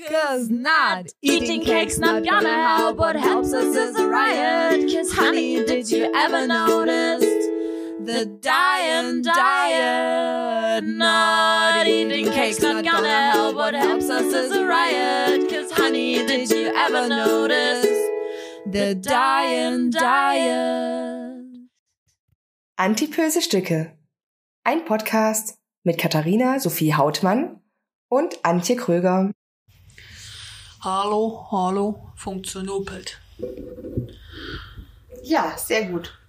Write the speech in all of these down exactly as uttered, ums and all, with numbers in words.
'Cause not eating cake's not gonna help. What helps us is a riot. 'Cause honey, did you ever notice the dying diet? Not eating cake's not gonna help. What helps us is a riot. 'Cause honey, did you ever notice the dying diet? Antipöse Stücke. Ein Podcast mit Katharina Sophie Hautmann und Antje Kröger. Hallo, hallo, funktioniert. Ja, sehr gut.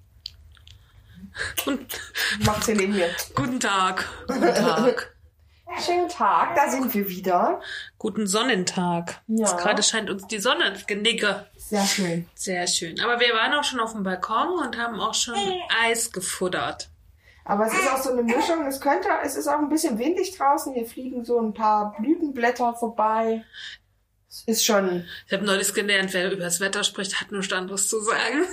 Und Macht's hier neben mir. Guten Tag. Guten Tag. Schönen Tag, da sind wir wieder. Guten Sonnentag. Ja. Jetzt gerade scheint uns die Sonne ins Genicke. Sehr schön. Sehr schön. Aber wir waren auch schon auf dem Balkon und haben auch schon Eis gefuttert. Aber es ist auch so eine Mischung, es könnte, es ist auch ein bisschen windig draußen, hier fliegen so ein paar Blütenblätter vorbei. Es ist schon... Ich habe neulich gelernt, wer über das Wetter spricht, hat nichts anderes zu sagen.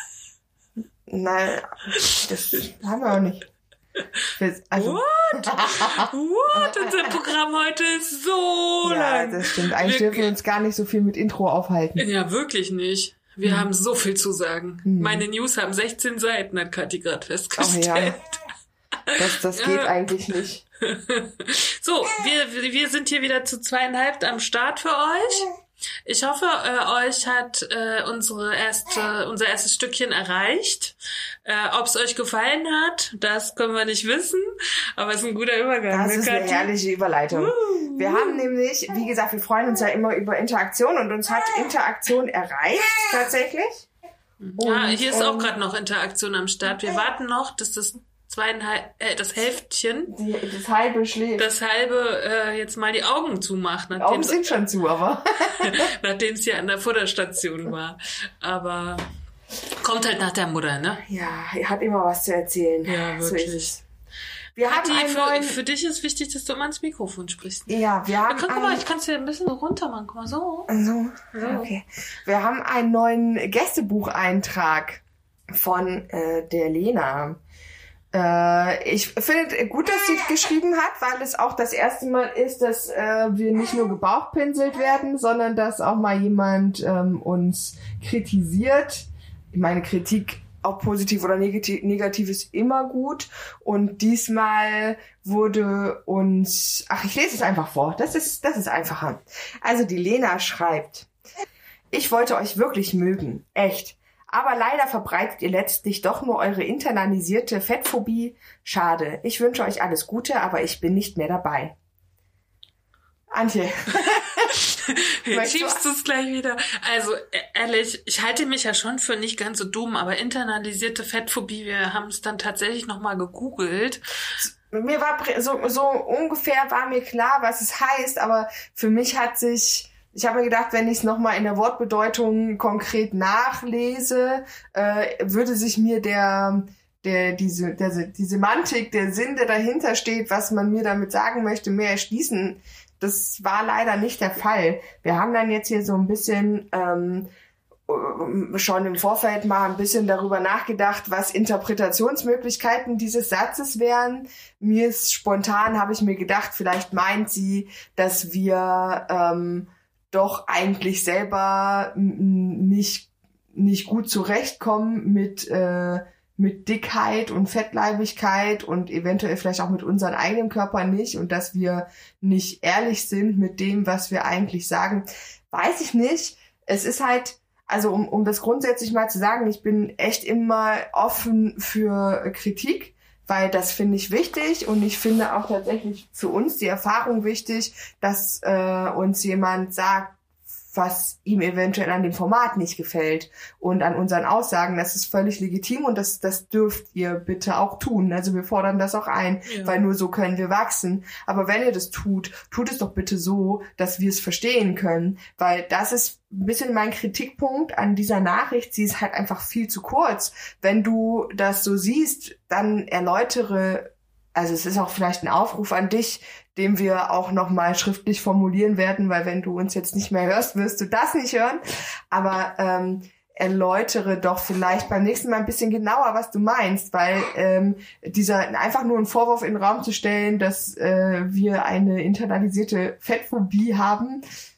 Nein, das haben wir auch nicht. Das, also, What? What? Unser Programm heute ist so ja, lang. das stimmt. Eigentlich Wir- dürfen wir uns gar nicht so viel mit Intro aufhalten. Ja, wirklich nicht. Wir Hm. haben so viel zu sagen. Hm. Meine News haben sechzehn Seiten, hat Kathi gerade Ach festgestellt. ja, das, das geht Ja. eigentlich nicht. So, wir, wir sind hier wieder zu zweieinhalb am Start für euch. Ich hoffe, äh, euch hat äh, unsere erste, unser erstes Stückchen erreicht. Äh, Ob es euch gefallen hat, das können wir nicht wissen. Aber es ist ein guter Übergang. Das ne, ist eine Kathi? herrliche Überleitung. Wir haben nämlich, wie gesagt, wir freuen uns ja immer über Interaktion und uns hat Interaktion erreicht, tatsächlich. Ja, Und, hier ist auch ähm, gerade noch Interaktion am Start. Wir warten noch, dass das zweieinhalb, äh, das Hälftchen, Die, das halbe schläft. das halbe äh, jetzt mal die Augen zumacht, Die Augen nachdem sind schon zu, aber... nachdem es hier an der Futterstation war. Aber kommt halt nach der Mutter, ne? Ja, er hat immer was zu erzählen. Ja, So wirklich. ist es. Wir haben Die, einen für, neuen... für dich ist wichtig, dass du immer ans Mikrofon sprichst. Ja, wir Ja, haben guck mal, einen... ich kann es dir ein bisschen so runter machen. Guck mal, so. So, So. okay. Wir haben einen neuen Gästebucheintrag von äh, der Lena. Äh, ich finde gut, dass sie geschrieben hat, weil es auch das erste Mal ist, dass äh, wir nicht nur gebauchpinselt werden, sondern dass auch mal jemand ähm, uns kritisiert. Ich meine, Kritik, auch positiv oder negativ, negativ ist immer gut. Und diesmal wurde uns... Ach, ich lese es einfach vor. Das ist, das ist einfacher. Also die Lena schreibt: Ich wollte euch wirklich mögen. Echt. Aber leider verbreitet ihr letztlich doch nur eure internalisierte Fettphobie. Schade. Ich wünsche euch alles Gute, aber ich bin nicht mehr dabei. Antje. Jetzt Möchtest du- schiebst du es gleich wieder. Also, e- ehrlich, ich halte mich ja schon für nicht ganz so dumm, aber internalisierte Fettphobie, wir haben es dann tatsächlich nochmal gegoogelt. Mir war prä- so, so ungefähr war mir klar, was es heißt, aber für mich hat sich... Ich habe mir gedacht, wenn ich es nochmal in der Wortbedeutung konkret nachlese, äh, würde sich mir der, der, diese, der, die Semantik, der Sinn, der dahinter steht, was man mir damit sagen möchte, mehr erschließen. Das war leider nicht der Fall. Wir haben dann jetzt hier so ein bisschen ähm, schon im Vorfeld mal ein bisschen darüber nachgedacht, was Interpretationsmöglichkeiten dieses Satzes wären. Mir ist spontan, habe ich mir gedacht, vielleicht meint sie, dass wir ähm, doch eigentlich selber m- nicht nicht gut zurechtkommen mit äh, mit Dickheit und Fettleibigkeit und eventuell vielleicht auch mit unserem eigenen Körper nicht und dass wir nicht ehrlich sind mit dem, was wir eigentlich sagen, weiß ich nicht. Es ist halt, also um um das grundsätzlich mal zu sagen, ich bin echt immer offen für Kritik, weil das finde ich wichtig und ich finde auch tatsächlich für uns die Erfahrung wichtig, dass äh, uns jemand sagt, was ihm eventuell an dem Format nicht gefällt und an unseren Aussagen. Das ist völlig legitim und das, das dürft ihr bitte auch tun. Also wir fordern das auch ein, Ja. weil nur so können wir wachsen. Aber wenn ihr das tut, tut es doch bitte so, dass wir es verstehen können, weil das ist ein bisschen mein Kritikpunkt an dieser Nachricht. Sie ist halt einfach viel zu kurz. Wenn du das so siehst, dann erläutere, also es ist auch vielleicht ein Aufruf an dich, den wir auch nochmal schriftlich formulieren werden, weil wenn du uns jetzt nicht mehr hörst, wirst du das nicht hören. Aber ähm, erläutere doch vielleicht beim nächsten Mal ein bisschen genauer, was du meinst, weil ähm, dieser einfach nur einen Vorwurf in den Raum zu stellen, dass äh, wir eine internalisierte Fettphobie haben,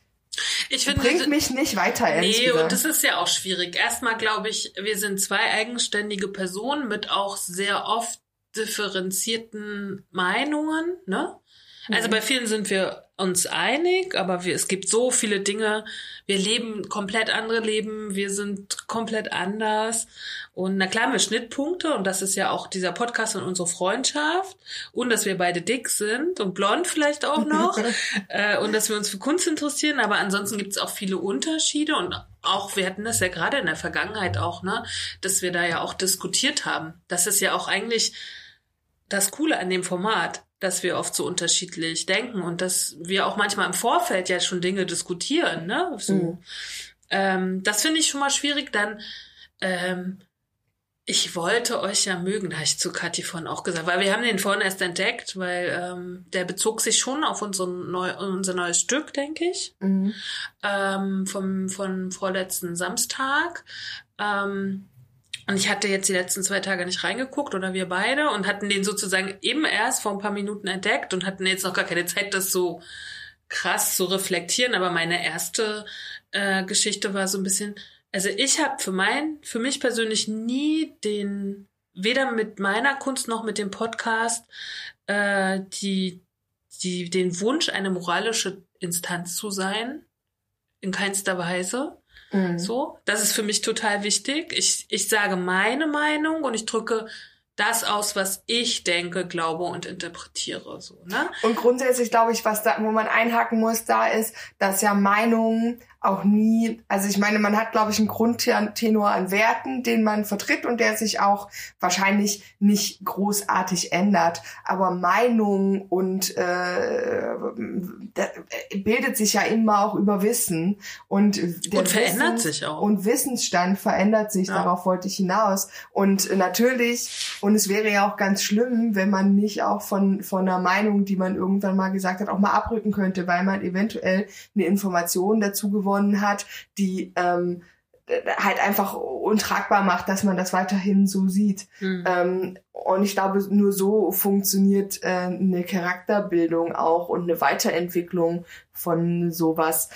ich finde, bringt mich nicht weiter, ehrlich Nee, gesagt. und das ist ja auch schwierig. Erstmal glaube ich, wir sind zwei eigenständige Personen mit auch sehr oft differenzierten Meinungen, ne? Also bei vielen sind wir uns einig, aber wir, es gibt so viele Dinge, wir leben komplett andere Leben, wir sind komplett anders und na klar haben wir Schnittpunkte und das ist ja auch dieser Podcast und unsere Freundschaft und dass wir beide dick sind und blond vielleicht auch noch äh, und dass wir uns für Kunst interessieren, aber ansonsten gibt es auch viele Unterschiede und auch, wir hatten das ja gerade in der Vergangenheit auch, ne, dass wir da ja auch diskutiert haben. Das ist ja auch eigentlich das Coole an dem Format, dass wir oft so unterschiedlich denken und dass wir auch manchmal im Vorfeld ja schon Dinge diskutieren, ne? So. Mhm. Ähm, das finde ich schon mal schwierig. Dann, ähm, ich wollte euch ja mögen, da habe ich zu Kathi vorhin auch gesagt, weil wir haben den vorhin erst entdeckt, weil ähm, der bezog sich schon auf unser, neu, unser neues Stück, denke ich, mhm. ähm, vom, vom vorletzten Samstag. Ähm, Und ich hatte jetzt die letzten zwei Tage nicht reingeguckt oder wir beide und hatten den sozusagen eben erst vor ein paar Minuten entdeckt und hatten jetzt noch gar keine Zeit, das so krass zu reflektieren. Aber meine erste äh, Geschichte war so ein bisschen, also ich habe für mein, für mich persönlich nie den, weder mit meiner Kunst noch mit dem Podcast, äh, die, die, den Wunsch, eine moralische Instanz zu sein, in keinster Weise. Mhm. So, das ist für mich total wichtig. Ich, ich sage meine Meinung und ich drücke das aus, was ich denke, glaube und interpretiere. So, ne? Und grundsätzlich glaube ich, was da, wo man einhaken muss, da ist, dass ja Meinungen auch nie, also ich meine, man hat, glaube ich, einen Grundtenor an Werten, den man vertritt und der sich auch wahrscheinlich nicht großartig ändert. Aber Meinung und äh, bildet sich ja immer auch über Wissen. Und, der und verändert Wissens- sich auch. Und Wissensstand verändert sich, ja. Darauf wollte ich hinaus. Und natürlich, und es wäre ja auch ganz schlimm, wenn man nicht auch von, von einer Meinung, die man irgendwann mal gesagt hat, auch mal abrücken könnte, weil man eventuell eine Information dazu gewonnen hat, die ähm, halt einfach untragbar macht, dass man das weiterhin so sieht. Mhm. Ähm, und ich glaube, nur so funktioniert äh, eine Charakterbildung auch und eine Weiterentwicklung von sowas.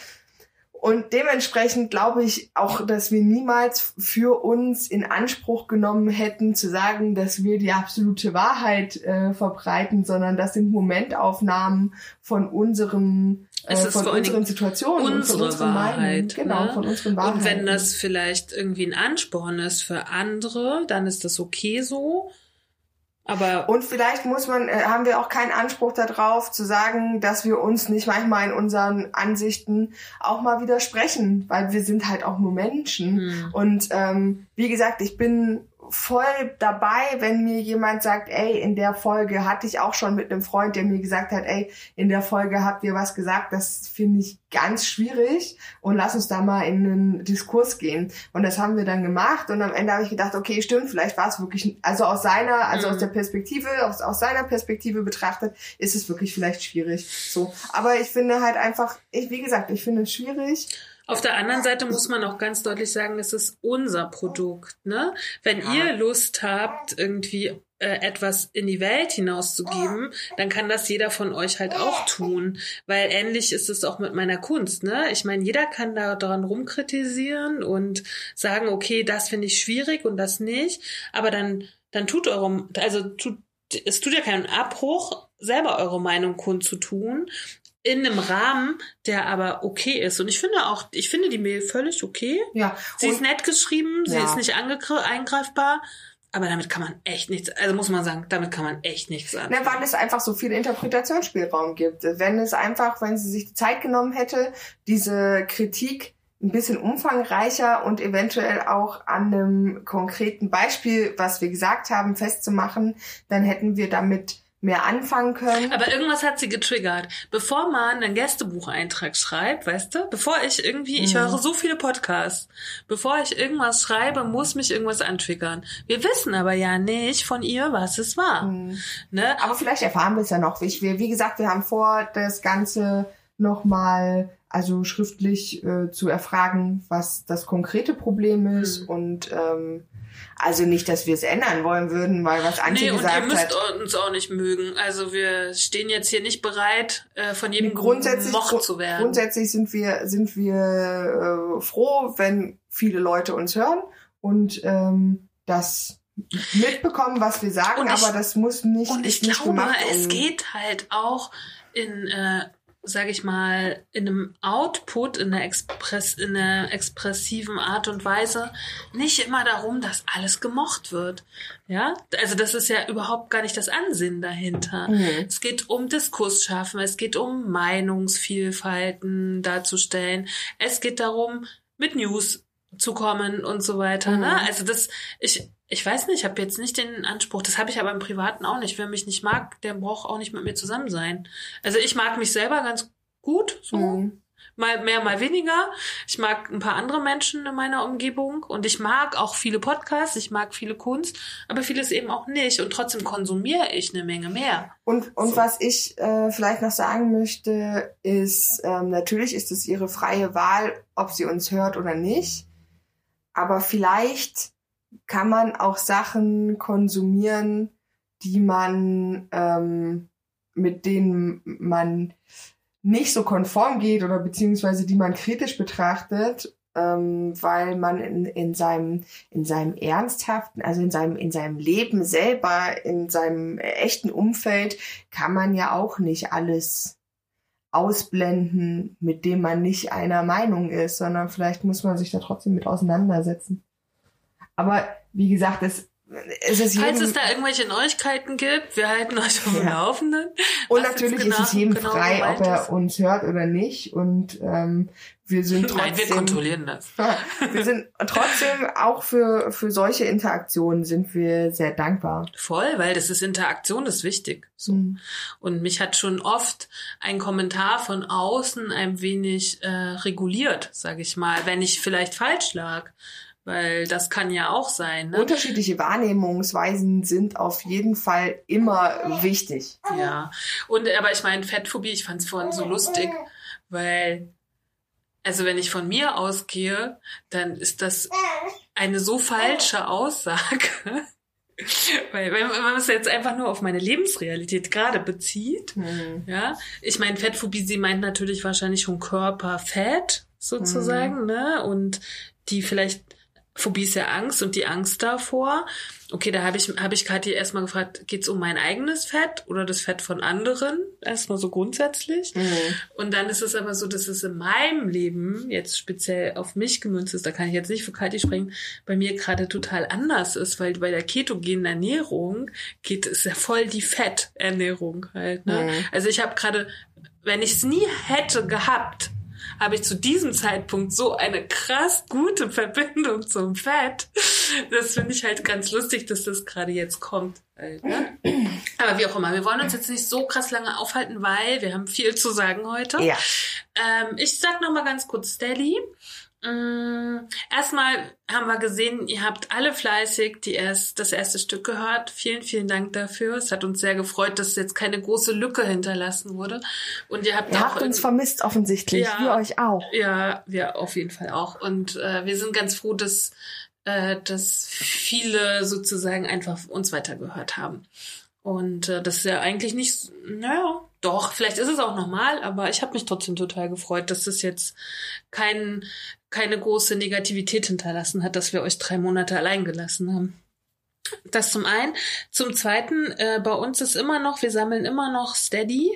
Und dementsprechend glaube ich auch, dass wir niemals für uns in Anspruch genommen hätten, zu sagen, dass wir die absolute Wahrheit äh, verbreiten, sondern das sind Momentaufnahmen von unserem Es ist von vor unseren Situationen unsere und von Wahrheit, Meinungen. Genau, ne? von unseren Wahrheiten. Und wenn das vielleicht irgendwie ein Ansporn ist für andere, dann ist das okay so. Aber und vielleicht muss man, äh, haben wir auch keinen Anspruch darauf, zu sagen, dass wir uns nicht manchmal in unseren Ansichten auch mal widersprechen, weil wir sind halt auch nur Menschen. Hm. Und ähm, wie gesagt, ich bin voll dabei, wenn mir jemand sagt, ey, in der Folge hatte ich auch schon mit einem Freund, der mir gesagt hat, ey, in der Folge habt ihr was gesagt, das finde ich ganz schwierig und lass uns da mal in einen Diskurs gehen. Und das haben wir dann gemacht und am Ende habe ich gedacht, okay, stimmt, vielleicht war es wirklich, also aus seiner, also mhm. aus der Perspektive, aus, aus seiner Perspektive betrachtet, ist es wirklich vielleicht schwierig. So, aber ich finde halt einfach, ich, wie gesagt, ich finde es schwierig. Auf der anderen Seite muss man auch ganz deutlich sagen, es ist unser Produkt, ne? Wenn ja. ihr Lust habt, irgendwie äh, etwas in die Welt hinauszugeben, dann kann das jeder von euch halt auch tun. Weil ähnlich ist es auch mit meiner Kunst, ne? Ich meine, jeder kann da daran rumkritisieren und sagen, okay, das finde ich schwierig und das nicht. Aber dann, dann tut eure, also tut, es tut ja keinen Abbruch, selber eure Meinung kundzutun. In einem Rahmen, der aber okay ist. Und ich finde auch, ich finde die Mail völlig okay. Ja. Sie ist nett geschrieben, sie ja. ist nicht angegr- eingreifbar, aber damit kann man echt nichts, also muss man sagen, damit kann man echt nichts anfangen. Ne, weil es einfach so viel Interpretationsspielraum gibt. Wenn es einfach, wenn sie sich die Zeit genommen hätte, diese Kritik ein bisschen umfangreicher und eventuell auch an einem konkreten Beispiel, was wir gesagt haben, festzumachen, dann hätten wir damit mehr anfangen können. Aber irgendwas hat sie getriggert. Bevor man einen Gästebucheintrag schreibt, weißt du, bevor ich irgendwie, ich höre so viele Podcasts, bevor ich irgendwas schreibe, muss mich irgendwas antriggern. Wir wissen aber ja nicht von ihr, was es war. Mhm. Ne? Aber vielleicht erfahren wir es ja noch. Ich, wir, wie gesagt, wir haben vor, das Ganze nochmal also schriftlich äh, zu erfragen, was das konkrete Problem ist. Mhm. Und ähm, also nicht, dass wir es ändern wollen würden, weil was Antje nee, gesagt hat. Nee, und ihr müsst hat, uns auch nicht mögen. Also wir stehen jetzt hier nicht bereit, äh, von jedem grundsätzlich gemocht zu werden. Grundsätzlich sind wir sind wir äh, froh, wenn viele Leute uns hören und ähm, das mitbekommen, was wir sagen, ich, aber das muss nicht. Und ich glaube, gemacht, um es geht halt auch in äh, sage ich mal, in einem Output, in einer, Express, in einer expressiven Art und Weise nicht immer darum, dass alles gemocht wird. Ja, also das ist ja überhaupt gar nicht das Ansinnen dahinter. Mhm. Es geht um Diskurs schaffen, es geht um Meinungsvielfalten darzustellen, es geht darum, mit News zu kommen und so weiter. Mhm. Ne? Also das, ich Ich weiß nicht, ich habe jetzt nicht den Anspruch, das habe ich aber im Privaten auch nicht. Wer mich nicht mag, der braucht auch nicht mit mir zusammen sein. Also ich mag mich selber ganz gut, so mhm. mal mehr, mal weniger. Ich mag ein paar andere Menschen in meiner Umgebung und ich mag auch viele Podcasts, ich mag viele Kunst, aber vieles eben auch nicht und trotzdem konsumiere ich eine Menge mehr. Und und so. Was ich äh, vielleicht noch sagen möchte, ist, ähm, natürlich ist es ihre freie Wahl, ob sie uns hört oder nicht, aber vielleicht kann man auch Sachen konsumieren, die man ähm, mit denen man nicht so konform geht oder beziehungsweise die man kritisch betrachtet, ähm, weil man in, in seinem in seinem ernsthaften, also in seinem in seinem Leben selber, in seinem echten Umfeld kann man ja auch nicht alles ausblenden, mit dem man nicht einer Meinung ist, sondern vielleicht muss man sich da trotzdem mit auseinandersetzen. Aber wie gesagt, es, es ist jedem... Falls es da irgendwelche Neuigkeiten gibt, wir halten euch auf dem ja. Laufenden. Und natürlich genau, ist es jedem genau frei, ob er ist. uns hört oder nicht. Und ähm, wir sind trotzdem... Nein, wir kontrollieren das. Wir sind trotzdem auch für für solche Interaktionen sind wir sehr dankbar. Voll, weil das ist Interaktion, ist wichtig. So. Mhm. Und mich hat schon oft ein Kommentar von außen ein wenig äh, reguliert, sage ich mal, wenn ich vielleicht falsch lag. Weil das kann ja auch sein. Ne? Unterschiedliche Wahrnehmungsweisen sind auf jeden Fall immer wichtig. Ja, und aber ich meine, Fettphobie, ich fand es vorhin so lustig, weil, also wenn ich von mir ausgehe, dann ist das eine so falsche Aussage. Weil wenn man es jetzt einfach nur auf meine Lebensrealität gerade bezieht, mhm. ja, ich meine, Fettphobie, sie meint natürlich wahrscheinlich schon Körperfett sozusagen, mhm. ne, und die vielleicht Phobie ist ja Angst und die Angst davor. Okay, da habe ich habe ich Kathi erstmal gefragt, geht's um mein eigenes Fett oder das Fett von anderen? Erstmal so grundsätzlich. Mhm. Und dann ist es aber so, dass es in meinem Leben, jetzt speziell auf mich gemünzt ist, da kann ich jetzt nicht für Kathi sprechen, bei mir gerade total anders ist, weil bei der ketogenen Ernährung geht es ja voll die Fetternährung halt. Ne? Mhm. Also ich habe gerade, wenn ich es nie hätte gehabt, habe ich zu diesem Zeitpunkt so eine krass gute Verbindung zum Fett. Das finde ich halt ganz lustig, dass das gerade jetzt kommt. Halt, ne? Aber wie auch immer, wir wollen uns jetzt nicht so krass lange aufhalten, weil wir haben viel zu sagen heute. Ja. Ähm, ich sag noch mal ganz kurz Steady. Mm, erstmal haben wir gesehen, ihr habt alle fleißig die erst, das erste Stück gehört. Vielen, vielen Dank dafür. Es hat uns sehr gefreut, dass jetzt keine große Lücke hinterlassen wurde. Und ihr habt, ihr auch habt uns vermisst offensichtlich, ja, wir euch auch. Ja, wir auf jeden Fall auch. Und äh, wir sind ganz froh, dass, äh, dass viele sozusagen einfach uns weitergehört haben. Und äh, das ist ja eigentlich nicht, naja, doch, vielleicht ist es auch normal, aber ich habe mich trotzdem total gefreut, dass das jetzt kein, keine große Negativität hinterlassen hat, dass wir euch drei Monate allein gelassen haben. Das zum einen. Zum zweiten, äh, bei uns ist immer noch, wir sammeln immer noch Steady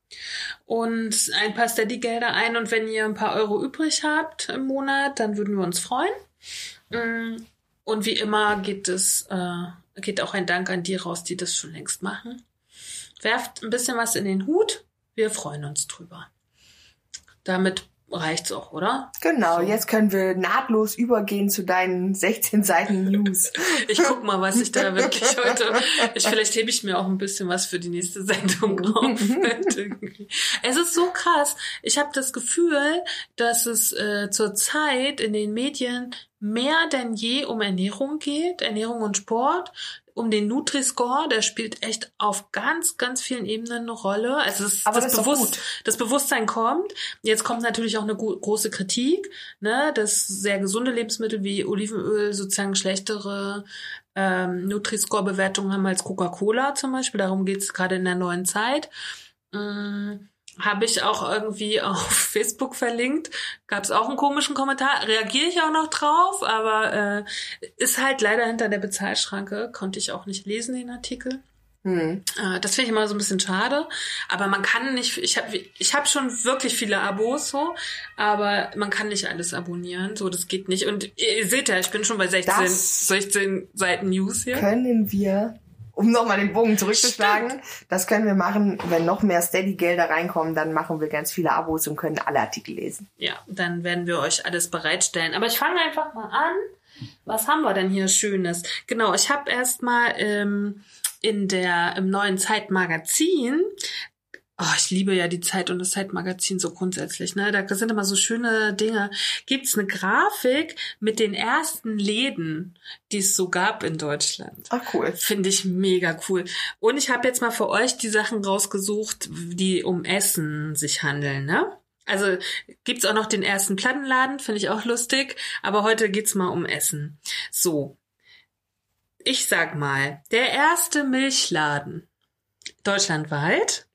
und ein paar Steady-Gelder ein. Und wenn ihr ein paar Euro übrig habt im Monat, dann würden wir uns freuen. Und wie immer geht es... Äh, geht auch ein Dank an die raus, die das schon längst machen. Werft ein bisschen was in den Hut. Wir freuen uns drüber. Damit reicht's auch, oder? Genau, so. Jetzt können wir nahtlos übergehen zu deinen sechzehn Seiten News. Ich guck mal, was ich da wirklich heute... Ich, vielleicht hebe ich mir auch ein bisschen was für die nächste Sendung auf. Es ist so krass. Ich habe das Gefühl, dass es äh, zurzeit in den Medien mehr denn je um Ernährung geht, Ernährung und Sport, um den Nutri-Score, der spielt echt auf ganz, ganz vielen Ebenen eine Rolle. Also das, Aber das, das ist Bewusst, doch gut. das Bewusstsein kommt. Jetzt kommt natürlich auch eine gu- große Kritik, ne, dass sehr gesunde Lebensmittel wie Olivenöl sozusagen schlechtere ähm, Nutri-Score-Bewertungen haben als Coca-Cola zum Beispiel. Darum geht es gerade in der neuen Zeit. Ähm, Habe ich auch irgendwie auf Facebook verlinkt. Gab es auch einen komischen Kommentar. Reagiere ich auch noch drauf, aber äh, ist halt leider hinter der Bezahlschranke. Konnte ich auch nicht lesen, den Artikel. Hm. Äh, das finde ich immer so ein bisschen schade. Aber man kann nicht, ich habe ich hab schon wirklich viele Abos, so, aber man kann nicht alles abonnieren. So, das geht nicht. Und ihr seht ja, ich bin schon bei sechzehn, Das sechzehn Seiten News hier. Können wir, um nochmal den Bogen zurückzuschlagen, Stimmt. das können wir machen, wenn noch mehr Steady-Gelder reinkommen, dann machen wir ganz viele Abos und können alle Artikel lesen. Ja, dann werden wir euch alles bereitstellen. Aber ich fange einfach mal an. Was haben wir denn hier Schönes? Genau, ich habe erstmal ähm, in der im neuen Zeitmagazin, oh, ich liebe ja die Zeit und das Zeitmagazin so grundsätzlich, ne? Da sind immer so schöne Dinge. Gibt's eine Grafik mit den ersten Läden, die es so gab in Deutschland. Ach cool. Finde ich mega cool. Und ich habe jetzt mal für euch die Sachen rausgesucht, die um Essen sich handeln, ne? Also gibt's auch noch den ersten Plattenladen, finde ich auch lustig, aber heute geht's mal um Essen. So, ich sag mal, der erste Milchladen deutschlandweit,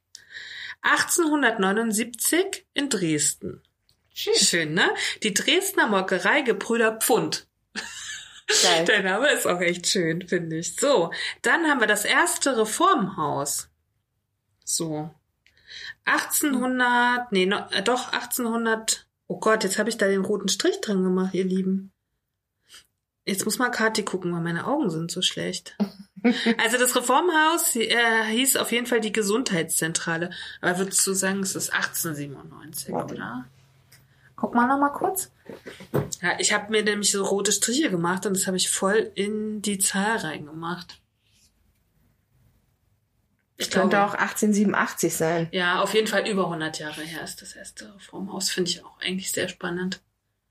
achtzehnhundertneunundsiebzig in Dresden. Schön. Schön, ne? Die Dresdner Molkerei Gebrüder Pfund. Geil. Der Name ist auch echt schön, finde ich. So, dann haben wir das erste Reformhaus. So. achtzehnhundert, nee, no, äh, doch achtzehnhundert, oh Gott, jetzt habe ich da den roten Strich drin gemacht, ihr Lieben. Jetzt muss mal Kathi gucken, weil meine Augen sind so schlecht. Also das Reformhaus äh, hieß auf jeden Fall die Gesundheitszentrale. Aber würdest du sagen, es ist achtzehnhundertsiebenundneunzig, Warte. oder? Guck mal noch mal kurz. Ja, ich habe mir nämlich so rote Striche gemacht und das habe ich voll in die Zahl reingemacht. Ich Könnte glaube, auch achtzehnhundertsiebenundachtzig sein. ja, auf jeden Fall über hundert Jahre her ist das erste Reformhaus. Finde ich auch eigentlich sehr spannend.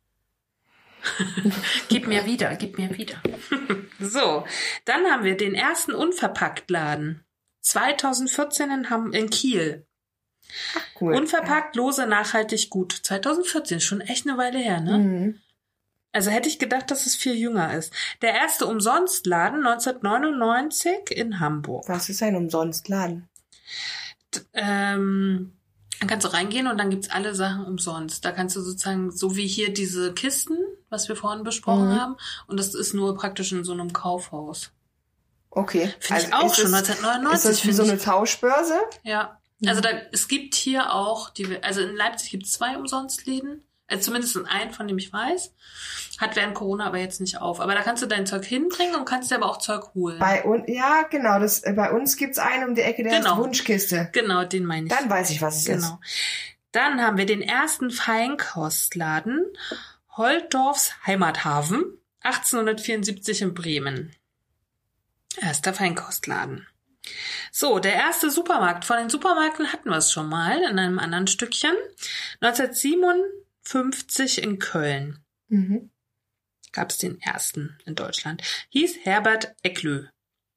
Gib mir wieder, gib mir wieder. So, dann haben wir den ersten Unverpacktladen. zweitausendvierzehn in, Ham- in Kiel. Cool. Unverpackt, lose, nachhaltig, gut. zweitausendvierzehn, schon echt eine Weile her, ne? Mhm. Also hätte ich gedacht, dass es viel jünger ist. Der erste Umsonstladen neunzehnhundertneunundneunzig in Hamburg. Was ist ein Umsonstladen? D- Ähm, dann kannst du reingehen und dann gibt's alle Sachen umsonst. Da kannst du sozusagen, so wie hier diese Kisten, was wir vorhin besprochen Mhm. haben, und das ist nur praktisch in so einem Kaufhaus. Okay. Finde ich auch ist schon, es- neunzehnhundertneunundneunzig. Ist das wie finde so ich. eine Tauschbörse? Ja, also da, es gibt hier auch, die, also in Leipzig gibt es zwei Umsonstläden, also zumindest in einen, von dem ich weiß, hat während Corona aber jetzt nicht auf. Aber da kannst du dein Zeug hinbringen und kannst dir aber auch Zeug holen. Bei uns, ja, genau. Das, äh, bei uns gibt's einen um die Ecke, der Genau. heißt Wunschkiste. Genau, den meine ich. Dann weiß ich, was es ist. Genau. Dann haben wir den ersten Feinkostladen, Holtdorfs Heimathafen, achtzehnhundertvierundsiebzig in Bremen. Erster Feinkostladen. So, der erste Supermarkt. Von den Supermärkten hatten wir es schon mal in einem anderen Stückchen. neunzehnhundertsiebenundfünfzig in Köln Mhm. gab es den ersten in Deutschland. Hieß Herbert Ecklö.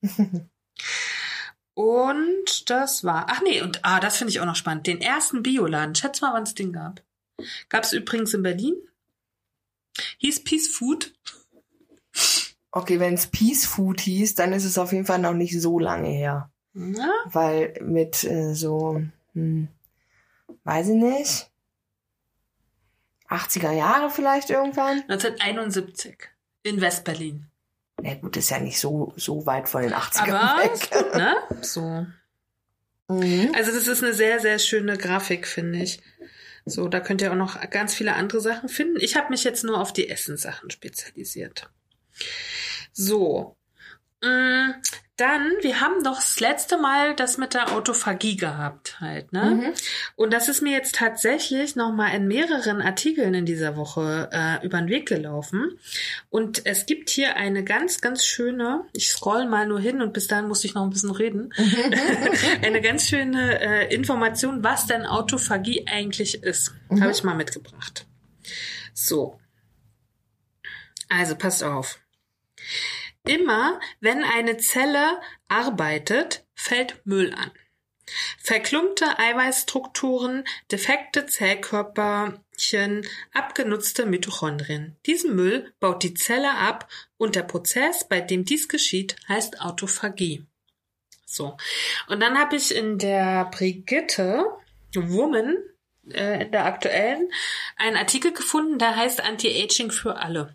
Und das war, ach nee, und ah, das finde ich auch noch spannend. Den ersten Bioladen. Schätz mal, wann es den gab. Gab es übrigens in Berlin. Hieß Peace Food. Okay, wenn es Peace Food hieß, dann ist es auf jeden Fall noch nicht so lange her. Ja, Weil mit äh, so, hm, weiß ich nicht, achtziger Jahre vielleicht irgendwann. neunzehnhunderteinundsiebzig in Westberlin. Na gut, ist ja nicht so, so weit von den achtzigern Aber weg. ist gut, ne? So. Mhm. Also das ist eine sehr, sehr schöne Grafik, finde ich. So, da könnt ihr auch noch ganz viele andere Sachen finden. Ich habe mich jetzt nur auf die Essenssachen spezialisiert. So. Mm, Dann, wir haben doch das letzte Mal das mit der Autophagie gehabt halt, ne? Mhm. Und das ist mir jetzt tatsächlich nochmal in mehreren Artikeln in dieser Woche äh, über den Weg gelaufen. Und es gibt hier eine ganz, ganz schöne, ich scroll mal nur hin und bis dahin muss ich noch ein bisschen reden, eine ganz schöne äh, Information, was denn Autophagie eigentlich ist. Mhm. Habe ich mal mitgebracht. So. Also passt auf. Immer wenn eine Zelle arbeitet, fällt Müll an. Verklumpte Eiweißstrukturen, defekte Zellkörperchen, abgenutzte Mitochondrien. Diesen Müll baut die Zelle ab und der Prozess, bei dem dies geschieht, heißt Autophagie. So. Und dann habe ich in der Brigitte Woman, äh, in der aktuellen, einen Artikel gefunden, der heißt Anti-Aging für alle.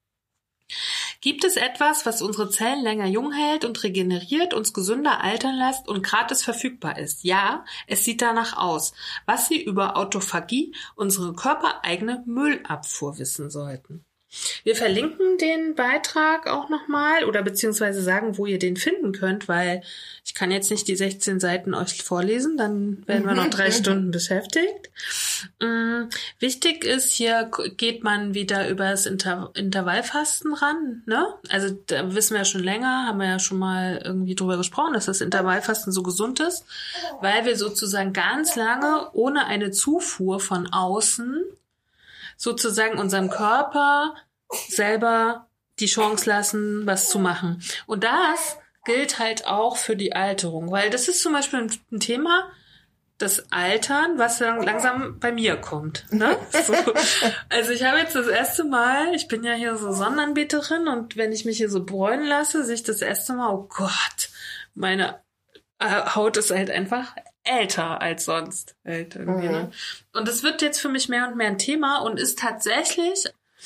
Gibt es etwas, was unsere Zellen länger jung hält und regeneriert, uns gesünder altern lässt und gratis verfügbar ist? Ja, es sieht danach aus. Was Sie über Autophagie, unsere körpereigene Müllabfuhr, wissen sollten. Wir verlinken den Beitrag auch nochmal oder beziehungsweise sagen, wo ihr den finden könnt, weil ich kann jetzt nicht die sechzehn Seiten euch vorlesen, dann werden wir noch drei Stunden beschäftigt. Ähm, wichtig ist, hier geht man wieder über das Inter- Intervallfasten ran, ne? Also da wissen wir ja schon länger, haben wir ja schon mal irgendwie drüber gesprochen, dass das Intervallfasten so gesund ist, weil wir sozusagen ganz lange ohne eine Zufuhr von außen sozusagen unserem Körper selber die Chance lassen, was zu machen. Und das gilt halt auch für die Alterung, weil das ist zum Beispiel ein Thema, das Altern, was dann langsam bei mir kommt. Ne? So. Also ich habe jetzt das erste Mal, ich bin ja hier so Sonnenanbeterin und wenn ich mich hier so bräunen lasse, sehe ich das erste Mal, oh Gott, meine Haut ist halt einfach älter als sonst. Halt irgendwie, mhm. ne? Und es wird jetzt für mich mehr und mehr ein Thema und ist tatsächlich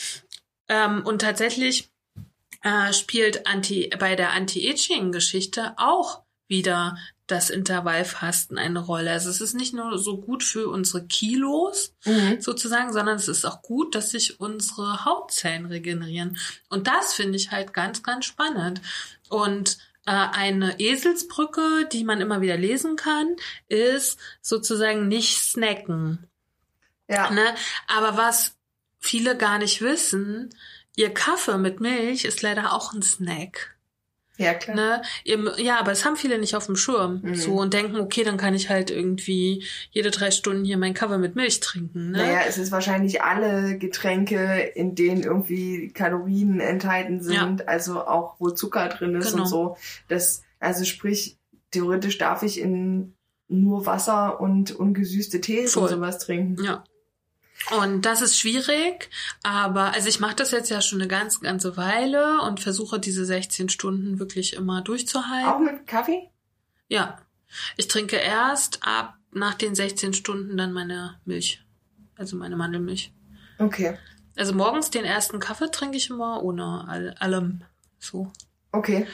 ähm, und tatsächlich äh, spielt Anti bei der Anti-Aging-Geschichte auch wieder das Intervallfasten eine Rolle. Also es ist nicht nur so gut für unsere Kilos mhm. sozusagen, sondern es ist auch gut, dass sich unsere Hautzellen regenerieren. Und das finde ich halt ganz, ganz spannend. Und eine Eselsbrücke, die man immer wieder lesen kann, ist sozusagen nicht snacken. Ja. Ne? Aber was viele gar nicht wissen, ihr Kaffee mit Milch ist leider auch ein Snack. Ja, klar. Ne? Ja, aber das haben viele nicht auf dem Schirm. Mhm. So und denken, okay, dann kann ich halt irgendwie jede drei Stunden hier meinen Kaffee mit Milch trinken. Ne? Naja, es ist wahrscheinlich alle Getränke, in denen irgendwie Kalorien enthalten sind, ja. also auch wo Zucker drin ist genau. und so. Das, also sprich, theoretisch darf ich in nur Wasser und ungesüßte Tees Voll. und sowas trinken. Ja. Und das ist schwierig, aber also ich mache das jetzt ja schon eine ganz, ganze Weile und versuche diese sechzehn Stunden wirklich immer durchzuhalten. Auch mit Kaffee? Ja. Ich trinke erst ab nach den sechzehn Stunden dann meine Milch, also meine Mandelmilch. Okay. Also morgens den ersten Kaffee trinke ich immer ohne all, allem so. Okay.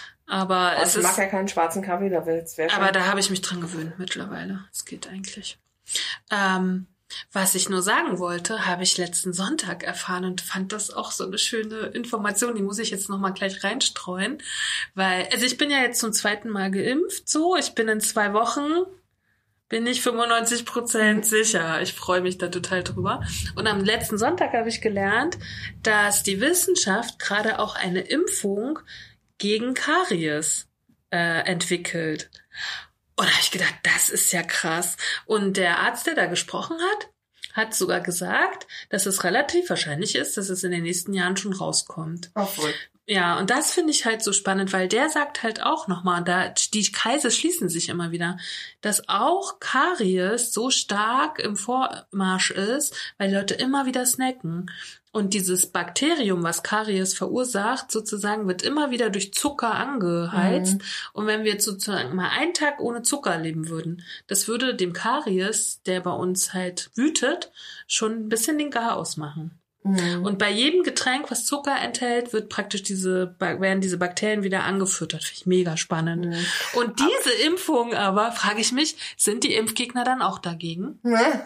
Aber oh, es ich ist, mag ja keinen schwarzen Kaffee, da wird's wäre Aber da habe ich mich dran gewöhnt mittlerweile. Es geht eigentlich. Ähm, Was ich nur sagen wollte, habe ich letzten Sonntag erfahren und fand das auch so eine schöne Information, die muss ich jetzt nochmal gleich reinstreuen, weil, also ich bin ja jetzt zum zweiten Mal geimpft, so, ich bin in zwei Wochen, bin ich fünfundneunzig Prozent sicher, ich freue mich da total drüber. Und am letzten Sonntag habe ich gelernt, dass die Wissenschaft gerade auch eine Impfung gegen Karies äh, entwickelt. Und da habe ich gedacht, das ist ja krass. Und der Arzt, der da gesprochen hat, hat sogar gesagt, dass es relativ wahrscheinlich ist, dass es in den nächsten Jahren schon rauskommt. Ach, voll. Ja, und das finde ich halt so spannend, weil der sagt halt auch nochmal, da die Kreise schließen sich immer wieder, dass auch Karies so stark im Vormarsch ist, weil die Leute immer wieder snacken. Und dieses Bakterium, was Karies verursacht, sozusagen wird immer wieder durch Zucker angeheizt. Mhm. Und wenn wir jetzt sozusagen mal einen Tag ohne Zucker leben würden, das würde dem Karies, der bei uns halt wütet, schon ein bisschen den Garaus machen. Mhm. Und bei jedem Getränk, was Zucker enthält, wird praktisch diese, werden diese Bakterien wieder angefüttert. Finde ich mega spannend. Mhm. Und diese aber Impfung aber, frage ich mich, sind die Impfgegner dann auch dagegen?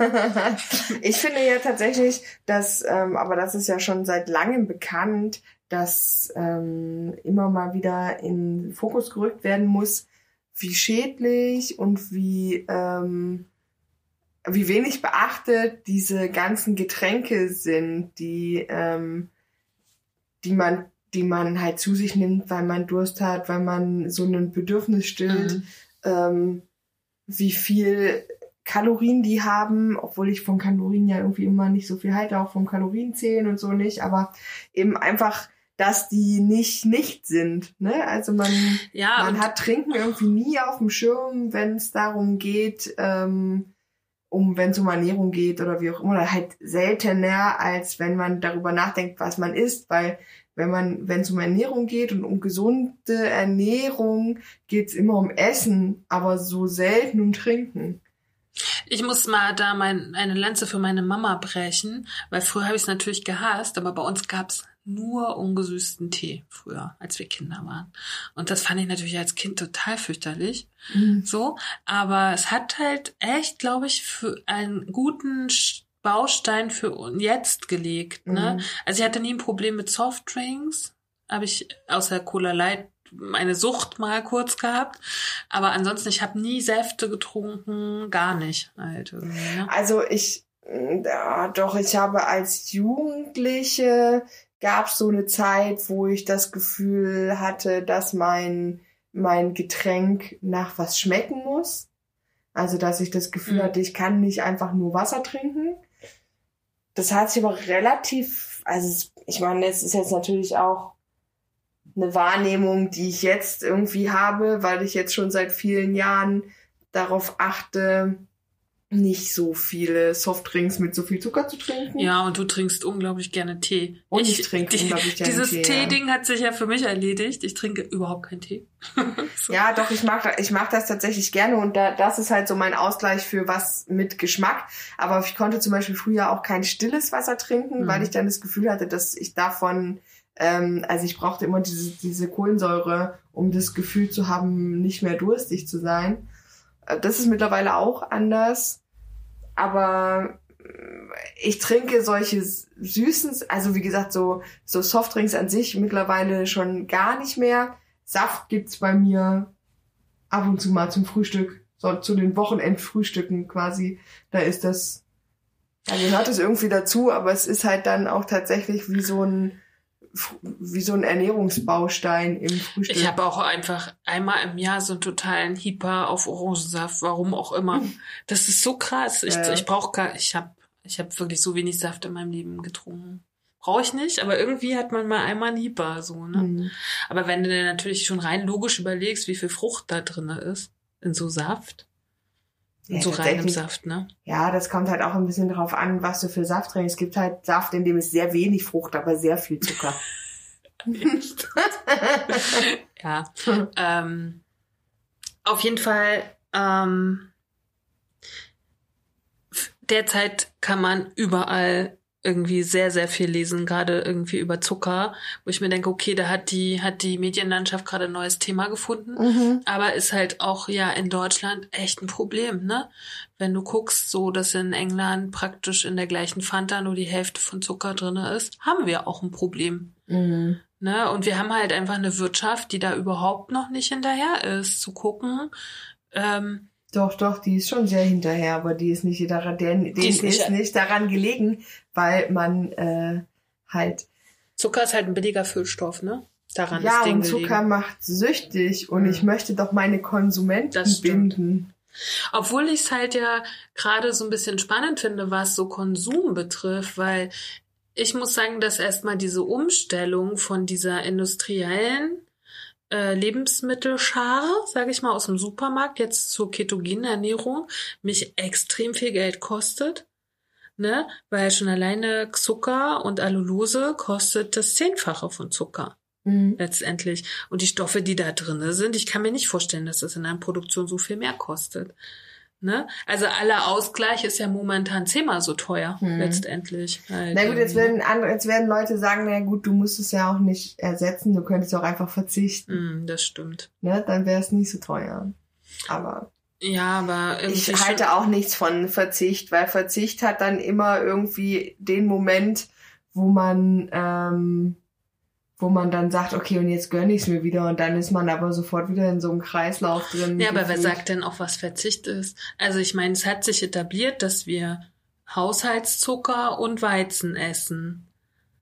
Ich finde ja tatsächlich, dass, ähm, aber das ist ja schon seit langem bekannt, dass ähm, immer mal wieder in den Fokus gerückt werden muss, wie schädlich und wie ähm, wie wenig beachtet diese ganzen Getränke sind, die ähm, die man die man halt zu sich nimmt, weil man Durst hat, weil man so ein Bedürfnis stillt, mhm. ähm, wie viel Kalorien die haben, obwohl ich von Kalorien ja irgendwie immer nicht so viel halte, auch vom Kalorienzählen und so nicht, aber eben einfach, dass die nicht nicht sind, ne? Also man, ja, man hat Trinken irgendwie nie auf dem Schirm, wenn es darum geht, ähm, um wenn es um Ernährung geht oder wie auch immer, oder halt seltener, als wenn man darüber nachdenkt, was man isst, weil wenn man, wenn es um Ernährung geht und um gesunde Ernährung, geht's immer um Essen, aber so selten um Trinken. Ich muss mal da mein, eine Lanze für meine Mama brechen, weil früher habe ich es natürlich gehasst, aber bei uns gab's nur ungesüßten Tee früher, als wir Kinder waren. Und das fand ich natürlich als Kind total fürchterlich. Mhm. So, aber es hat halt echt, glaube ich, für einen guten Baustein für jetzt gelegt. Ne? Mhm. Also ich hatte nie ein Problem mit Softdrinks, habe ich außer Cola Light meine Sucht mal kurz gehabt, aber ansonsten, ich habe nie Säfte getrunken, gar nicht. Halt, ne? Also ich, ja, doch, ich habe als Jugendliche, gab es so eine Zeit, wo ich das Gefühl hatte, dass mein, mein Getränk nach was schmecken muss. Also dass ich das Gefühl mhm. hatte, ich kann nicht einfach nur Wasser trinken. Das hat sich aber relativ, also ich meine, es ist jetzt natürlich auch eine Wahrnehmung, die ich jetzt irgendwie habe, weil ich jetzt schon seit vielen Jahren darauf achte, nicht so viele Softdrinks mit so viel Zucker zu trinken. Ja, und du trinkst unglaublich gerne Tee. Und ich, ich trinke die, unglaublich gerne dieses Tee. Dieses Tee-Ding ja. hat sich ja für mich erledigt. Ich trinke überhaupt keinen Tee. So. Ja, doch, ich mag, ich mag das tatsächlich gerne und da, das ist halt so mein Ausgleich für was mit Geschmack. Aber ich konnte zum Beispiel früher auch kein stilles Wasser trinken, mhm. weil ich dann das Gefühl hatte, dass ich davon ähm, also ich brauchte immer diese, diese Kohlensäure, um das Gefühl zu haben, nicht mehr durstig zu sein. Das ist mittlerweile auch anders. Aber ich trinke solche süßen, also wie gesagt, so, so Softdrinks an sich mittlerweile schon gar nicht mehr. Saft gibt's bei mir ab und zu mal zum Frühstück, so zu den Wochenendfrühstücken quasi. Da ist das, da gehört es irgendwie dazu, aber es ist halt dann auch tatsächlich wie so ein wie so ein Ernährungsbaustein im Frühstück. Ich habe auch einfach einmal im Jahr so einen totalen Hyper auf Orangensaft, warum auch immer. Das ist so krass. Ich, äh. ich brauche gar, ich habe ich hab wirklich so wenig Saft in meinem Leben getrunken. Brauche ich nicht, aber irgendwie hat man mal einmal einen Hyper, so, ne? Mhm. Aber wenn du dir natürlich schon rein logisch überlegst, wie viel Frucht da drin ist, in so Saft, in ja, so reinem Saft, ne? Ja, das kommt halt auch ein bisschen drauf an, was du für Saft trinkst. Es gibt halt Saft, in dem ist sehr wenig Frucht, aber sehr viel Zucker. Ja. ähm, auf jeden Fall, ähm, derzeit kann man überall irgendwie sehr, sehr viel lesen, gerade irgendwie über Zucker, wo ich mir denke, okay, da hat die, hat die Medienlandschaft gerade ein neues Thema gefunden, mhm. aber ist halt auch ja in Deutschland echt ein Problem, ne? Wenn du guckst, so, dass in England praktisch in der gleichen Fanta nur die Hälfte von Zucker drinne ist, haben wir auch ein Problem. Mhm. Ne? Und wir haben halt einfach eine Wirtschaft, die da überhaupt noch nicht hinterher ist, zu gucken, ähm, Doch, doch, die ist schon sehr hinterher, aber die ist nicht daran, denen, denen ist, nicht, ist nicht daran gelegen, weil man äh, halt Zucker ist halt ein billiger Füllstoff, ne? Daran ja, ist Ding und Zucker gelegen. Macht süchtig und mhm. ich möchte doch meine Konsumenten binden. Obwohl ich es halt ja gerade so ein bisschen spannend finde, was so Konsum betrifft, weil ich muss sagen, dass erstmal diese Umstellung von dieser industriellen äh, Lebensmittelschare, sage ich mal, aus dem Supermarkt jetzt zur ketogenen Ernährung mich extrem viel Geld kostet, ne? Weil schon alleine Zucker und Allulose kostet das Zehnfache von Zucker. Mhm. Letztendlich. Und die Stoffe, die da drin sind, ich kann mir nicht vorstellen, dass das in einer Produktion so viel mehr kostet. Ne? Also aller Ausgleich ist ja momentan zehnmal so teuer, hm. letztendlich. Halt na gut, jetzt werden andere, jetzt werden Leute sagen, na gut, du musst es ja auch nicht ersetzen, du könntest auch einfach verzichten. Mm, das stimmt. Ne? Dann wäre es nicht so teuer. Aber ja, aber ich halte auch nichts von Verzicht, weil Verzicht hat dann immer irgendwie den Moment, wo man ähm, wo man dann sagt, okay, und jetzt gönne ich es mir wieder und dann ist man aber sofort wieder in so einem Kreislauf drin. Ja, aber wer sagt denn auch, was Verzicht ist? Also ich meine, es hat sich etabliert, dass wir Haushaltszucker und Weizen essen.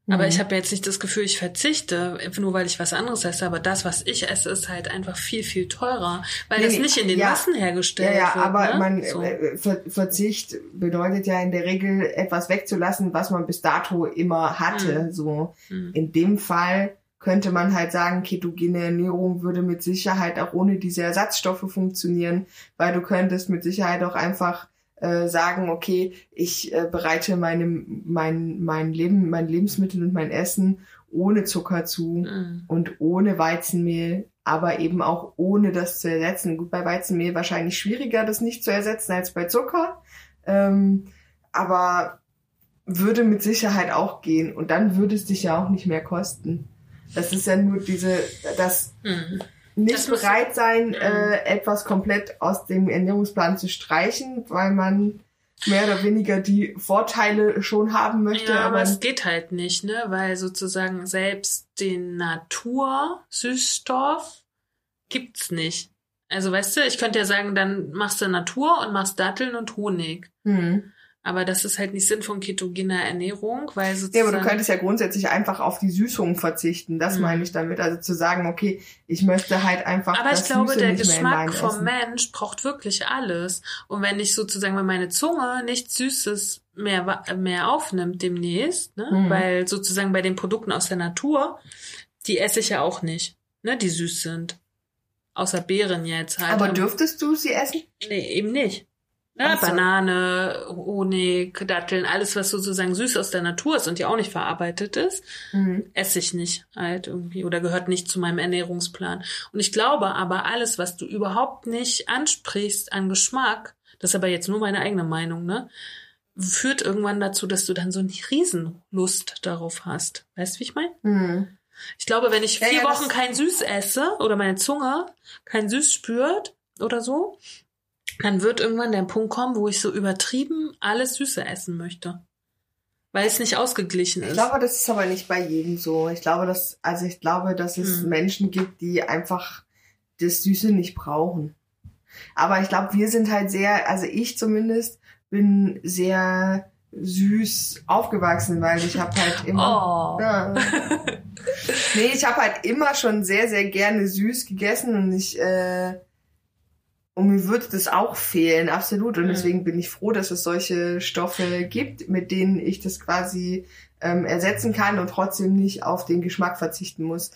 Aber ich habe jetzt nicht das Gefühl, ich verzichte, nur weil ich was anderes esse. Aber das, was ich esse, ist halt einfach viel, viel teurer, weil nee, das nicht in den ja, Massen hergestellt ja, ja, wird. aber ne? man so. Ver- Verzicht bedeutet ja in der Regel etwas wegzulassen, was man bis dato immer hatte. Mhm. So mhm. In dem Fall könnte man halt sagen, ketogene Ernährung würde mit Sicherheit auch ohne diese Ersatzstoffe funktionieren, weil du könntest mit Sicherheit auch einfach äh, sagen, okay, ich äh, bereite meine, mein, mein Leben, mein Lebensmittel und mein Essen ohne Zucker zu mhm. und ohne Weizenmehl, aber eben auch ohne das zu ersetzen. Gut, bei Weizenmehl wahrscheinlich schwieriger, das nicht zu ersetzen als bei Zucker, ähm, aber würde mit Sicherheit auch gehen und dann würde es dich ja auch nicht mehr kosten. Das ist ja nur diese, das mhm. nicht das bereit sein, äh, etwas komplett aus dem Ernährungsplan zu streichen, weil man mehr oder weniger die Vorteile schon haben möchte. Ja, aber, aber es geht halt nicht, ne, weil sozusagen selbst den Natur-Süßstoff gibt's nicht. Also weißt du, ich könnte ja sagen, dann machst du Natur und machst Datteln und Honig. Mhm. Aber das ist halt nicht Sinn von ketogener Ernährung, weil sozusagen... Ja, aber du könntest ja grundsätzlich einfach auf die Süßung verzichten. Das mhm. meine ich damit. Also zu sagen, okay, ich möchte halt einfach aber das ich glaube, Süße der nicht Geschmack vom Essen. Mensch braucht wirklich alles. Und wenn ich sozusagen, wenn meine Zunge nichts Süßes mehr, mehr aufnimmt demnächst, ne, mhm. weil sozusagen bei den Produkten aus der Natur, die esse ich ja auch nicht, ne, die süß sind. Außer Beeren jetzt halt. Aber dürftest du sie essen? Nee, eben nicht. Ja, so. Banane, Honig, Datteln, alles, was sozusagen süß aus der Natur ist und ja auch nicht verarbeitet ist, mhm. esse ich nicht halt irgendwie oder gehört nicht zu meinem Ernährungsplan. Und ich glaube aber, alles, was du überhaupt nicht ansprichst an Geschmack, das ist aber jetzt nur meine eigene Meinung, ne, führt irgendwann dazu, dass du dann so eine Riesenlust darauf hast. Weißt du, wie ich meine? Mhm. Ich glaube, wenn ich vier ja, ja, Wochen kein Süß esse oder meine Zunge kein Süß spürt oder so, dann wird irgendwann der Punkt kommen, wo ich so übertrieben alles Süße essen möchte. Weil es nicht ausgeglichen ist. Ich glaube, das ist aber nicht bei jedem so. Ich glaube, dass, also ich glaube, dass es hm. Menschen gibt, die einfach das Süße nicht brauchen. Aber ich glaube, wir sind halt sehr, also ich zumindest bin sehr süß aufgewachsen, weil ich habe halt immer... Oh. Ja, nee, ich habe halt immer schon sehr, sehr gerne süß gegessen und ich... Äh, Und mir würde das auch fehlen, absolut. Und deswegen bin ich froh, dass es solche Stoffe gibt, mit denen ich das quasi ähm, ersetzen kann und trotzdem nicht auf den Geschmack verzichten muss.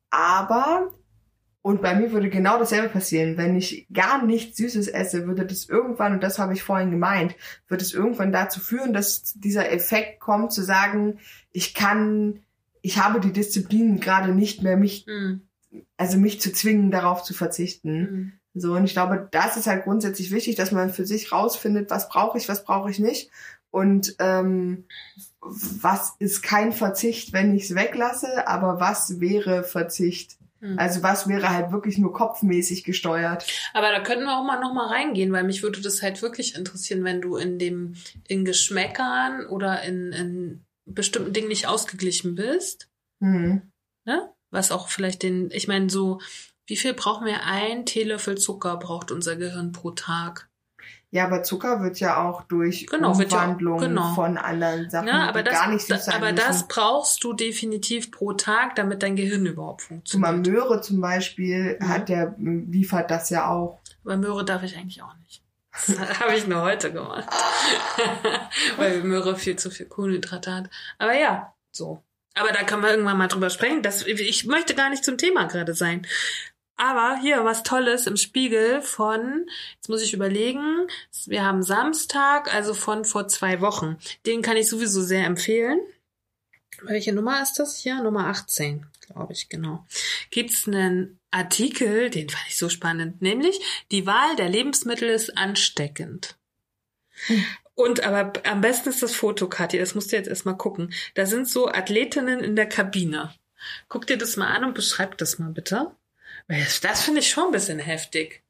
Aber, und bei mir würde genau dasselbe passieren, wenn ich gar nichts Süßes esse, würde das irgendwann, und das habe ich vorhin gemeint, wird es irgendwann dazu führen, dass dieser Effekt kommt, zu sagen, ich kann, ich habe die Disziplin gerade nicht mehr, mich, mhm. also mich zu zwingen, darauf zu verzichten. Mhm. So, und ich glaube, das ist halt grundsätzlich wichtig, dass man für sich rausfindet, was brauche ich, was brauche ich nicht. Und ähm, was ist kein Verzicht, wenn ich es weglasse, aber was wäre Verzicht? Mhm. Also was wäre halt wirklich nur kopfmäßig gesteuert? Aber da könnten wir auch mal noch mal reingehen, weil mich würde das halt wirklich interessieren, wenn du in dem in Geschmäckern oder in, in bestimmten Dingen nicht ausgeglichen bist. Mhm. Ne? Was auch vielleicht den, ich meine so, wie viel brauchen wir? Ein Teelöffel Zucker braucht unser Gehirn pro Tag. Ja, aber Zucker wird ja auch durch genau, Umwandlung ja, genau. von anderen Sachen ja, aber das, gar nicht süß sein Aber müssen. das brauchst du definitiv pro Tag, damit dein Gehirn überhaupt funktioniert. Guck mal, Möhre zum Beispiel mhm. hat der liefert das ja auch. Aber Möhre darf ich eigentlich auch nicht. Das habe ich nur heute gemacht. Weil Möhre viel zu viel Kohlenhydrate hat. Aber ja, so. Aber da können wir irgendwann mal drüber sprechen. Das, ich möchte gar nicht zum Thema gerade sein. Aber hier was Tolles im Spiegel von, jetzt muss ich überlegen, wir haben Samstag, also von vor zwei Wochen. Den kann ich sowieso sehr empfehlen. Welche Nummer ist das hier? Nummer achtzehn, glaube ich, genau. Gibt's einen Artikel, den fand ich so spannend, nämlich die Wahl der Lebensmittel ist ansteckend. Hm. Und aber am besten ist das Foto, Kathi, das musst du jetzt erstmal gucken. Da sind so Athletinnen in der Kabine. Guck dir das mal an und beschreib das mal bitte. Das, das finde ich schon ein bisschen heftig.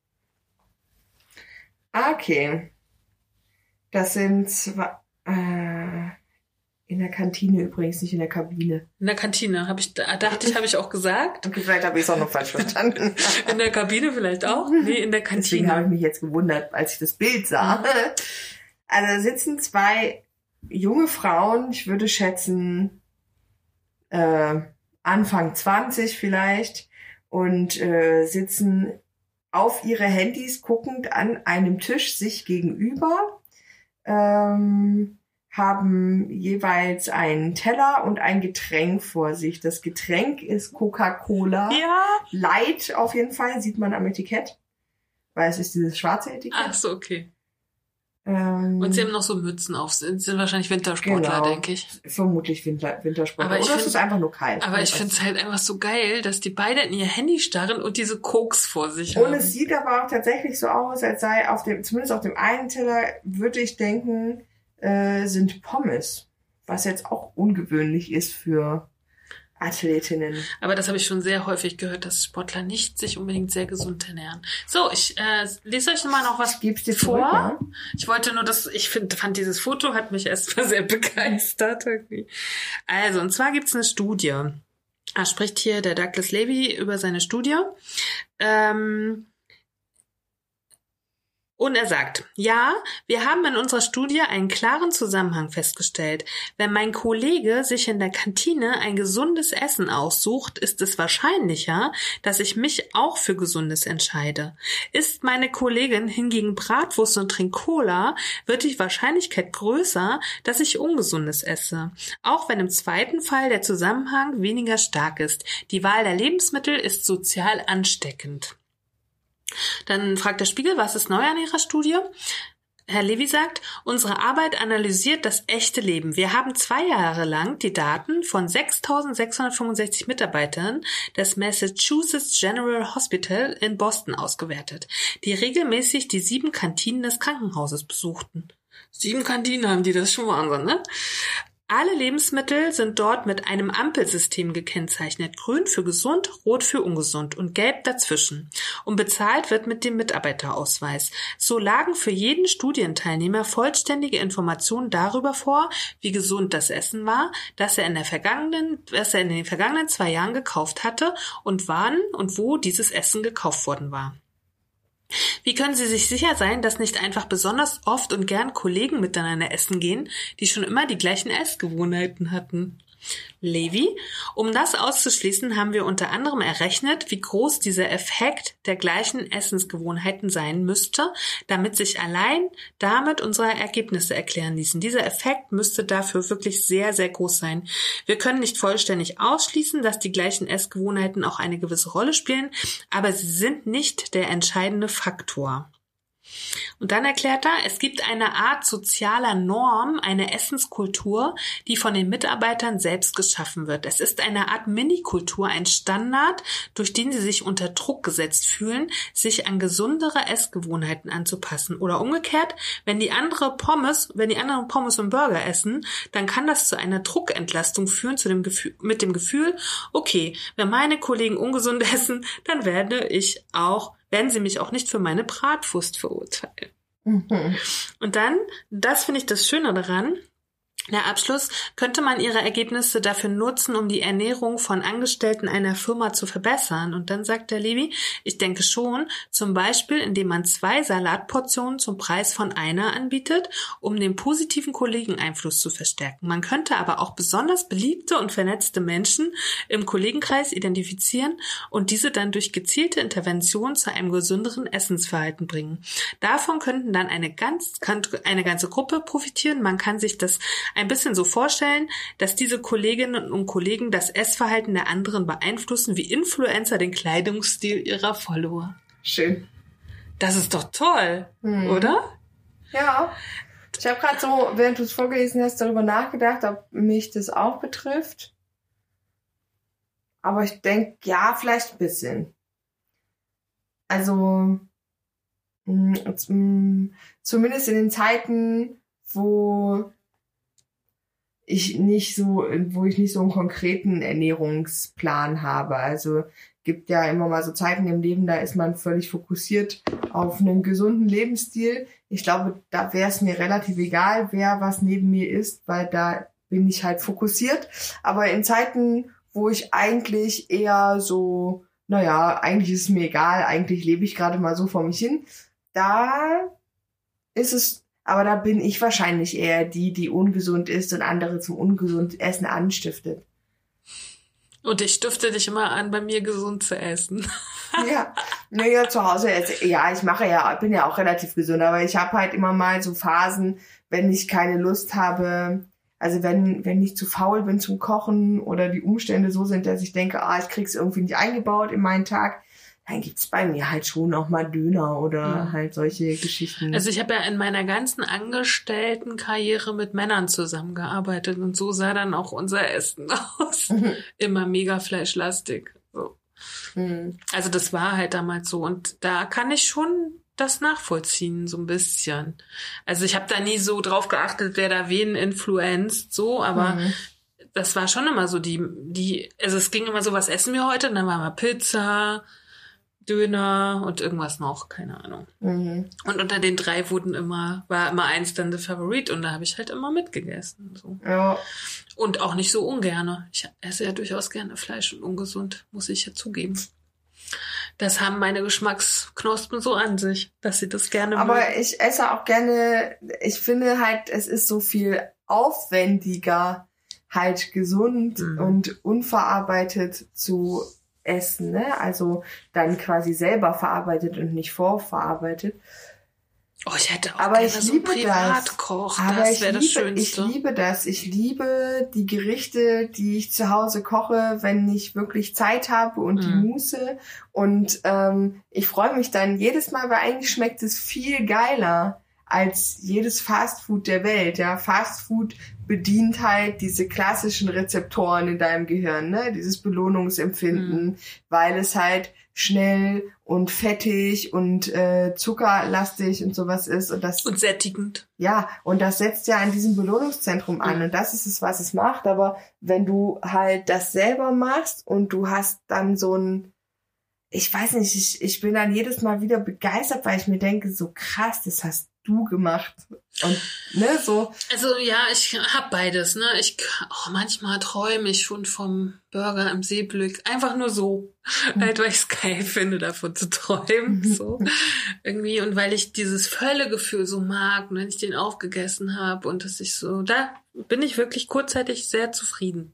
Okay. Das sind zwei, äh, in der Kantine übrigens, nicht in der Kabine. In der Kantine, habe ich, dachte ich, habe ich auch gesagt. Okay, vielleicht habe ich es auch noch falsch verstanden. In der Kabine vielleicht auch? Nee, in der Kantine. Deswegen habe ich mich jetzt gewundert, als ich das Bild sah. Also da sitzen zwei junge Frauen, ich würde schätzen äh, Anfang zwanzig vielleicht und äh, sitzen auf ihre Handys guckend an einem Tisch sich gegenüber, ähm, haben jeweils einen Teller und ein Getränk vor sich. Das Getränk ist Coca-Cola. Ja. Light auf jeden Fall, sieht man am Etikett. Weil es ist dieses schwarze Etikett. Ach so, okay. Ähm, Und sie haben noch so Mützen auf. Sind sind wahrscheinlich Wintersportler, genau, denke ich. Vermutlich Winter, Wintersportler. Aber ich Oder find, es ist einfach nur kalt. Aber ich finde es halt einfach so geil, dass die beide in ihr Handy starren und diese Koks vor sich und haben. Und es sieht aber auch tatsächlich so aus, als sei auf dem, zumindest auf dem einen Teller, würde ich denken, äh, sind Pommes. Was jetzt auch ungewöhnlich ist für Athletinnen. Aber das habe ich schon sehr häufig gehört, dass Sportler nicht sich unbedingt sehr gesund ernähren. So, ich äh, lese euch mal noch was Gib's dir vor. Zurück, ja? Ich wollte nur das, ich find, fand dieses Foto, hat mich erstmal sehr begeistert irgendwie. Also, und zwar gibt's eine Studie. Da spricht hier der Douglas Levy über seine Studie. Ähm, Und er sagt, ja, wir haben in unserer Studie einen klaren Zusammenhang festgestellt. Wenn mein Kollege sich in der Kantine ein gesundes Essen aussucht, ist es wahrscheinlicher, dass ich mich auch für Gesundes entscheide. Isst meine Kollegin hingegen Bratwurst und trinkt Cola, wird die Wahrscheinlichkeit größer, dass ich Ungesundes esse. Auch wenn im zweiten Fall der Zusammenhang weniger stark ist. Die Wahl der Lebensmittel ist sozial ansteckend. Dann fragt der Spiegel, was ist neu an Ihrer Studie? Herr Levy sagt, unsere Arbeit analysiert das echte Leben. Wir haben zwei Jahre lang die Daten von sechstausendsechshundertfünfundsechzig Mitarbeitern des Massachusetts General Hospital in Boston ausgewertet, die regelmäßig die sieben Kantinen des Krankenhauses besuchten. Sieben Kantinen haben die, das ist schon Wahnsinn, ne? Alle Lebensmittel sind dort mit einem Ampelsystem gekennzeichnet. Grün für gesund, rot für ungesund und gelb dazwischen. Und bezahlt wird mit dem Mitarbeiterausweis. So lagen für jeden Studienteilnehmer vollständige Informationen darüber vor, wie gesund das Essen war, das er in der vergangenen, das er in den vergangenen zwei Jahren gekauft hatte und wann und wo dieses Essen gekauft worden war. Wie können Sie sich sicher sein, dass nicht einfach besonders oft und gern Kollegen miteinander essen gehen, die schon immer die gleichen Essgewohnheiten hatten? Levy, um das auszuschließen, haben wir unter anderem errechnet, wie groß dieser Effekt der gleichen Essensgewohnheiten sein müsste, damit sich allein damit unsere Ergebnisse erklären ließen. Dieser Effekt müsste dafür wirklich sehr, sehr groß sein. Wir können nicht vollständig ausschließen, dass die gleichen Essgewohnheiten auch eine gewisse Rolle spielen, aber sie sind nicht der entscheidende Faktor. Und dann erklärt er, es gibt eine Art sozialer Norm, eine Essenskultur, die von den Mitarbeitern selbst geschaffen wird. Es ist eine Art Minikultur, ein Standard, durch den sie sich unter Druck gesetzt fühlen, sich an gesundere Essgewohnheiten anzupassen. Oder umgekehrt, wenn die andere Pommes, wenn die anderen Pommes und Burger essen, dann kann das zu einer Druckentlastung führen, zu dem Gefühl, mit dem Gefühl, okay, wenn meine Kollegen ungesund essen, dann werde ich auch werden sie mich auch nicht für meine Bratwurst verurteilen. Mhm. Und dann, das finde ich das Schöne daran, der Abschluss, könnte man ihre Ergebnisse dafür nutzen, um die Ernährung von Angestellten einer Firma zu verbessern. Und dann sagt der Levy, ich denke schon, zum Beispiel, indem man zwei Salatportionen zum Preis von einer anbietet, um den positiven Kollegeneinfluss zu verstärken. Man könnte aber auch besonders beliebte und vernetzte Menschen im Kollegenkreis identifizieren und diese dann durch gezielte Intervention zu einem gesünderen Essensverhalten bringen. Davon könnten dann eine, ganz, eine ganze Gruppe profitieren. Man kann sich das ein bisschen so vorstellen, dass diese Kolleginnen und Kollegen das Essverhalten der anderen beeinflussen, wie Influencer den Kleidungsstil ihrer Follower. Schön. Das ist doch toll, hm. oder? Ja. Ich habe gerade so, während du es vorgelesen hast, darüber nachgedacht, ob mich das auch betrifft. Aber ich denke, ja, vielleicht ein bisschen. Also, mh, mh, zumindest in den Zeiten, wo ich nicht so, wo ich nicht so einen konkreten Ernährungsplan habe. Also gibt ja immer mal so Zeiten im Leben, da ist man völlig fokussiert auf einen gesunden Lebensstil. Ich glaube, da wäre es mir relativ egal, wer was neben mir isst, weil da bin ich halt fokussiert. Aber in Zeiten, wo ich eigentlich eher so, naja, eigentlich ist es mir egal, eigentlich lebe ich gerade mal so vor mich hin, da ist es Aber da bin ich wahrscheinlich eher die, die ungesund ist und andere zum ungesunden Essen anstiftet. Und ich stifte dich immer an, bei mir gesund zu essen. Ja, naja, zu Hause, esse- ja, ich mache ja, bin ja auch relativ gesund, aber ich habe halt immer mal so Phasen, wenn ich keine Lust habe, also wenn wenn ich zu faul bin zum Kochen oder die Umstände so sind, dass ich denke, ah, ich krieg's irgendwie nicht eingebaut in meinen Tag, dann gibt's bei mir halt schon auch mal Döner oder Ja. halt solche Geschichten. Also ich habe ja in meiner ganzen Angestelltenkarriere mit Männern zusammengearbeitet und so sah dann auch unser Essen aus. Immer mega fleischlastig. So. Hm. Also das war halt damals so und da kann ich schon das nachvollziehen, so ein bisschen. Also ich habe da nie so drauf geachtet, wer da wen influenzt, so, aber Mhm. das war schon immer so die, die, also es ging immer so, was essen wir heute? Und dann war mal Pizza, Döner und irgendwas noch, keine Ahnung. Mhm. Und unter den drei wurden immer, war immer eins dann der Favorit und da habe ich halt immer mitgegessen. So. Ja. Und auch nicht so ungerne. Ich esse ja durchaus gerne Fleisch und ungesund, muss ich ja zugeben. Das haben meine Geschmacksknospen so an sich, dass sie das gerne mögen. Aber ich esse auch gerne, ich finde halt, es ist so viel aufwendiger, halt gesund Mhm. und unverarbeitet zu essen, ne? Also dann quasi selber verarbeitet und nicht vorverarbeitet. Oh, ich hätte auch Aber gerne ich so einen liebe das. Privatkoch. Aber Das ich wäre das liebe, Schönste. ich liebe das. Ich liebe die Gerichte, die ich zu Hause koche, wenn ich wirklich Zeit habe und die Mhm. Muße. Und ähm, ich freue mich dann jedes Mal, weil eigentlich schmeckt es viel geiler als jedes Fastfood der Welt. Ja, Fastfood bedient halt diese klassischen Rezeptoren in deinem Gehirn, ne? Dieses Belohnungsempfinden, Mhm. weil es halt schnell und fettig und äh, zuckerlastig und sowas ist. Und das Und sättigend. ja, und das setzt ja an diesem Belohnungszentrum an Mhm. und das ist es, was es macht. Aber wenn du halt das selber machst und du hast dann so ein, ich weiß nicht, ich, ich bin dann jedes Mal wieder begeistert, weil ich mir denke, so krass, das hast du gemacht. Und ne, so, Also ja, ich hab beides, ne? Ich oh, manchmal träume ich schon vom Burger im Seeblick. Einfach nur so. Halt, weil ich es geil finde, davon zu träumen. So. Irgendwie. Und weil ich dieses Völlegefühl so mag und wenn ich den aufgegessen habe und dass ich so, da bin ich wirklich kurzzeitig sehr zufrieden.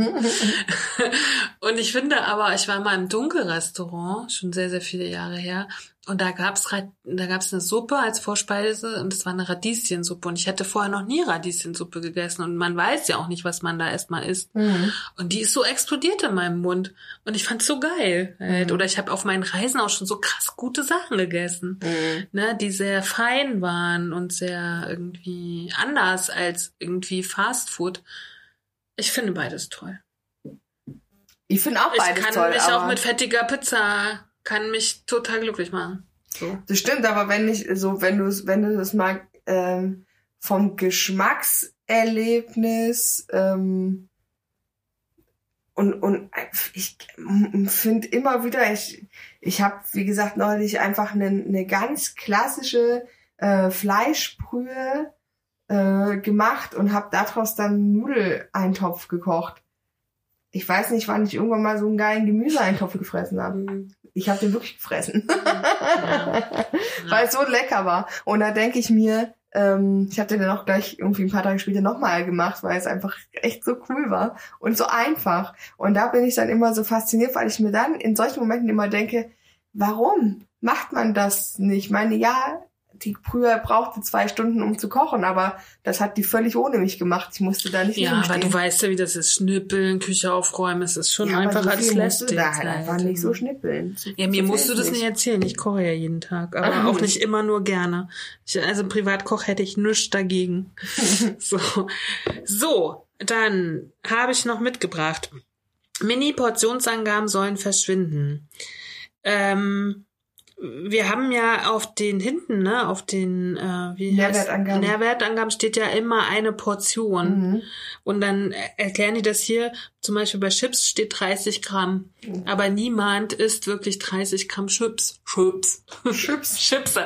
Und ich finde aber, ich war mal im Dunkelrestaurant, schon sehr, sehr viele Jahre her, und da gab's Ra- da gab's eine Suppe als Vorspeise und das war eine Radieschensuppe und ich hätte vorher noch nie Radieschensuppe gegessen und man weiß ja auch nicht, was man da erstmal isst. mhm. Und die ist so explodiert in meinem Mund und ich fand's so geil. Halt. Mhm. Oder ich habe auf meinen Reisen auch schon so krass gute Sachen gegessen, Mhm. ne, die sehr fein waren und sehr irgendwie anders als irgendwie Fastfood. Ich finde beides toll. Ich finde auch Ich beides kann toll. mich aber auch mit fettiger Pizza, kann mich total glücklich machen. So. Das stimmt, aber wenn ich so, wenn du wenn du das mal ähm, vom Geschmackserlebnis ähm, und und ich finde immer wieder, ich ich habe wie gesagt neulich einfach eine eine ganz klassische äh, Fleischbrühe äh, gemacht und habe daraus dann Nudeleintopf gekocht. Ich weiß nicht, wann ich irgendwann mal so einen geilen Gemüseeintopf gefressen habe. Mhm. Ich habe den wirklich gefressen. Ja. Weil es so lecker war. Und da denke ich mir, ähm, ich habe den dann auch gleich irgendwie ein paar Tage später nochmal gemacht, weil es einfach echt so cool war und so einfach. Und da bin ich dann immer so fasziniert, weil ich mir dann in solchen Momenten immer denke, warum macht man das nicht? Ich meine, ja, die Brühe brauchte zwei Stunden, um zu kochen, aber das hat die völlig ohne mich gemacht. Ich musste da nicht Ja, nebenstehen. aber du weißt ja, wie das ist. Schnippeln, Küche aufräumen, es ist schon Ja, aber einfach so alles viel musst du lästig. da halt einfach nicht so schnippeln. So- Ja, mir so musst viel du das ist nicht erzählen. Ich koche ja jeden Tag, aber Mhm. auch nicht immer nur gerne. Ich, also Privatkoch hätte ich nichts dagegen. so. so, dann habe ich noch mitgebracht. Mini-Portionsangaben sollen verschwinden. Ähm, wir haben ja auf den hinten, ne, auf den äh, wie Nährwertangaben. heißt, Nährwertangaben steht ja immer eine Portion. Mhm. Und dann erklären die das hier, zum Beispiel bei Chips steht dreißig Gramm. Mhm. Aber niemand isst wirklich dreißig Gramm Chips. Chips. Chips. Chips.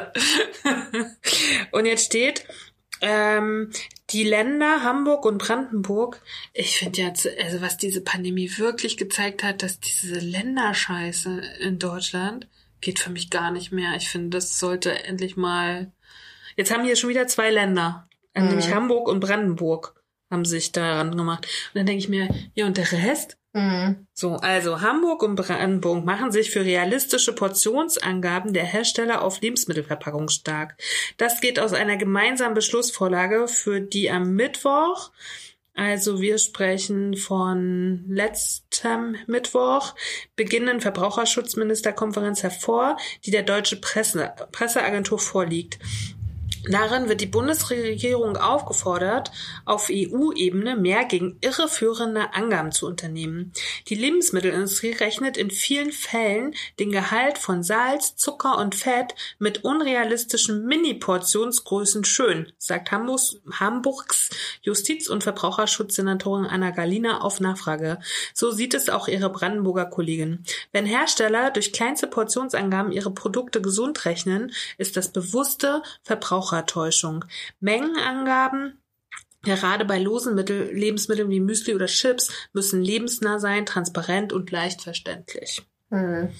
Und jetzt steht, ähm, die Länder Hamburg und Brandenburg, ich finde jetzt, also was diese Pandemie wirklich gezeigt hat, dass diese Länderscheiße in Deutschland geht für mich gar nicht mehr. Ich finde, das sollte endlich mal, jetzt haben wir schon wieder zwei Länder, Mhm. nämlich Hamburg und Brandenburg. haben sich daran gemacht. Und dann denke ich mir, ja, und der Rest? Mhm. So, also Hamburg und Brandenburg machen sich für realistische Portionsangaben der Hersteller auf Lebensmittelverpackung stark. Das geht aus einer gemeinsamen Beschlussvorlage, für die am Mittwoch, also wir sprechen von letztem Mittwoch, beginnenden Verbraucherschutzministerkonferenz hervor, die der Deutsche Presse, Presseagentur vorliegt. Darin wird die Bundesregierung aufgefordert, auf E U-Ebene mehr gegen irreführende Angaben zu unternehmen. Die Lebensmittelindustrie rechnet in vielen Fällen den Gehalt von Salz, Zucker und Fett mit unrealistischen Mini-Portionsgrößen schön, sagt Hamburgs, Hamburgs Justiz- und Verbraucherschutzsenatorin Anna Gallina auf Nachfrage. So sieht es auch ihre Brandenburger Kollegin. Wenn Hersteller durch kleinste Portionsangaben ihre Produkte gesund rechnen, ist das bewusste Verbraucher Täuschung. Mengenangaben, gerade bei losen Mittel, Lebensmitteln wie Müsli oder Chips, müssen lebensnah sein, transparent und leicht verständlich. Mhm.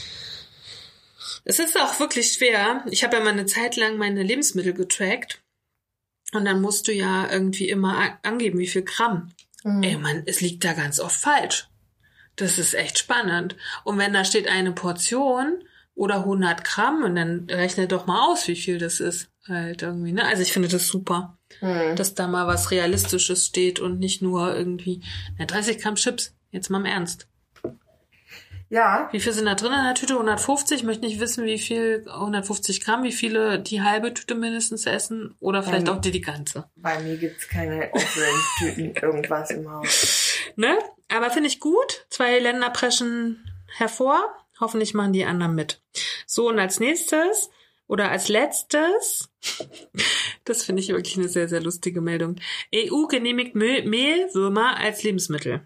Es ist auch wirklich schwer. Ich habe ja mal eine Zeit lang meine Lebensmittel getrackt und dann musst du ja irgendwie immer angeben, wie viel Gramm. Mhm. Ey, Mann, es liegt da ganz oft falsch. Das ist echt spannend. Und wenn da steht eine Portion oder hundert Gramm und dann rechne doch mal aus, wie viel das ist. Halt irgendwie, ne? Also ich finde das super, hm. dass da mal was Realistisches steht und nicht nur irgendwie, na, dreißig Gramm Chips. Jetzt mal im Ernst. Ja. Wie viel sind da drin in der Tüte? hundertfünfzig. Ich möchte nicht wissen, wie viel, hundertfünfzig Gramm, wie viele die halbe Tüte mindestens essen oder vielleicht ähm, auch die, die ganze. Bei mir gibt's keine offenen Tüten, irgendwas im Haus. Ne? Aber finde ich gut. Zwei Länder preschen hervor. Hoffentlich machen die anderen mit. So, und als nächstes oder als letztes, das finde ich wirklich eine sehr, sehr lustige Meldung. E U genehmigt Mehlwürmer als Lebensmittel.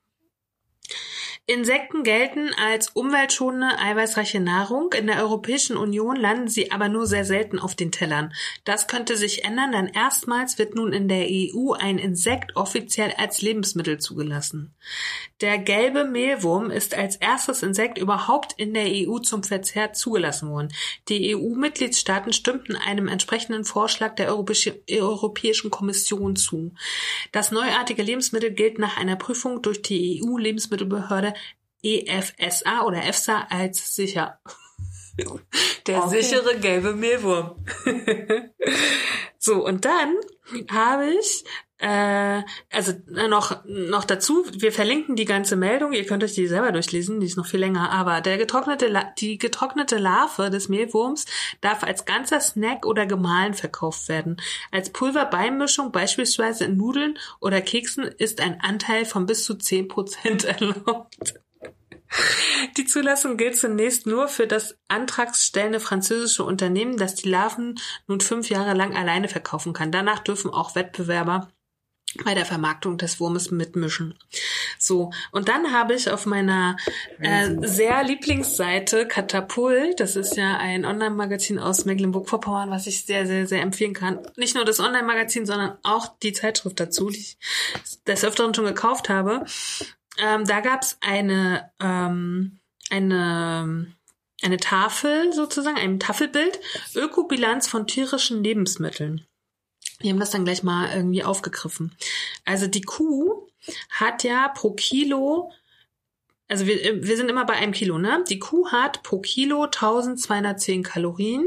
Insekten gelten als umweltschonende, eiweißreiche Nahrung. In der Europäischen Union landen sie aber nur sehr selten auf den Tellern. Das könnte sich ändern, denn erstmals wird nun in der E U ein Insekt offiziell als Lebensmittel zugelassen. Der gelbe Mehlwurm ist als erstes Insekt überhaupt in der E U zum Verzehr zugelassen worden. Die E U-Mitgliedstaaten stimmten einem entsprechenden Vorschlag der Europäische, Europäischen Kommission zu. Das neuartige Lebensmittel gilt nach einer Prüfung durch die E U-Lebensmittelbehörde E F S A oder EFSA als sicher. Der okay. sichere gelbe Mehlwurm. So, und dann habe ich äh, also noch noch dazu, wir verlinken die ganze Meldung, ihr könnt euch die selber durchlesen, die ist noch viel länger, aber der getrocknete La- die getrocknete Larve des Mehlwurms darf als ganzer Snack oder gemahlen verkauft werden. Als Pulverbeimischung, beispielsweise in Nudeln oder Keksen, ist ein Anteil von bis zu zehn Prozent erlaubt. Die Zulassung gilt zunächst nur für das antragsstellende französische Unternehmen, das die Larven nun fünf Jahre lang alleine verkaufen kann. Danach dürfen auch Wettbewerber bei der Vermarktung des Wurmes mitmischen. So, und dann habe ich auf meiner äh, sehr Lieblingsseite Katapult, das ist ja ein Online-Magazin aus Mecklenburg-Vorpommern, was ich sehr, sehr, sehr empfehlen kann. Nicht nur das Online-Magazin, sondern auch die Zeitschrift dazu, die ich des Öfteren schon gekauft habe. Ähm, da gab's eine, ähm, eine, eine Tafel sozusagen, ein Tafelbild, Ökobilanz von tierischen Lebensmitteln. Die haben das dann gleich mal irgendwie aufgegriffen. Also die Kuh hat ja pro Kilo, also wir, wir sind immer bei einem Kilo, ne? Die Kuh hat pro Kilo eintausendzweihundertzehn Kalorien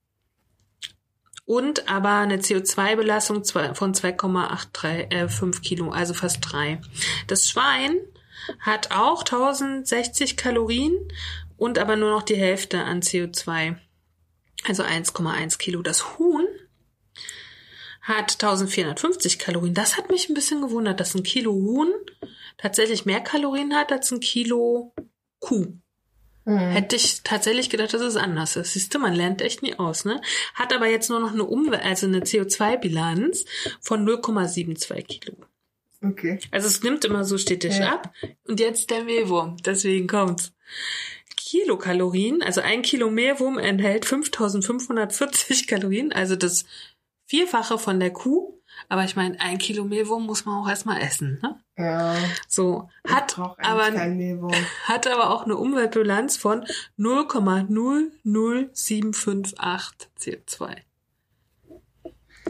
und aber eine C O zwei Belastung von zwei Komma fünfundachtzig Kilo, also fast drei. Das Schwein hat auch tausendsechzig Kalorien und aber nur noch die Hälfte an C O zwei, also eins Komma eins Kilo. Das Huhn hat eintausendvierhundertfünfzig Kalorien. Das hat mich ein bisschen gewundert, dass ein Kilo Huhn tatsächlich mehr Kalorien hat als ein Kilo Kuh. Mhm. Hätte ich tatsächlich gedacht, dass es anders ist. Siehst du, man lernt echt nie aus, ne? Hat aber jetzt nur noch eine Umwelt, also eine C O zwei Bilanz von null Komma zweiundsiebzig Kilo. Okay. Also es nimmt immer so stetig ja. ab. Und jetzt der Mehlwurm. Deswegen kommt's. Kilokalorien, also ein Kilo Mehlwurm enthält fünftausendfünfhundertvierzig Kalorien, also das Vierfache von der Kuh. Aber ich meine, ein Kilo Mehlwurm muss man auch erstmal essen, ne? Ja. So, hat aber, hat aber auch eine Umweltbilanz von null Komma null null sieben fünf acht C O zwei.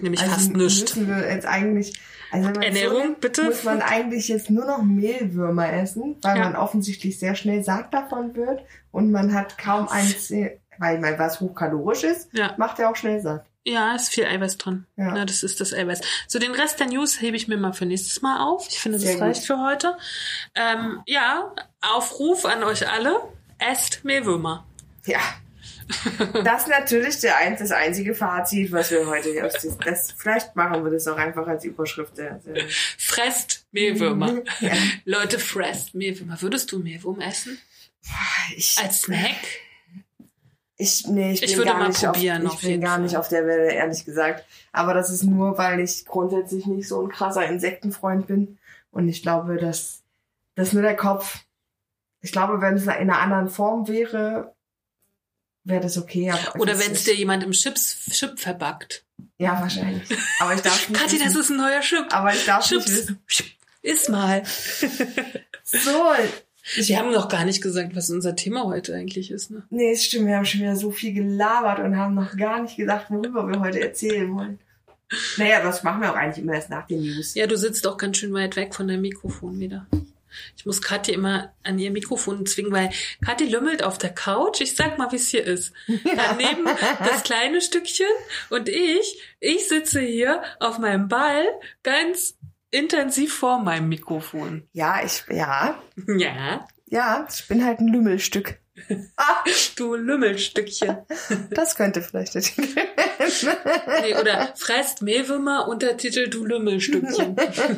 nämlich also fast nichts. Müssen wir jetzt eigentlich, also wenn man Ernährung, so nimmt, bitte? muss man eigentlich jetzt nur noch Mehlwürmer essen, weil Ja. man offensichtlich sehr schnell satt davon wird und man hat kaum eins, weil man was hochkalorisch ist, Ja. macht ja auch schnell satt. Ja, ist viel Eiweiß drin. Ja. Ja, das ist das Eiweiß. So, den Rest der News hebe ich mir mal für nächstes Mal auf. Ich finde, das Sehr reicht gut. für heute. Ähm, ja, Aufruf an euch alle. Esst Mehlwürmer. Ja. Das ist natürlich der ein, das einzige Fazit, was wir heute aus diesem, das, vielleicht machen wir das auch einfach als Überschrift. Der, der Fresst Mehlwürmer. Ja. Leute, fresst Mehlwürmer. Würdest du Mehlwurm essen? Ich, Als Snack? Ich, nee, ich, Ich bin würde gar mal nicht probieren, auf, auf ich bin jeden gar Fall. nicht auf der Welle, ehrlich gesagt. Aber das ist nur, weil ich grundsätzlich nicht so ein krasser Insektenfreund bin. Und ich glaube, dass das ist nur der Kopf. Ich glaube, wenn es in einer anderen Form wäre, wäre das okay. Aber Oder das wenn es ist- dir jemand im Chips, Chip verbackt. Ja, wahrscheinlich. Aber ich darf nicht Kathi, das wissen. ist ein neuer Chip. Aber ich darf nicht Chips. wissen. Iss mal. So. Wir haben noch gar nicht gesagt, was unser Thema heute eigentlich ist, ne? Nee, es stimmt. Wir haben schon wieder so viel gelabert und haben noch gar nicht gesagt, worüber wir heute erzählen wollen. Naja, das machen wir auch eigentlich immer erst nach den News. Ja, du sitzt auch ganz schön weit weg von deinem Mikrofon wieder. Ich muss Kathi immer an ihr Mikrofon zwingen, weil Kathi lümmelt auf der Couch. Ich sag mal, wie es hier ist. Daneben das kleine Stückchen und ich, ich sitze hier auf meinem Ball ganz intensiv vor meinem Mikrofon. Ja, ich, ja, Ja, ja, ich bin halt ein Lümmelstück. Ah, du Lümmelstückchen. das könnte vielleicht der Titel werden. Nee, oder fresst Mehlwürmer, Untertitel du Lümmelstückchen.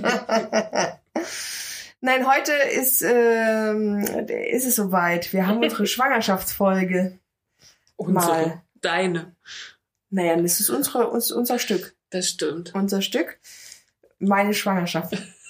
Nein, heute ist, ähm, ist es soweit. Wir haben unsere Schwangerschaftsfolge. Unsere, Mal. deine. Naja, das ist unsere, uns, unser Stück. Das stimmt. Unser Stück. Meine Schwangerschaft.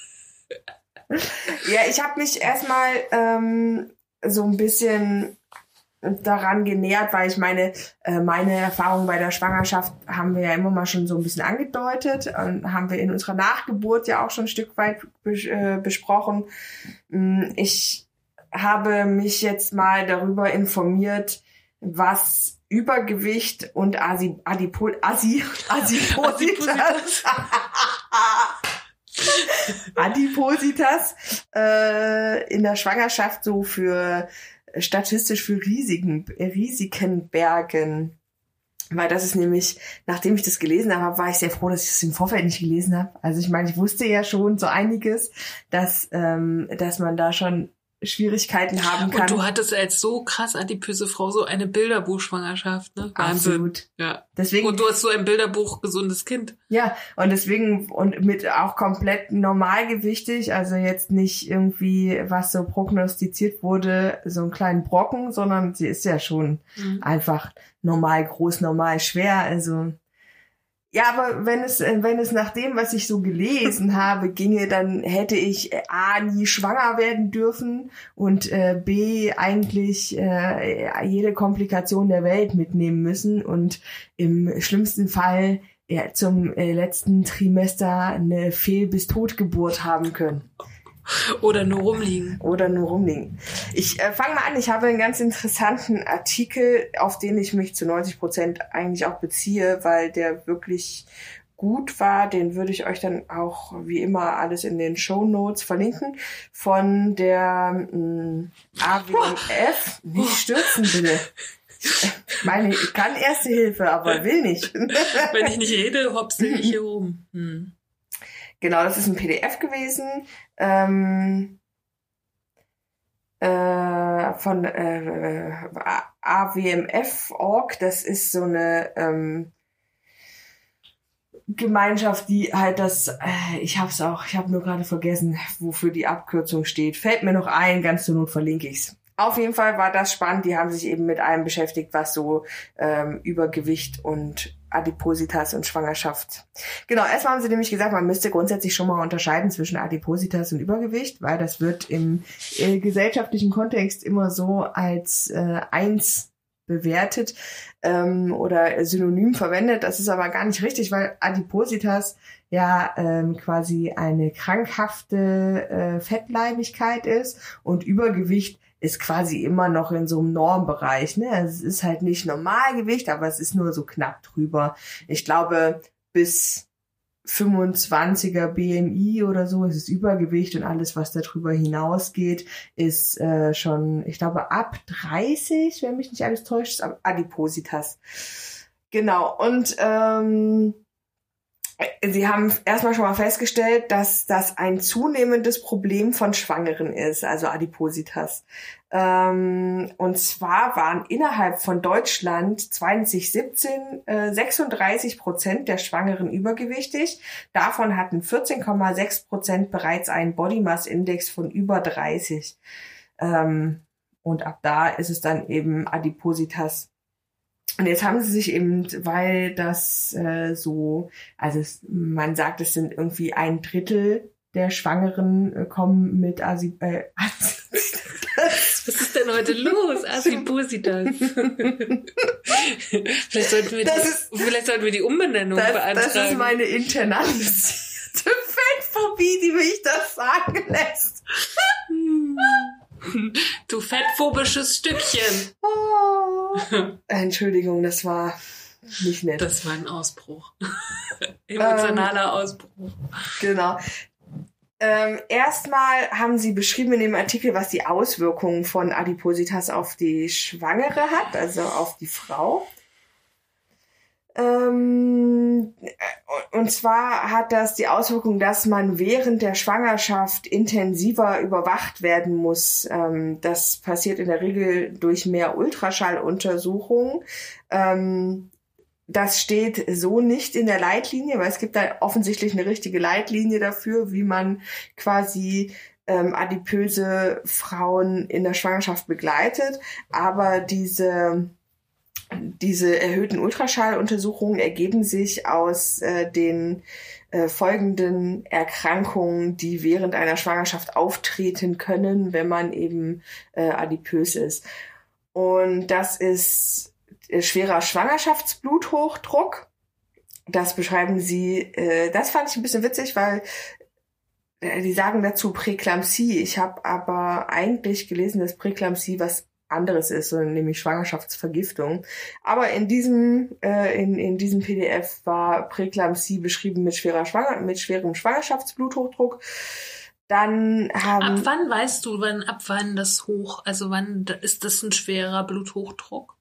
Ja, ich habe mich erstmal ähm, so ein bisschen daran genähert, weil ich meine, äh, meine Erfahrungen bei der Schwangerschaft haben wir ja immer mal schon so ein bisschen angedeutet und haben wir in unserer Nachgeburt ja auch schon ein Stück weit bes- äh, besprochen. Mm, Ich habe mich jetzt mal darüber informiert, was Übergewicht und Asi, Adipo, Asi, Adipositas, Adipositas äh, in der Schwangerschaft so für statistisch für Risiken, Risiken bergen. Weil das ist nämlich, nachdem ich das gelesen habe, war ich sehr froh, dass ich das im Vorfeld nicht gelesen habe. Also ich meine, ich wusste ja schon so einiges, dass, ähm, dass man da schon Schwierigkeiten haben kann. Und du hattest als so krass adipöse Frau so eine Bilderbuchschwangerschaft, ne? Wahnsinn. Absolut. Ja. Deswegen, Und du hast so ein Bilderbuch gesundes Kind. ja, und deswegen, und mit auch komplett normalgewichtig, also jetzt nicht irgendwie, was so prognostiziert wurde, so einen kleinen Brocken, sondern sie ist ja schon Mhm. einfach normal groß, normal schwer, also ja, aber wenn es wenn es nach dem, was ich so gelesen habe, ginge, dann hätte ich äh, A, nie schwanger werden dürfen und äh, B, eigentlich äh, jede Komplikation der Welt mitnehmen müssen und im schlimmsten Fall ja, zum äh, letzten Trimester eine Fehl- bis Totgeburt haben können. Oder nur rumliegen. Oder nur rumliegen. Ich äh, fange mal an. Ich habe einen ganz interessanten Artikel, auf den ich mich zu neunzig Prozent eigentlich auch beziehe, weil der wirklich gut war. Den würde ich euch dann auch wie immer alles in den Shownotes verlinken. Von der mh, A W F. Nicht stürzen, bitte. Ich meine, ich kann Erste Hilfe, aber will nicht. Wenn ich nicht rede, hopsel ich hier rum. Hm. Genau, das ist ein P D F gewesen. Ähm, äh, von äh, A W M F Punkt org. Das ist so eine ähm, Gemeinschaft, die halt das, äh, ich hab's auch, ich habe nur gerade vergessen, wofür die Abkürzung steht. Fällt mir noch ein, ganz zur Not verlinke ich's. Auf jeden Fall war das spannend. Die haben sich eben mit allem beschäftigt, was so ähm, Übergewicht und Adipositas und Schwangerschaft. Genau, erstmal haben sie nämlich gesagt, man müsste grundsätzlich schon mal unterscheiden zwischen Adipositas und Übergewicht, weil das wird im äh, gesellschaftlichen Kontext immer so als äh, eins bewertet ähm, oder synonym verwendet. Das ist aber gar nicht richtig, weil Adipositas ja ähm, quasi eine krankhafte äh, Fettleibigkeit ist und Übergewicht ist quasi immer noch in so einem Normbereich. Ne? Also es ist halt nicht Normalgewicht, aber es ist nur so knapp drüber. Ich glaube, bis fünfundzwanziger B M I oder so, es ist Übergewicht und alles, was darüber hinausgeht, ist äh, schon, ich glaube, ab dreißig, wenn mich nicht alles täuscht, ist Adipositas. Genau, und ähm, Sie haben erstmal schon mal festgestellt, dass das ein zunehmendes Problem von Schwangeren ist, also Adipositas. Ähm, und zwar waren innerhalb von Deutschland zwanzig siebzehn äh, sechsunddreißig Prozent der Schwangeren übergewichtig. Davon hatten vierzehn Komma sechs Prozent bereits einen Body Mass Index von über dreißig. Ähm, und ab da ist es dann eben Adipositas. Und jetzt haben sie sich eben, weil das äh, so, also es, man sagt, es sind irgendwie ein Drittel der Schwangeren äh, kommen mit Asi, äh, Was ist denn heute los? Adipositas. vielleicht, sollten wir die, ist, vielleicht sollten wir die Umbenennung das, beantragen. Das ist meine internalisierte Fettphobie, die mich das sagen lässt. Du fettphobisches Stückchen. Oh. Entschuldigung, das war nicht nett. Das war ein Ausbruch. Emotionaler ähm, Ausbruch. Genau. Ähm, erstmal haben sie beschrieben in dem Artikel, was die Auswirkungen von Adipositas auf die Schwangere hat, also auf die Frau. Ähm, und zwar hat das die Auswirkung, dass man während der Schwangerschaft intensiver überwacht werden muss. Ähm, das passiert in der Regel durch mehr Ultraschalluntersuchungen. Ähm, das steht so nicht in der Leitlinie, weil es gibt da offensichtlich eine richtige Leitlinie dafür, wie man quasi ähm, adipöse Frauen in der Schwangerschaft begleitet. Aber diese Diese erhöhten Ultraschalluntersuchungen ergeben sich aus äh, den äh, folgenden Erkrankungen, die während einer Schwangerschaft auftreten können, wenn man eben äh, adipös ist. Und das ist äh, schwerer Schwangerschaftsbluthochdruck. Das beschreiben sie, äh, das fand ich ein bisschen witzig, weil äh, die sagen dazu Präklampsie. Ich habe aber eigentlich gelesen, dass Präklampsie was anderes ist, nämlich Schwangerschaftsvergiftung. Aber in diesem äh, in in diesem P D F war Präklampsie beschrieben mit schwerer Schwanger mit schwerem Schwangerschaftsbluthochdruck. Dann haben Ab wann weißt du, wann ab wann das hoch, also wann ist das ein schwerer Bluthochdruck?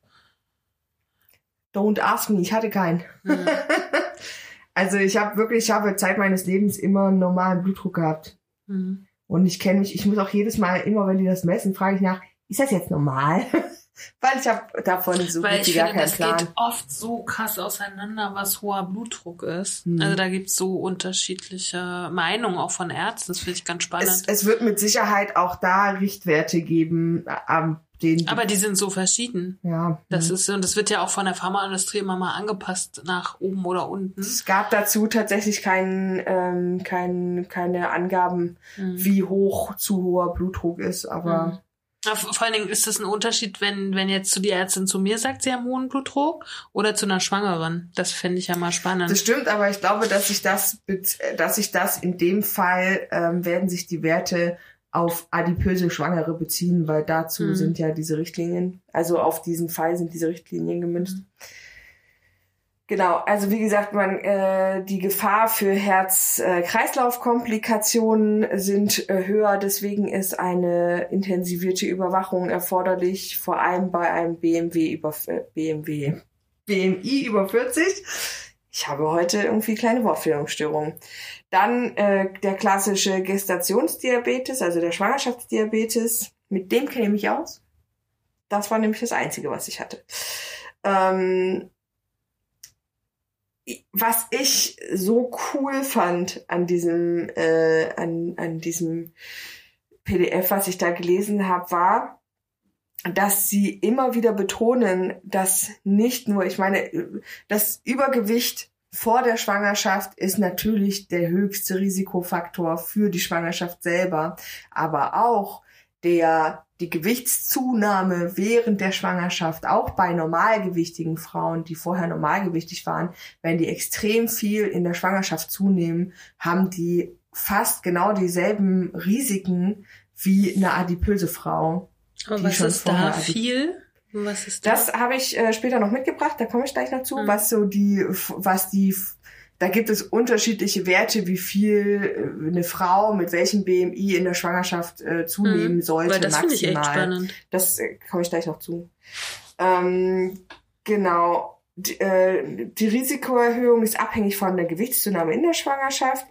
Don't ask me, ich hatte keinen. Hm. Also ich habe wirklich, ich habe Zeit meines Lebens immer einen normalen Blutdruck gehabt. Hm. Und ich kenne mich, ich muss auch jedes Mal, immer wenn die das messen, frage ich nach, ist das jetzt normal? Weil ich habe davon so Weil gut ich wie gar finde, keinen das Plan. geht oft so krass auseinander, was hoher Blutdruck ist. Hm. Also da gibt's so unterschiedliche Meinungen auch von Ärzten. Das finde ich ganz spannend. Es, es wird mit Sicherheit auch da Richtwerte geben, am den. Aber die sind so verschieden. Ja. Das hm. ist und das wird ja auch von der Pharmaindustrie immer mal angepasst nach oben oder unten. Es gab dazu tatsächlich kein, ähm, kein, keine Angaben, hm. wie hoch zu hoher Blutdruck ist, aber hm. Vor allen Dingen ist das ein Unterschied, wenn wenn jetzt zu die Ärztin zu mir sagt, sie haben hohen Blutdruck oder zu einer Schwangeren. Das fände ich ja mal spannend. Das stimmt, aber ich glaube, dass sich das, dass sich das in dem Fall ähm, werden sich die Werte auf adipöse Schwangere beziehen, weil dazu mhm. sind ja diese Richtlinien, also auf diesen Fall sind diese Richtlinien gemünzt. Mhm. Genau, also wie gesagt, man äh, die Gefahr für Herz-Kreislauf-Komplikationen sind äh, höher, deswegen ist eine intensivierte Überwachung erforderlich, vor allem bei einem B M W über äh, B M W B M I über vierzig. Ich habe heute irgendwie kleine Wortfindungsstörungen. Dann äh, der klassische Gestationsdiabetes, also der Schwangerschaftsdiabetes, mit dem kenne ich mich aus. Das war nämlich das Einzige, was ich hatte. Ähm, Was ich so cool fand an diesem äh, an an diesem P D F, was ich da gelesen habe, war, dass sie immer wieder betonen, dass nicht nur, ich meine, das Übergewicht vor der Schwangerschaft ist natürlich der höchste Risikofaktor für die Schwangerschaft selber, aber auch der die Gewichtszunahme während der Schwangerschaft, auch bei normalgewichtigen Frauen, die vorher normalgewichtig waren, wenn die extrem viel in der Schwangerschaft zunehmen, haben die fast genau dieselben Risiken wie eine adipöse Frau. Aber was ist da viel? Was ist da? Das habe ich äh, später noch mitgebracht, da komme ich gleich noch zu, mhm. was so die, was die da gibt es unterschiedliche Werte, wie viel eine Frau mit welchem B M I in der Schwangerschaft äh, zunehmen sollte. Weil das finde ich echt spannend. Das äh, komme ich gleich noch zu. Ähm, genau. Die, äh, die Risikoerhöhung ist abhängig von der Gewichtszunahme in der Schwangerschaft.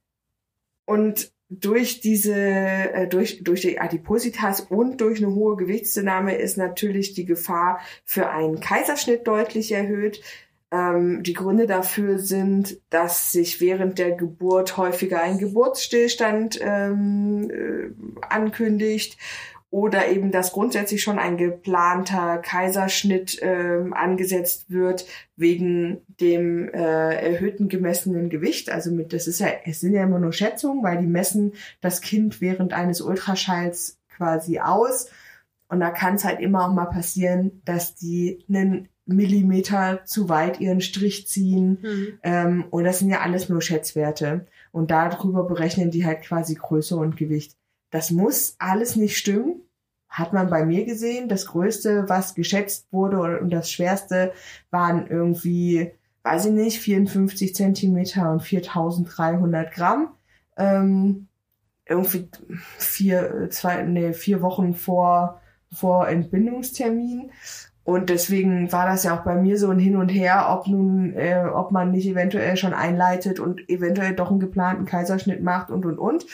Und durch diese, äh, durch, durch die Adipositas und durch eine hohe Gewichtszunahme ist natürlich die Gefahr für einen Kaiserschnitt deutlich erhöht. Ähm, die Gründe dafür sind, dass sich während der Geburt häufiger ein Geburtsstillstand ähm, äh, ankündigt oder eben, dass grundsätzlich schon ein geplanter Kaiserschnitt äh, angesetzt wird wegen dem äh, erhöhten gemessenen Gewicht. Also mit, das ist ja, es sind ja immer nur Schätzungen, weil die messen das Kind während eines Ultraschalls quasi aus. Und da kann es halt immer auch mal passieren, dass die einen Millimeter zu weit ihren Strich ziehen. Mhm. Ähm, und das sind ja alles nur Schätzwerte. Und darüber berechnen die halt quasi Größe und Gewicht. Das muss alles nicht stimmen. Hat man bei mir gesehen. Das Größte, was geschätzt wurde und das Schwerste waren irgendwie, weiß ich nicht, vierundfünfzig Zentimeter und viertausenddreihundert Gramm. Ähm, irgendwie vier, zwei, nee, vier Wochen vor, vor Entbindungstermin. Und deswegen war das ja auch bei mir so ein Hin und Her, ob nun, äh, ob man nicht eventuell schon einleitet und eventuell doch einen geplanten Kaiserschnitt macht und, und, und.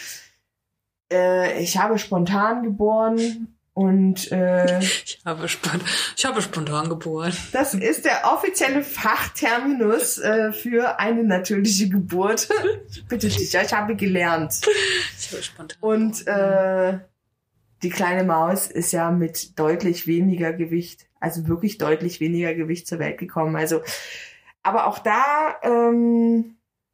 Äh, ich habe spontan geboren und äh, ich habe spontan, ich habe spontan geboren. Das ist der offizielle Fachterminus äh, für eine natürliche Geburt. Bitte dich, ich habe gelernt. Ich habe spontan und äh, die kleine Maus ist ja mit deutlich weniger Gewicht, also wirklich deutlich weniger Gewicht zur Welt gekommen. Also, aber auch da, ähm,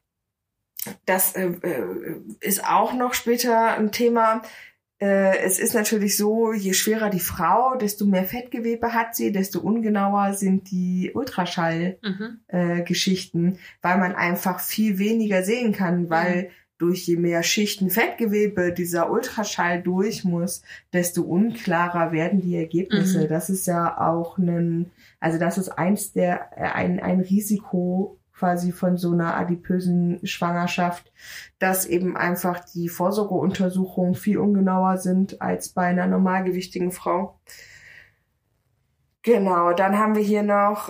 das äh, ist auch noch später ein Thema. Äh, es ist natürlich so, je schwerer die Frau, desto mehr Fettgewebe hat sie, desto ungenauer sind die Ultraschall-Geschichten, mhm. äh, weil man einfach viel weniger sehen kann, weil mhm. durch je mehr Schichten Fettgewebe dieser Ultraschall durch muss, desto unklarer werden die Ergebnisse. Mhm. Das ist ja auch ein, also das ist eins der, ein, ein Risiko quasi von so einer adipösen Schwangerschaft, dass eben einfach die Vorsorgeuntersuchungen viel ungenauer sind als bei einer normalgewichtigen Frau. Genau, dann haben wir hier noch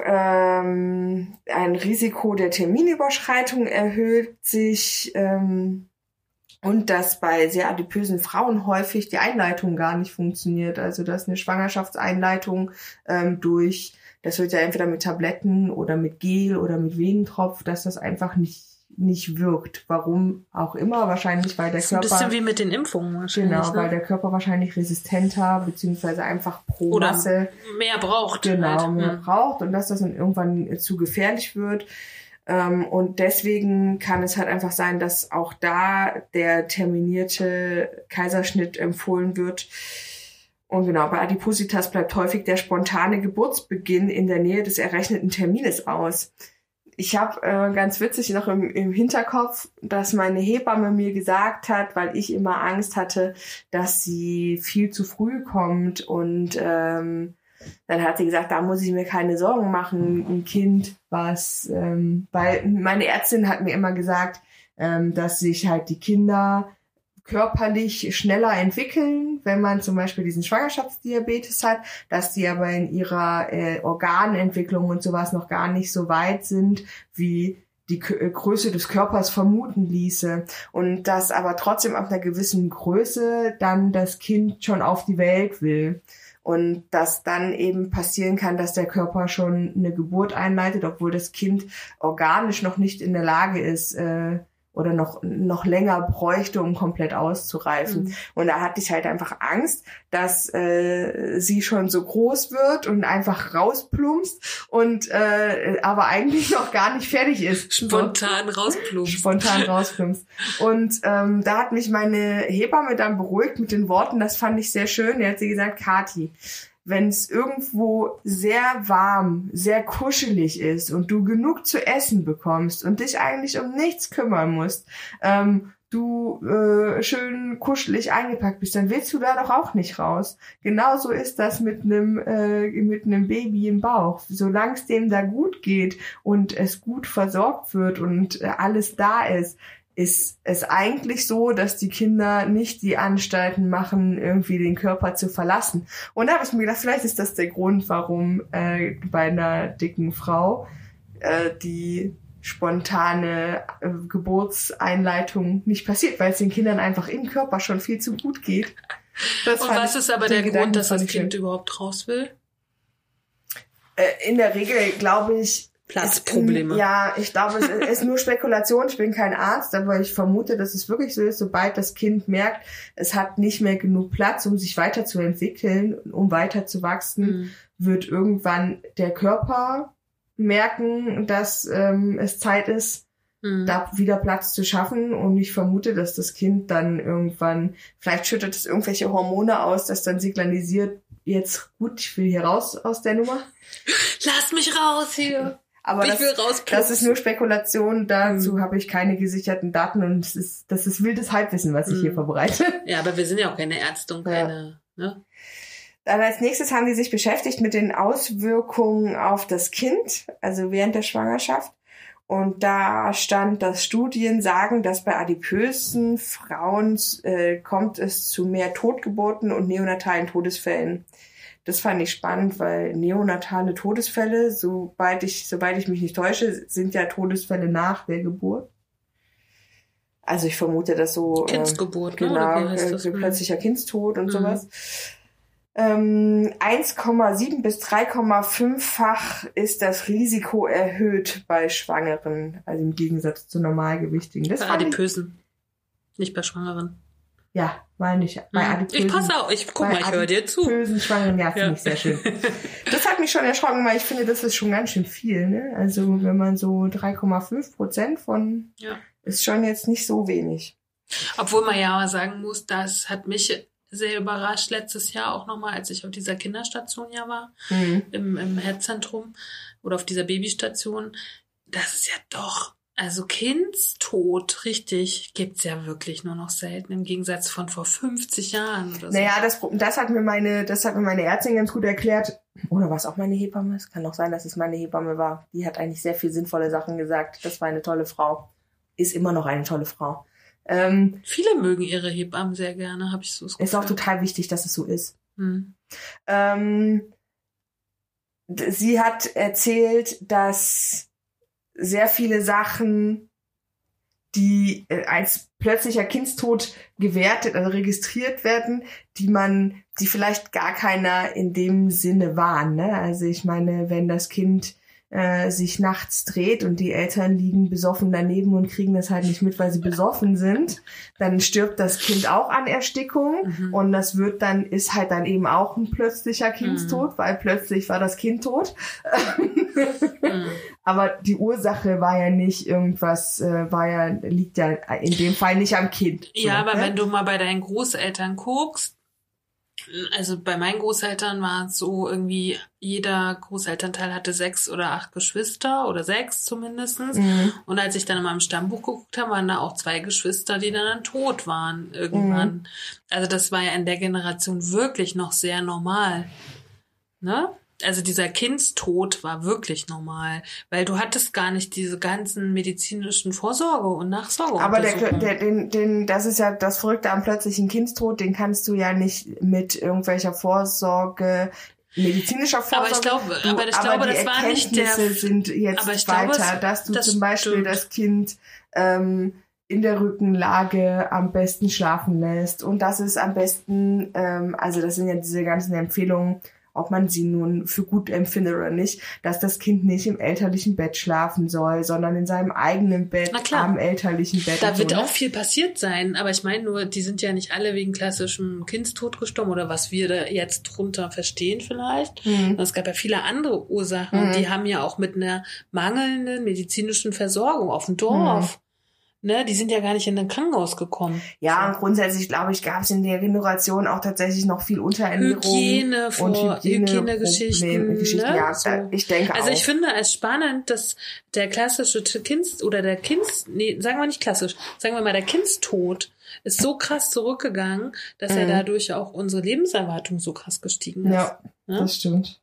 ähm, ein Risiko der Terminüberschreitung erhöht sich ähm, und dass bei sehr adipösen Frauen häufig die Einleitung gar nicht funktioniert. Also dass eine Schwangerschaftseinleitung ähm, durch, das wird ja entweder mit Tabletten oder mit Gel oder mit Venentropf, dass das einfach nicht nicht wirkt. Warum auch immer, wahrscheinlich weil der das ist Körper... ein bisschen wie mit den Impfungen wahrscheinlich. Genau, ne? weil der Körper wahrscheinlich resistenter, beziehungsweise einfach pro Oder Masse... mehr braucht. Genau, halt. mehr hm. braucht und dass das dann irgendwann zu gefährlich wird. Und deswegen kann es halt einfach sein, dass auch da der terminierte Kaiserschnitt empfohlen wird. Und genau, bei Adipositas bleibt häufig der spontane Geburtsbeginn in der Nähe des errechneten Termines aus. Ich habe äh, ganz witzig noch im, im Hinterkopf, dass meine Hebamme mir gesagt hat, weil ich immer Angst hatte, dass sie viel zu früh kommt. Und ähm, dann hat sie gesagt, da muss ich mir keine Sorgen machen, ein Kind, was, ähm, weil meine Ärztin hat mir immer gesagt, ähm, dass sich halt die Kinder körperlich schneller entwickeln, wenn man zum Beispiel diesen Schwangerschaftsdiabetes hat, dass die aber in ihrer äh, Organentwicklung und sowas noch gar nicht so weit sind, wie die K- Größe des Körpers vermuten ließe. Und dass aber trotzdem ab einer gewissen Größe dann das Kind schon auf die Welt will. Und dass dann eben passieren kann, dass der Körper schon eine Geburt einleitet, obwohl das Kind organisch noch nicht in der Lage ist, äh, oder noch noch länger bräuchte, um komplett auszureifen. Mhm. Und da hatte ich halt einfach Angst, dass äh, sie schon so groß wird und einfach rausplumpst und äh, aber eigentlich noch gar nicht fertig ist. Spontan rausplumpst. Spontan rausplumpst. Und ähm, da hat mich meine Hebamme dann beruhigt mit den Worten, das fand ich sehr schön. Die hat sie gesagt, Kathi, wenn es irgendwo sehr warm, sehr kuschelig ist und du genug zu essen bekommst und dich eigentlich um nichts kümmern musst, ähm, du äh, schön kuschelig eingepackt bist, dann willst du da doch auch nicht raus. Genauso ist das mit einem äh, mit einem Baby im Bauch. Solange es dem da gut geht und es gut versorgt wird und äh, alles da ist, ist es eigentlich so, dass die Kinder nicht die Anstalten machen, irgendwie den Körper zu verlassen. Und da habe ich mir gedacht, vielleicht ist das der Grund, warum äh, bei einer dicken Frau äh, die spontane äh, Geburtseinleitung nicht passiert, weil es den Kindern einfach im Körper schon viel zu gut geht. Das Und was ist aber der Gedanken Grund, dass das schön. Kind überhaupt raus will? Äh, in der Regel glaube ich, Platzprobleme. Ist, ja, ich glaube, es ist nur Spekulation. Ich bin kein Arzt, aber ich vermute, dass es wirklich so ist, sobald das Kind merkt, es hat nicht mehr genug Platz, um sich weiterzuentwickeln, um weiterzuwachsen, mhm. wird irgendwann der Körper merken, dass ähm, es Zeit ist, mhm. da wieder Platz zu schaffen. Und ich vermute, dass das Kind dann irgendwann, vielleicht schüttet es irgendwelche Hormone aus, das dann signalisiert, jetzt gut, ich will hier raus aus der Nummer. Lass mich raus hier. Aber ich das, will raus. das ist nur Spekulation, dazu mhm. habe ich keine gesicherten Daten und es ist, das ist wildes Halbwissen, was ich mhm. hier verbreite. Ja, aber wir sind ja auch keine Ärzte und keine, ja. ne? Dann als nächstes haben die sich beschäftigt mit den Auswirkungen auf das Kind, also während der Schwangerschaft. Und da stand, dass Studien sagen, dass bei adipösen Frauen äh, kommt es zu mehr Totgeburten und neonatalen Todesfällen. Das fand ich spannend, weil neonatale Todesfälle, sobald ich, sobald ich mich nicht täusche, sind ja Todesfälle nach der Geburt. Also ich vermute, dass so Kindsgeburt, äh, genau, ne? äh, plötzlicher Kindstod und mhm. sowas. Ähm, eins Komma sieben bis drei Komma fünf-fach ist das Risiko erhöht bei Schwangeren, also im Gegensatz zu Normalgewichtigen. Das bei Adipösen, nicht bei Schwangeren. Ja, meine ich. Bei Adipösen, ich passe auch. Ich guck mal, ich höre dir zu. Adipösen Schwangeren, ja, finde ja. ich sehr schön. Das hat mich schon erschrocken, weil ich finde, das ist schon ganz schön viel. Ne? Also wenn man so drei Komma fünf Prozent von, ja. ist schon jetzt nicht so wenig. Obwohl man ja mal sagen muss, das hat mich sehr überrascht letztes Jahr auch nochmal, als ich auf dieser Kinderstation ja war, mhm. im, im Herzzentrum oder auf dieser Babystation. Das ist ja doch... Also Kindstod, richtig, gibt's ja wirklich nur noch selten, im Gegensatz von vor fünfzig Jahren oder so. Naja, das, das hat mir meine, das hat mir meine Ärztin ganz gut erklärt. Oder war es auch meine Hebamme? Es kann auch sein, dass es meine Hebamme war. Die hat eigentlich sehr viel sinnvolle Sachen gesagt. Das war eine tolle Frau. Ist immer noch eine tolle Frau. Ähm, Viele mögen ihre Hebammen sehr gerne, habe ich so das Gefühl. Ist auch total wichtig, dass es so ist. Hm. Ähm, sie hat erzählt, dass sehr viele Sachen, die äh, als plötzlicher Kindstod gewertet, also registriert werden, die man, die vielleicht gar keiner in dem Sinne waren. Ne? Also ich meine, wenn das Kind äh, sich nachts dreht und die Eltern liegen besoffen daneben und kriegen das halt nicht mit, weil sie besoffen sind, dann stirbt das Kind auch an Erstickung mhm. und das wird dann, ist halt dann eben auch ein plötzlicher Kindstod, mhm. weil plötzlich war das Kind tot. mhm. Aber die Ursache war ja nicht irgendwas, äh, war ja, liegt ja in dem Fall nicht am Kind. Ja, so, aber ne? wenn du mal bei deinen Großeltern guckst, also bei meinen Großeltern war es so irgendwie, jeder Großelternteil hatte sechs oder acht Geschwister oder sechs zumindestens. Mhm. Und als ich dann in meinem Stammbuch geguckt habe, waren da auch zwei Geschwister, die dann tot waren irgendwann. Mhm. Also das war ja in der Generation wirklich noch sehr normal. Ne? Also dieser Kindstod war wirklich normal, weil du hattest gar nicht diese ganzen medizinischen Vorsorge und Nachsorge. Aber der, der, den, den, das ist ja das Verrückte am plötzlichen Kindstod, den kannst du ja nicht mit irgendwelcher Vorsorge, medizinischer Vorsorge. Aber ich glaube, du, aber ich aber glaube, die das war nicht der. sind jetzt aber ich weiter, glaube, dass du das zum Beispiel stimmt. das Kind ähm, in der Rückenlage am besten schlafen lässt und das ist am besten, ähm, also das sind ja diese ganzen Empfehlungen, ob man sie nun für gut empfindet oder nicht, dass das Kind nicht im elterlichen Bett schlafen soll, sondern in seinem eigenen Bett am elterlichen Bett. Da wird so, auch ne? viel passiert sein, aber ich meine nur, die sind ja nicht alle wegen klassischem Kindstod gestorben oder was wir da jetzt drunter verstehen vielleicht. Mhm. Es gab ja viele andere Ursachen, mhm. die haben ja auch mit einer mangelnden medizinischen Versorgung auf dem Dorf. Mhm. ne, die sind ja gar nicht in ein Krankenhaus gekommen. Ja, und grundsätzlich, glaube ich, gab es in der Generation auch tatsächlich noch viel Unterernährung. Hygiene vor, und Hygiene Hygienegeschichten. Geschichten, Ne? ja, So. da, ich denke also auch. ich finde es spannend, dass der klassische Kinds- oder der Kinds, nee, sagen wir nicht klassisch, sagen wir mal der Kindstod ist so krass zurückgegangen, dass mhm. ja dadurch auch unsere Lebenserwartung so krass gestiegen ist. Ja, ja? Das stimmt.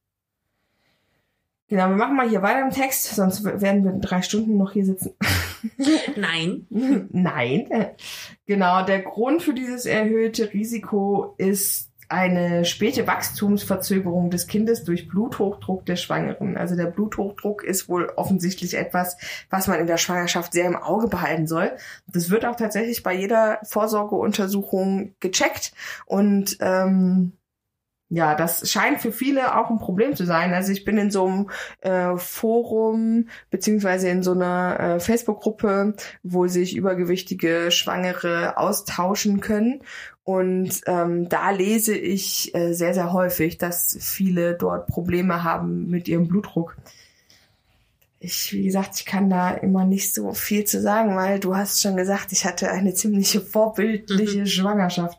Genau, wir machen mal hier weiter im Text, sonst werden wir drei Stunden noch hier sitzen. Nein. Nein. Genau, der Grund für dieses erhöhte Risiko ist eine späte Wachstumsverzögerung des Kindes durch Bluthochdruck der Schwangeren. Also der Bluthochdruck ist wohl offensichtlich etwas, was man in der Schwangerschaft sehr im Auge behalten soll. Das wird auch tatsächlich bei jeder Vorsorgeuntersuchung gecheckt und ähm, ja, das scheint für viele auch ein Problem zu sein. Also ich bin in so einem äh, Forum beziehungsweise in so einer äh, Facebook-Gruppe, wo sich übergewichtige Schwangere austauschen können. Und ähm, da lese ich äh, sehr, sehr häufig, dass viele dort Probleme haben mit ihrem Blutdruck. Ich, wie gesagt, ich kann da immer nicht so viel zu sagen, weil du hast schon gesagt, ich hatte eine ziemliche vorbildliche mhm. Schwangerschaft.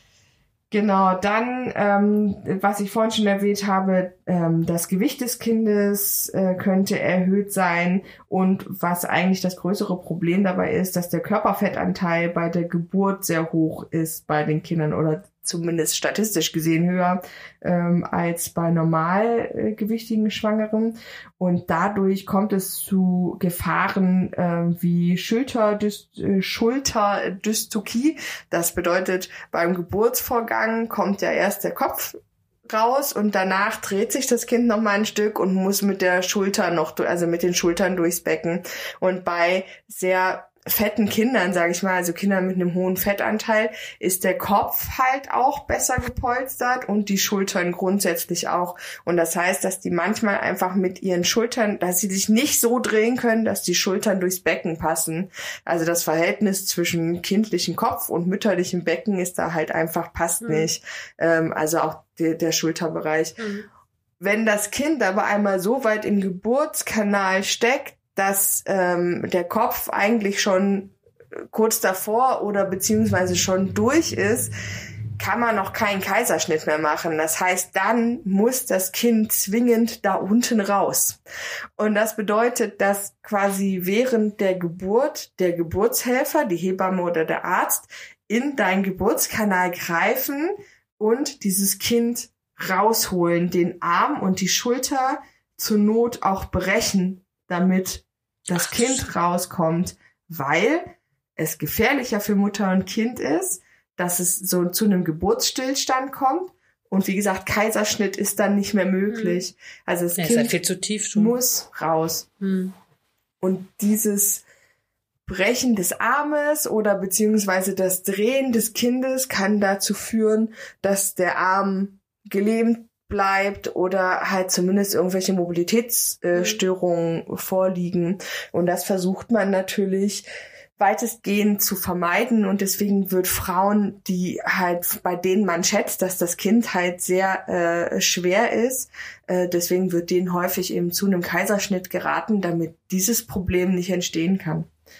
Genau, dann, ähm, was ich vorhin schon erwähnt habe, ähm, das Gewicht des Kindes äh, könnte erhöht sein und was eigentlich das größere Problem dabei ist, dass der Körperfettanteil bei der Geburt sehr hoch ist bei den Kindern oder zumindest statistisch gesehen höher ähm, als bei normalgewichtigen äh, Schwangeren. Und dadurch kommt es zu Gefahren äh, wie Schulterdys- äh, Schulterdystokie. Das bedeutet, beim Geburtsvorgang kommt ja erst der Kopf raus und danach dreht sich das Kind noch mal ein Stück und muss mit der Schulter noch, also mit den Schultern durchs Becken. Und bei sehr fetten Kindern, sage ich mal, also Kindern mit einem hohen Fettanteil, ist der Kopf halt auch besser gepolstert und die Schultern grundsätzlich auch. Und das heißt, dass die manchmal einfach mit ihren Schultern, dass sie sich nicht so drehen können, dass die Schultern durchs Becken passen. Also das Verhältnis zwischen kindlichem Kopf und mütterlichem Becken ist da halt einfach, passt mhm. nicht. Ähm, also auch der, der Schulterbereich. Mhm. Wenn das Kind aber einmal so weit im Geburtskanal steckt, dass ähm, der Kopf eigentlich schon kurz davor oder beziehungsweise schon durch ist, kann man noch keinen Kaiserschnitt mehr machen. Das heißt, dann muss das Kind zwingend da unten raus. Und das bedeutet, dass quasi während der Geburt der Geburtshelfer, die Hebamme oder der Arzt, in deinen Geburtskanal greifen und dieses Kind rausholen, den Arm und die Schulter zur Not auch brechen, damit das Kind rauskommt, weil es gefährlicher für Mutter und Kind ist, dass es so zu einem Geburtsstillstand kommt. Und wie gesagt, Kaiserschnitt ist dann nicht mehr möglich. Hm. Also das ja, Kind ist ja viel zu tief schon. Muss raus. Hm. Und dieses Brechen des Armes oder beziehungsweise das Drehen des Kindes kann dazu führen, dass der Arm gelähmt bleibt oder halt zumindest irgendwelche Mobilitätsstörungen äh, vorliegen. Und das versucht man natürlich weitestgehend zu vermeiden. Und deswegen wird Frauen, die halt, bei denen man schätzt, dass das Kind halt sehr äh, schwer ist, äh, deswegen wird denen häufig eben zu einem Kaiserschnitt geraten, damit dieses Problem nicht entstehen kann.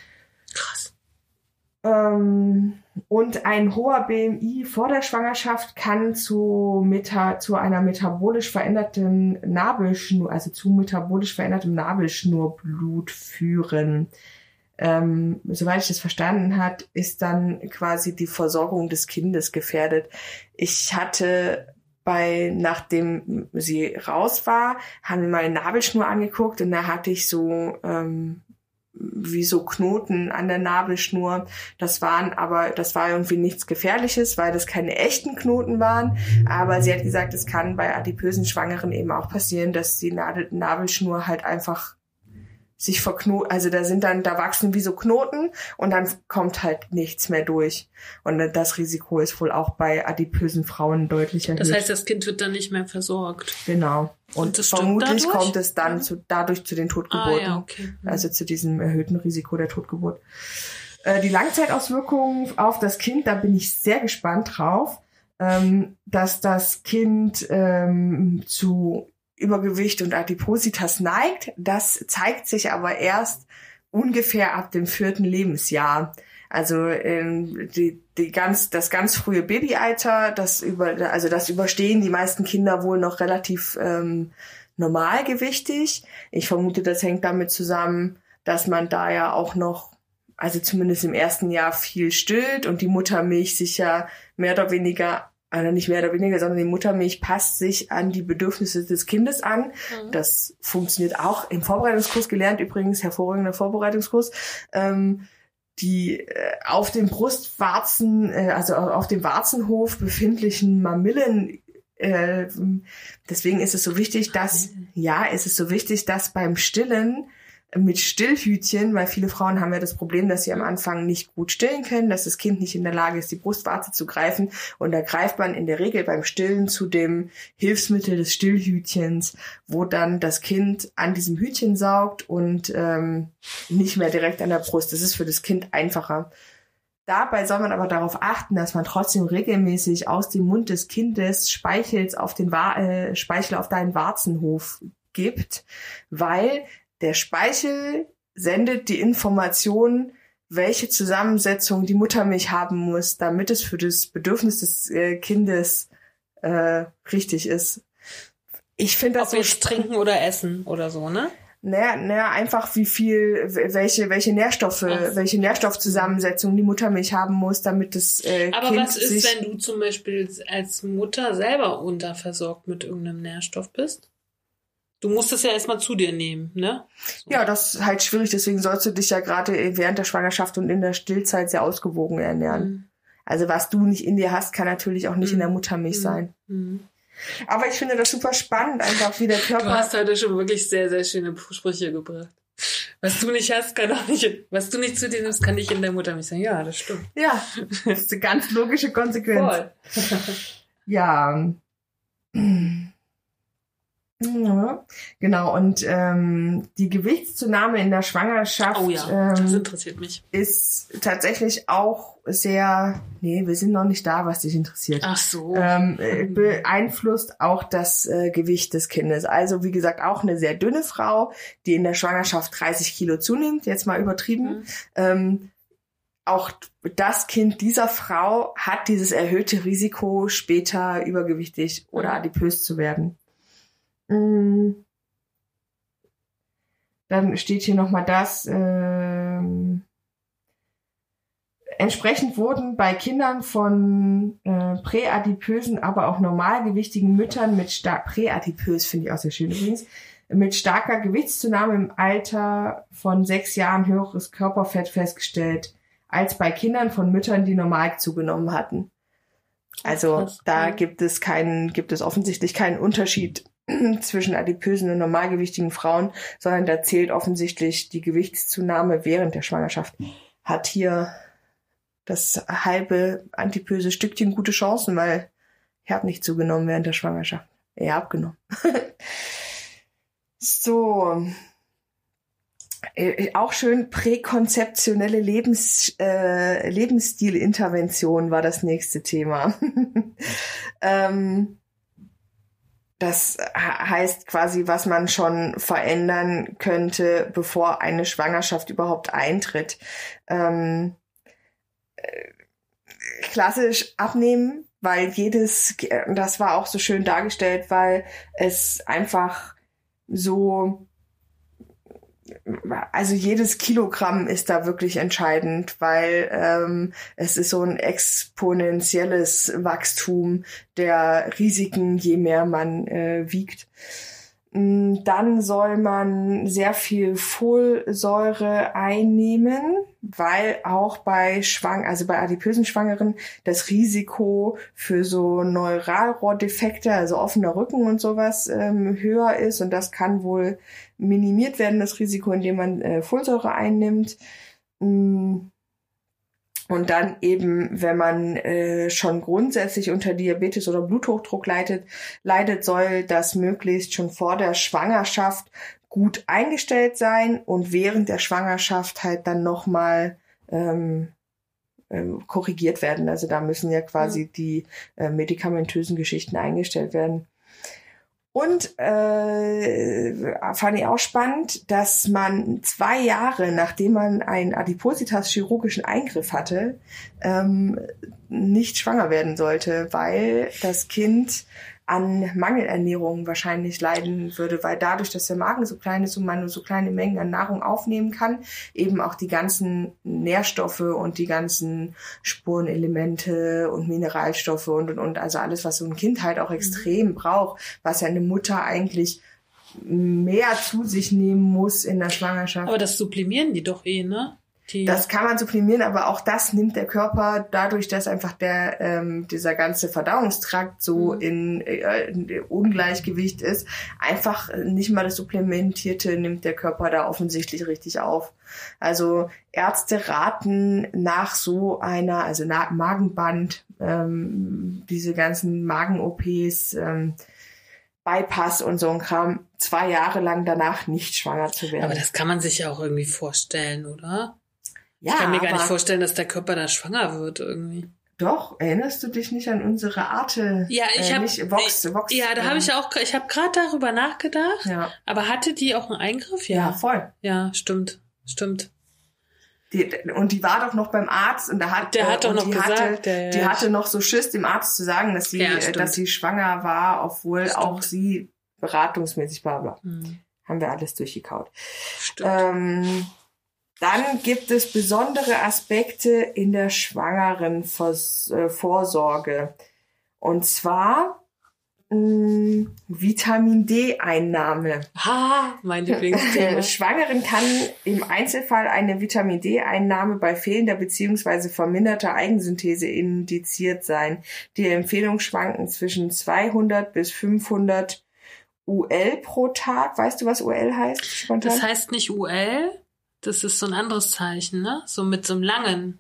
Krass. Ähm, und ein hoher B M I vor der Schwangerschaft kann zu, meta, zu einer metabolisch veränderten Nabelschnur, also zu metabolisch verändertem Nabelschnurblut führen. Ähm, soweit ich das verstanden habe, ist dann quasi die Versorgung des Kindes gefährdet. Ich hatte bei, nachdem sie raus war, haben wir meine Nabelschnur angeguckt und da hatte ich so, ähm, wie so Knoten an der Nabelschnur. Das waren aber, das war irgendwie nichts Gefährliches, weil das keine echten Knoten waren. Aber sie hat gesagt, es kann bei adipösen Schwangeren eben auch passieren, dass die Nabelschnur halt einfach sich verknoten, also da sind dann, da wachsen wie so Knoten und dann kommt halt nichts mehr durch. Und das Risiko ist wohl auch bei adipösen Frauen deutlich erhöht. Das heißt, das Kind wird dann nicht mehr versorgt. Genau. Und, und vermutlich dadurch? kommt es dann ja. zu, dadurch zu den Totgeburten. Ah, ja, okay. mhm. Also zu diesem erhöhten Risiko der Totgeburt. Äh, die Langzeitauswirkungen auf das Kind, da bin ich sehr gespannt drauf, ähm, dass das Kind ähm, zu Übergewicht und Adipositas neigt. Das zeigt sich aber erst ungefähr ab dem vierten Lebensjahr. Also ähm, die, die ganz, das ganz frühe Babyalter, das über, also das überstehen die meisten Kinder wohl noch relativ ähm, normalgewichtig. Ich vermute, das hängt damit zusammen, dass man da ja auch noch, also zumindest im ersten Jahr viel stillt und die Muttermilch sich ja mehr oder weniger, also nicht mehr oder weniger, sondern die Muttermilch passt sich an die Bedürfnisse des Kindes an. Mhm. Das funktioniert auch im Vorbereitungskurs gelernt, übrigens hervorragender Vorbereitungskurs. Ähm, die äh, auf dem Brustwarzen, äh, also auf dem Warzenhof befindlichen Mamillen, äh, deswegen ist es so wichtig, dass, ja, ist es so wichtig, dass beim Stillen mit Stillhütchen, weil viele Frauen haben ja das Problem, dass sie am Anfang nicht gut stillen können, dass das Kind nicht in der Lage ist, die Brustwarze zu greifen. Und da greift man in der Regel beim Stillen zu dem Hilfsmittel des Stillhütchens, wo dann das Kind an diesem Hütchen saugt und ähm, nicht mehr direkt an der Brust. Das ist für das Kind einfacher. Dabei soll man aber darauf achten, dass man trotzdem regelmäßig aus dem Mund des Kindes Speichels auf den Wa- äh, Speichel auf deinen Warzenhof gibt, weil der Speichel sendet die Information, welche Zusammensetzung die Muttermilch haben muss, damit es für das Bedürfnis des äh, Kindes äh, richtig ist. Ich finde das Ob so jetzt trinken oder essen oder so, ne? Naja, naja, einfach wie viel, welche, welche Nährstoffe, Ach. welche Nährstoffzusammensetzung die Muttermilch haben muss, damit das äh, Aber Kind was ist, sich wenn du zum Beispiel als Mutter selber unterversorgt mit irgendeinem Nährstoff bist? Du musst es ja erstmal zu dir nehmen, ne? So. Ja, das ist halt schwierig, deswegen sollst du dich ja gerade während der Schwangerschaft und in der Stillzeit sehr ausgewogen ernähren. Mhm. Also was du nicht in dir hast, kann natürlich auch nicht mhm. in der Muttermilch mhm. sein. Mhm. Aber ich finde das super spannend, einfach wie der Körper... Du hast heute schon wirklich sehr, sehr schöne Sprüche gebracht. Was du nicht hast, kann auch nicht... Was du nicht zu dir nimmst, kann nicht in der Muttermilch sein. Ja, das stimmt. Ja, das ist eine ganz logische Konsequenz. Voll. Ja. Ja, genau, und ähm, die Gewichtszunahme in der Schwangerschaft oh ja, ähm, das interessiert mich. Ist tatsächlich auch sehr, nee, wir sind noch nicht da, was dich interessiert. Ach so. Ähm, beeinflusst auch das äh, Gewicht des Kindes. Also wie gesagt, auch eine sehr dünne Frau, die in der Schwangerschaft dreißig Kilo zunimmt, jetzt mal übertrieben. Mhm. Ähm, auch das Kind dieser Frau hat dieses erhöhte Risiko, später übergewichtig oder adipös zu werden. Dann steht hier nochmal das, ähm, entsprechend wurden bei Kindern von äh, präadipösen, aber auch normalgewichtigen Müttern mit stark, präadipös finde ich auch sehr schön übrigens, mit starker Gewichtszunahme im Alter von sechs Jahren höheres Körperfett festgestellt, als bei Kindern von Müttern, die normal zugenommen hatten. Also Krass, da ja. gibt es keinen, gibt es offensichtlich keinen Unterschied zwischen adipösen und normalgewichtigen Frauen, sondern da zählt offensichtlich die Gewichtszunahme während der Schwangerschaft. Hat hier das halbe adipöse Stückchen gute Chancen, weil ich habe nicht zugenommen während der Schwangerschaft. Ich habe abgenommen. So. Äh, auch schön präkonzeptionelle Lebens, äh, Lebensstilintervention war das nächste Thema. ähm, Das heißt quasi, was man schon verändern könnte, bevor eine Schwangerschaft überhaupt eintritt. Ähm, äh, klassisch abnehmen, weil jedes, das war auch so schön dargestellt, weil es einfach so, also jedes Kilogramm ist da wirklich entscheidend, weil ähm, es ist so ein exponentielles Wachstum der Risiken, je mehr man äh, wiegt. Dann soll man sehr viel Folsäure einnehmen, weil auch bei Schwang, also bei adipösen Schwangeren das Risiko für so Neuralrohrdefekte, also offener Rücken und sowas, ähm, höher ist, und das kann wohl minimiert werden, das Risiko, indem man äh, Folsäure einnimmt. Und dann eben, wenn man äh, schon grundsätzlich unter Diabetes oder Bluthochdruck leidet, leidet, soll das möglichst schon vor der Schwangerschaft gut eingestellt sein und während der Schwangerschaft halt dann nochmal ähm, ähm, korrigiert werden. Also da müssen ja quasi ja. die äh, medikamentösen Geschichten eingestellt werden. Und äh, fand ich auch spannend, dass man zwei Jahre, nachdem man einen Adipositas-chirurgischen Eingriff hatte, ähm, nicht schwanger werden sollte, weil das Kind an Mangelernährung wahrscheinlich leiden würde, weil dadurch, dass der Magen so klein ist und man nur so kleine Mengen an Nahrung aufnehmen kann, eben auch die ganzen Nährstoffe und die ganzen Spurenelemente und Mineralstoffe und, und, und, also alles, was so ein Kind halt auch extrem braucht, was ja eine Mutter eigentlich mehr zu sich nehmen muss in der Schwangerschaft. Aber das sublimieren die doch eh, ne? Die Das kann man supplimieren, aber auch das nimmt der Körper dadurch, dass einfach der ähm, dieser ganze Verdauungstrakt so Mhm. in, äh, in Ungleichgewicht ist, einfach nicht mal das Supplementierte nimmt der Körper da offensichtlich richtig auf. Also Ärzte raten nach so einer, also nach Magenband, ähm, diese ganzen Magen-O Ps, ähm, Bypass und so ein Kram, zwei Jahre lang danach nicht schwanger zu werden. Aber das kann man sich ja auch irgendwie vorstellen, oder? ja, ich kann mir gar aber nicht vorstellen, dass der Körper da schwanger wird irgendwie. Doch, erinnerst du dich nicht an unsere Arte? Ja, ich äh, habe nicht Vox, Vox, ja, da ähm, habe ich auch, ich habe gerade darüber nachgedacht. Ja, Aber hatte die auch einen Eingriff? ja, Ja, voll. ja, stimmt, stimmt. Die, und die war doch noch beim Arzt und da hat Der äh, hat doch und noch die gesagt, hatte, der- die hatte noch so Schiss, dem Arzt zu sagen, dass sie, Ja, äh, stimmt. dass sie schwanger war, obwohl Stimmt. auch sie beratungsmäßig bla bla. Hm, Haben wir alles durchgekaut. stimmt. Ähm, dann gibt es besondere Aspekte in der schwangeren Vers- äh, Vorsorge. Und zwar mh, Vitamin D-Einnahme. Ha, mein Lieblingsthema. Schwangeren kann im Einzelfall eine Vitamin D-Einnahme bei fehlender bzw. verminderter Eigensynthese indiziert sein. Die Empfehlungen schwanken zwischen zweihundert bis fünfhundert U L pro Tag. Weißt du, was U L heißt? Spontan? Das heißt nicht U L, das ist so ein anderes Zeichen, ne? So mit so einem langen.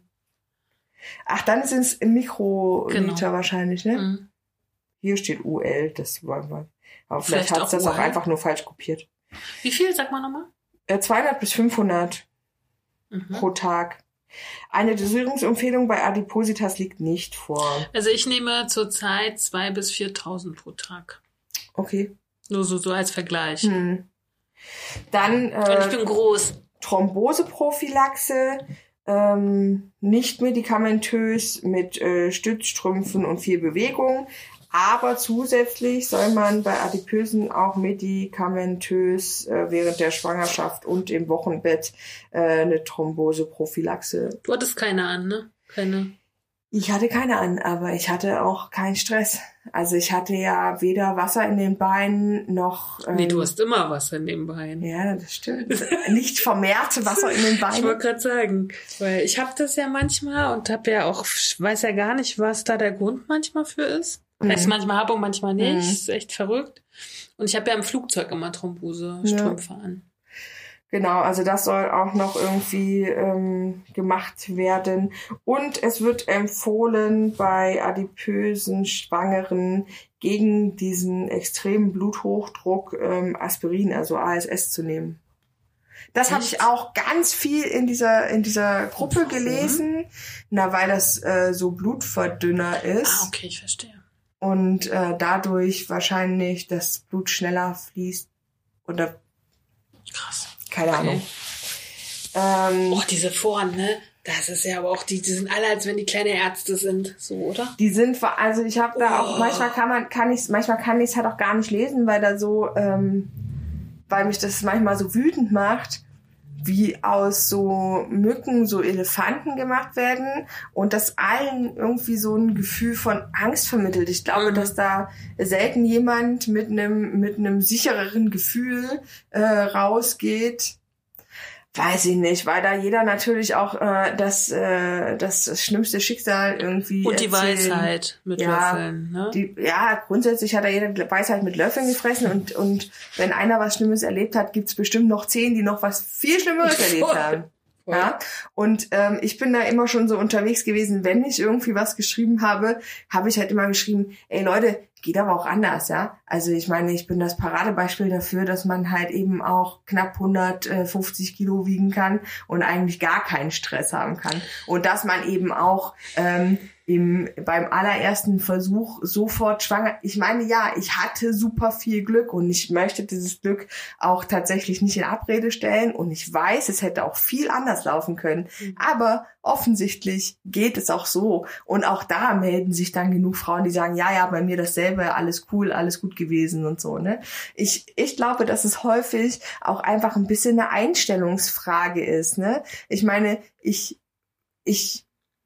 Ach, dann sind es Mikroliter Genau. wahrscheinlich, ne? Hm. Hier steht U L, das wollen wir. Aber vielleicht, Vielleicht hat auch es das U auch L. einfach nur falsch kopiert. Wie viel, sag mal nochmal? Äh, zweihundert bis fünfhundert Mhm. pro Tag. Eine Dosierungsempfehlung bei Adipositas liegt nicht vor. Also ich nehme zurzeit zweitausend bis viertausend pro Tag. Okay. Nur so, so als Vergleich. Hm. Dann Und ich äh, bin groß. Thromboseprophylaxe, ähm, nicht medikamentös mit äh, Stützstrümpfen und viel Bewegung. Aber zusätzlich soll man bei Adipösen auch medikamentös äh, während der Schwangerschaft und im Wochenbett äh, eine Thromboseprophylaxe. Du hattest keine an, ne? Keine. Ich hatte keine an, aber ich hatte auch keinen Stress. Also ich hatte ja weder Wasser in den Beinen noch... Ähm, Nee, du hast immer Wasser in den Beinen. Ja, das stimmt. Nicht vermehrte Wasser in den Ich Beinen. wollte gerade sagen, weil ich habe das ja manchmal und habe ja auch, ich weiß ja gar nicht, was da der Grund manchmal für ist. Mhm. Weil ich es manchmal habe und manchmal nicht. Mhm. Ist echt verrückt. Und ich habe ja im Flugzeug immer Thrombose-Strümpfe an. Genau, also das soll auch noch irgendwie ähm, gemacht werden. Und es wird empfohlen, bei adipösen Schwangeren gegen diesen extremen Bluthochdruck ähm, Aspirin, also A S S, zu nehmen. Das habe ich auch ganz viel in dieser in dieser Gruppe Warum? gelesen, na, weil das äh, so Blutverdünner ist. Ah, okay, ich verstehe. Und äh, dadurch wahrscheinlich das Blut schneller fließt. Oder Krass. keine Okay. Ahnung. Ähm, Oh, diese Foren, ne? Das ist ja aber auch, die, die sind alle, als wenn die kleine Ärzte sind, so, oder? Die sind, ver- also ich habe da auch, Oh. manchmal kann man, kann ich's, manchmal kann ich es halt auch gar nicht lesen, weil da so, ähm, weil mich das manchmal so wütend macht, wie aus so Mücken so Elefanten gemacht werden und das allen irgendwie so ein Gefühl von Angst vermittelt. Ich glaube, Mhm. dass da selten jemand mit einem mit einem sichereren Gefühl äh, rausgeht. Weiß ich nicht, weil da jeder natürlich auch äh, das, äh, das das schlimmste Schicksal irgendwie Und die erzählen. Weisheit mit Ja, Löffeln, ne? Die, ja, grundsätzlich hat da jeder die Weisheit mit Löffeln gefressen und, und wenn einer was Schlimmes erlebt hat, gibt's bestimmt noch zehn, die noch was viel Schlimmeres erlebt Voll. haben. Voll. Ja, und ähm, ich bin da immer schon so unterwegs gewesen, wenn ich irgendwie was geschrieben habe, habe ich halt immer geschrieben, ey Leute, geht aber auch anders, ja. Also ich meine, ich bin das Paradebeispiel dafür, dass man halt eben auch knapp hundertfünfzig Kilo wiegen kann und eigentlich gar keinen Stress haben kann. Und dass man eben auch ähm, im beim allerersten Versuch sofort schwanger. Ich meine, ja, ich hatte super viel Glück und ich möchte dieses Glück auch tatsächlich nicht in Abrede stellen und ich weiß, es hätte auch viel anders laufen können. Mhm. Aber offensichtlich geht es auch so und auch da melden sich dann genug Frauen, die sagen, ja, ja, bei mir dasselbe, alles cool, alles gut gewesen und so, ne? Ich ich glaube, dass es häufig auch einfach ein bisschen eine Einstellungsfrage ist, ne? Ich meine, ich ich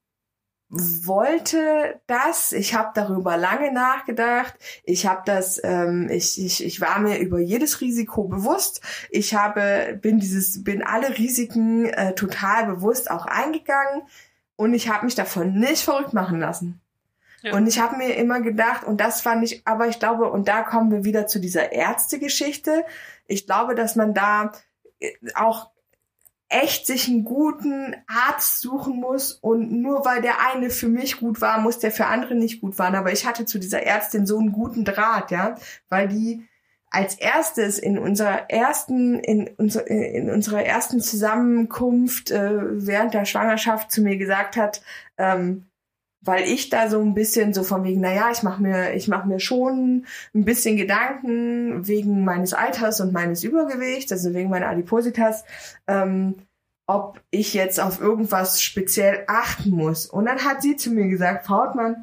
wollte das, ich habe darüber lange nachgedacht, ich habe das, ähm, ich, ich, ich war mir über jedes Risiko bewusst, ich habe, bin dieses, bin alle Risiken äh, total bewusst auch eingegangen und ich habe mich davon nicht verrückt machen lassen. Ja. Und ich habe mir immer gedacht, und das fand ich, aber ich glaube, und da kommen wir wieder zu dieser Ärztegeschichte, ich glaube, dass man da auch echt sich einen guten Arzt suchen muss und nur weil der eine für mich gut war, muss der für andere nicht gut sein. Aber ich hatte zu dieser Ärztin so einen guten Draht, ja, weil die als erstes in unserer ersten in, unser, in unserer ersten Zusammenkunft äh, während der Schwangerschaft zu mir gesagt hat, ähm, weil ich da so ein bisschen so von wegen, naja, ich mache mir, ich mache mir schon ein bisschen Gedanken wegen meines Alters und meines Übergewichts, also wegen meiner Adipositas, ähm, ob ich jetzt auf irgendwas speziell achten muss. Und dann hat sie zu mir gesagt, Frau Hautmann,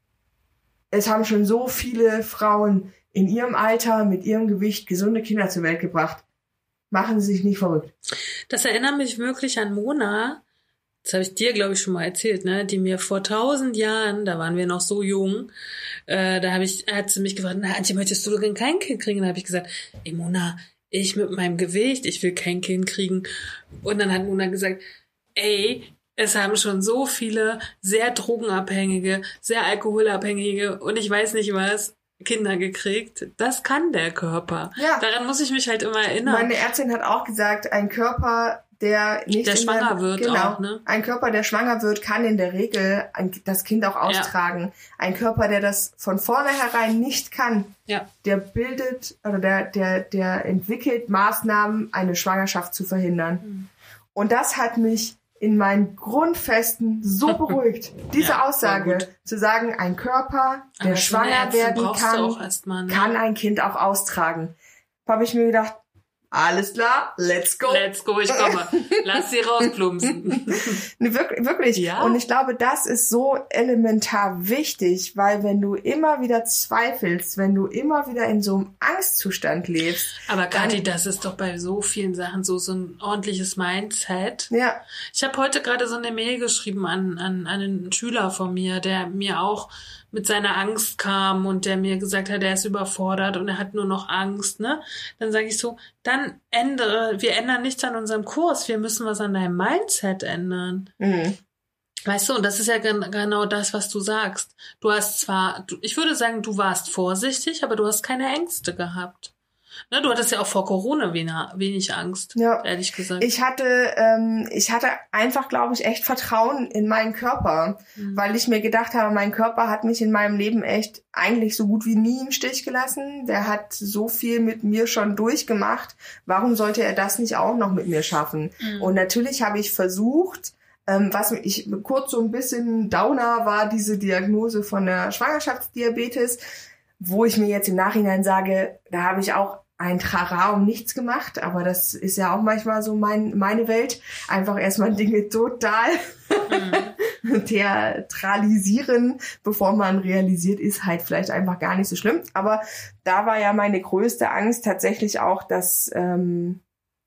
es haben schon so viele Frauen in ihrem Alter mit ihrem Gewicht gesunde Kinder zur Welt gebracht. Machen Sie sich nicht verrückt. Das erinnert mich wirklich an Mona. Das habe ich dir, glaube ich, schon mal erzählt, ne? Die mir vor tausend Jahren, da waren wir noch so jung, äh, da habe ich, hat sie mich gefragt, na, Antje, möchtest du denn kein Kind kriegen? Und da habe ich gesagt, ey Mona, ich mit meinem Gewicht, ich will kein Kind kriegen. Und dann hat Mona gesagt, ey, es haben schon so viele sehr drogenabhängige, sehr alkoholabhängige und ich weiß nicht was, Kinder gekriegt. Das kann der Körper. Ja. Daran muss ich mich halt immer erinnern. Meine Ärztin hat auch gesagt, ein Körper, der nicht der in schwanger der, wird genau, auch, ne? Ein Körper, der schwanger wird, kann in der Regel ein, das Kind auch austragen. Ja. Ein Körper, der das von vornherein nicht kann, ja. der bildet oder der der der entwickelt Maßnahmen, eine Schwangerschaft zu verhindern. Mhm. Und das hat mich in meinen Grundfesten so beruhigt, diese ja, Aussage zu sagen, ein Körper, der aber schwanger so werden kann, mal, ne? kann ein Kind auch austragen. Da habe ich mir gedacht, alles klar, let's go. Let's go, ich komme. Lass sie rausplumpsen. Nee, wirklich, wirklich. Ja. Und ich glaube, das ist so elementar wichtig, weil wenn du immer wieder zweifelst, wenn du immer wieder in so einem Angstzustand lebst. Aber Kathi, das ist doch bei so vielen Sachen so, so ein ordentliches Mindset. Ja. Ich habe heute gerade so eine Mail geschrieben an, an, an einen Schüler von mir, der mir auch mit seiner Angst kam und der mir gesagt hat, er ist überfordert und er hat nur noch Angst, ne? Dann sage ich so, dann ändere, wir ändern nichts an unserem Kurs, wir müssen was an deinem Mindset ändern. Mhm. Weißt du, und das ist ja gen- genau das, was du sagst. Du hast zwar, du, ich würde sagen, du warst vorsichtig, aber du hast keine Ängste gehabt. Ne, du hattest ja auch vor Corona wenig, wenig Angst, ja. ehrlich gesagt. Ich hatte, ähm, ich hatte einfach, glaube ich, echt Vertrauen in meinen Körper, mhm. weil ich mir gedacht habe, mein Körper hat mich in meinem Leben echt eigentlich so gut wie nie im Stich gelassen. Der hat so viel mit mir schon durchgemacht. Warum sollte er das nicht auch noch mit mir schaffen? Mhm. Und natürlich habe ich versucht, ähm, was ich kurz so ein bisschen Downer war, diese Diagnose von der Schwangerschaftsdiabetes, wo ich mir jetzt im Nachhinein sage, da habe ich auch ein Trara um nichts gemacht, aber das ist ja auch manchmal so mein meine Welt. Einfach erstmal Dinge total mhm. theatralisieren, bevor man realisiert, ist halt vielleicht einfach gar nicht so schlimm. Aber da war ja meine größte Angst tatsächlich auch, dass ähm,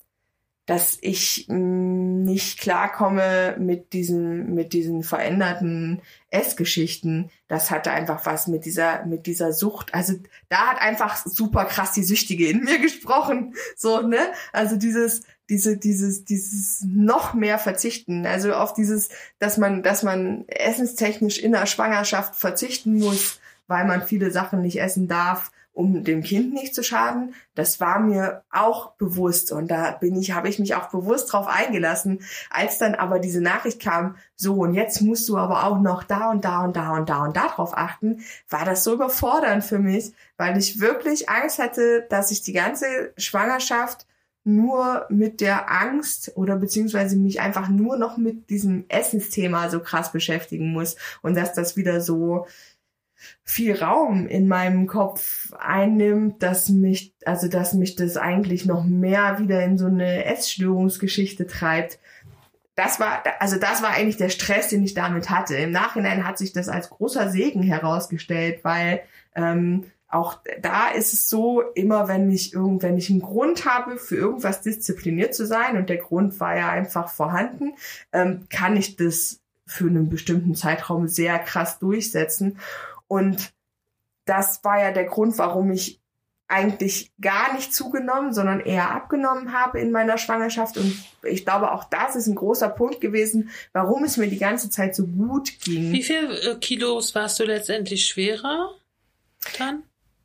dass ich mh, nicht klarkomme mit diesen mit diesen veränderten Essgeschichten. Das hatte einfach was mit dieser mit dieser Sucht. Also da hat einfach super krass die Süchtige in mir gesprochen. So, ne? Also dieses diese dieses dieses noch mehr Verzichten. Also auf dieses, dass man dass man essenstechnisch in der Schwangerschaft verzichten muss, weil man viele Sachen nicht essen darf, um dem Kind nicht zu schaden. Das war mir auch bewusst und da bin ich, habe ich mich auch bewusst drauf eingelassen. Als dann aber diese Nachricht kam, so und jetzt musst du aber auch noch da und da und da und da und da drauf achten, war das so überfordernd für mich, weil ich wirklich Angst hatte, dass ich die ganze Schwangerschaft nur mit der Angst oder beziehungsweise mich einfach nur noch mit diesem Essensthema so krass beschäftigen muss und dass das wieder so viel Raum in meinem Kopf einnimmt, dass mich, also dass mich das eigentlich noch mehr wieder in so eine Essstörungsgeschichte treibt. Das war, also das war eigentlich der Stress, den ich damit hatte. Im Nachhinein hat sich das als großer Segen herausgestellt, weil ähm, auch da ist es so, immer wenn ich irgend, wenn ich einen Grund habe, für irgendwas diszipliniert zu sein und der Grund war ja einfach vorhanden, ähm, kann ich das für einen bestimmten Zeitraum sehr krass durchsetzen. Und das war ja der Grund, warum ich eigentlich gar nicht zugenommen, sondern eher abgenommen habe in meiner Schwangerschaft. Und ich glaube, auch das ist ein großer Punkt gewesen, warum es mir die ganze Zeit so gut ging. Wie viel äh, Kilos warst du letztendlich schwerer dann?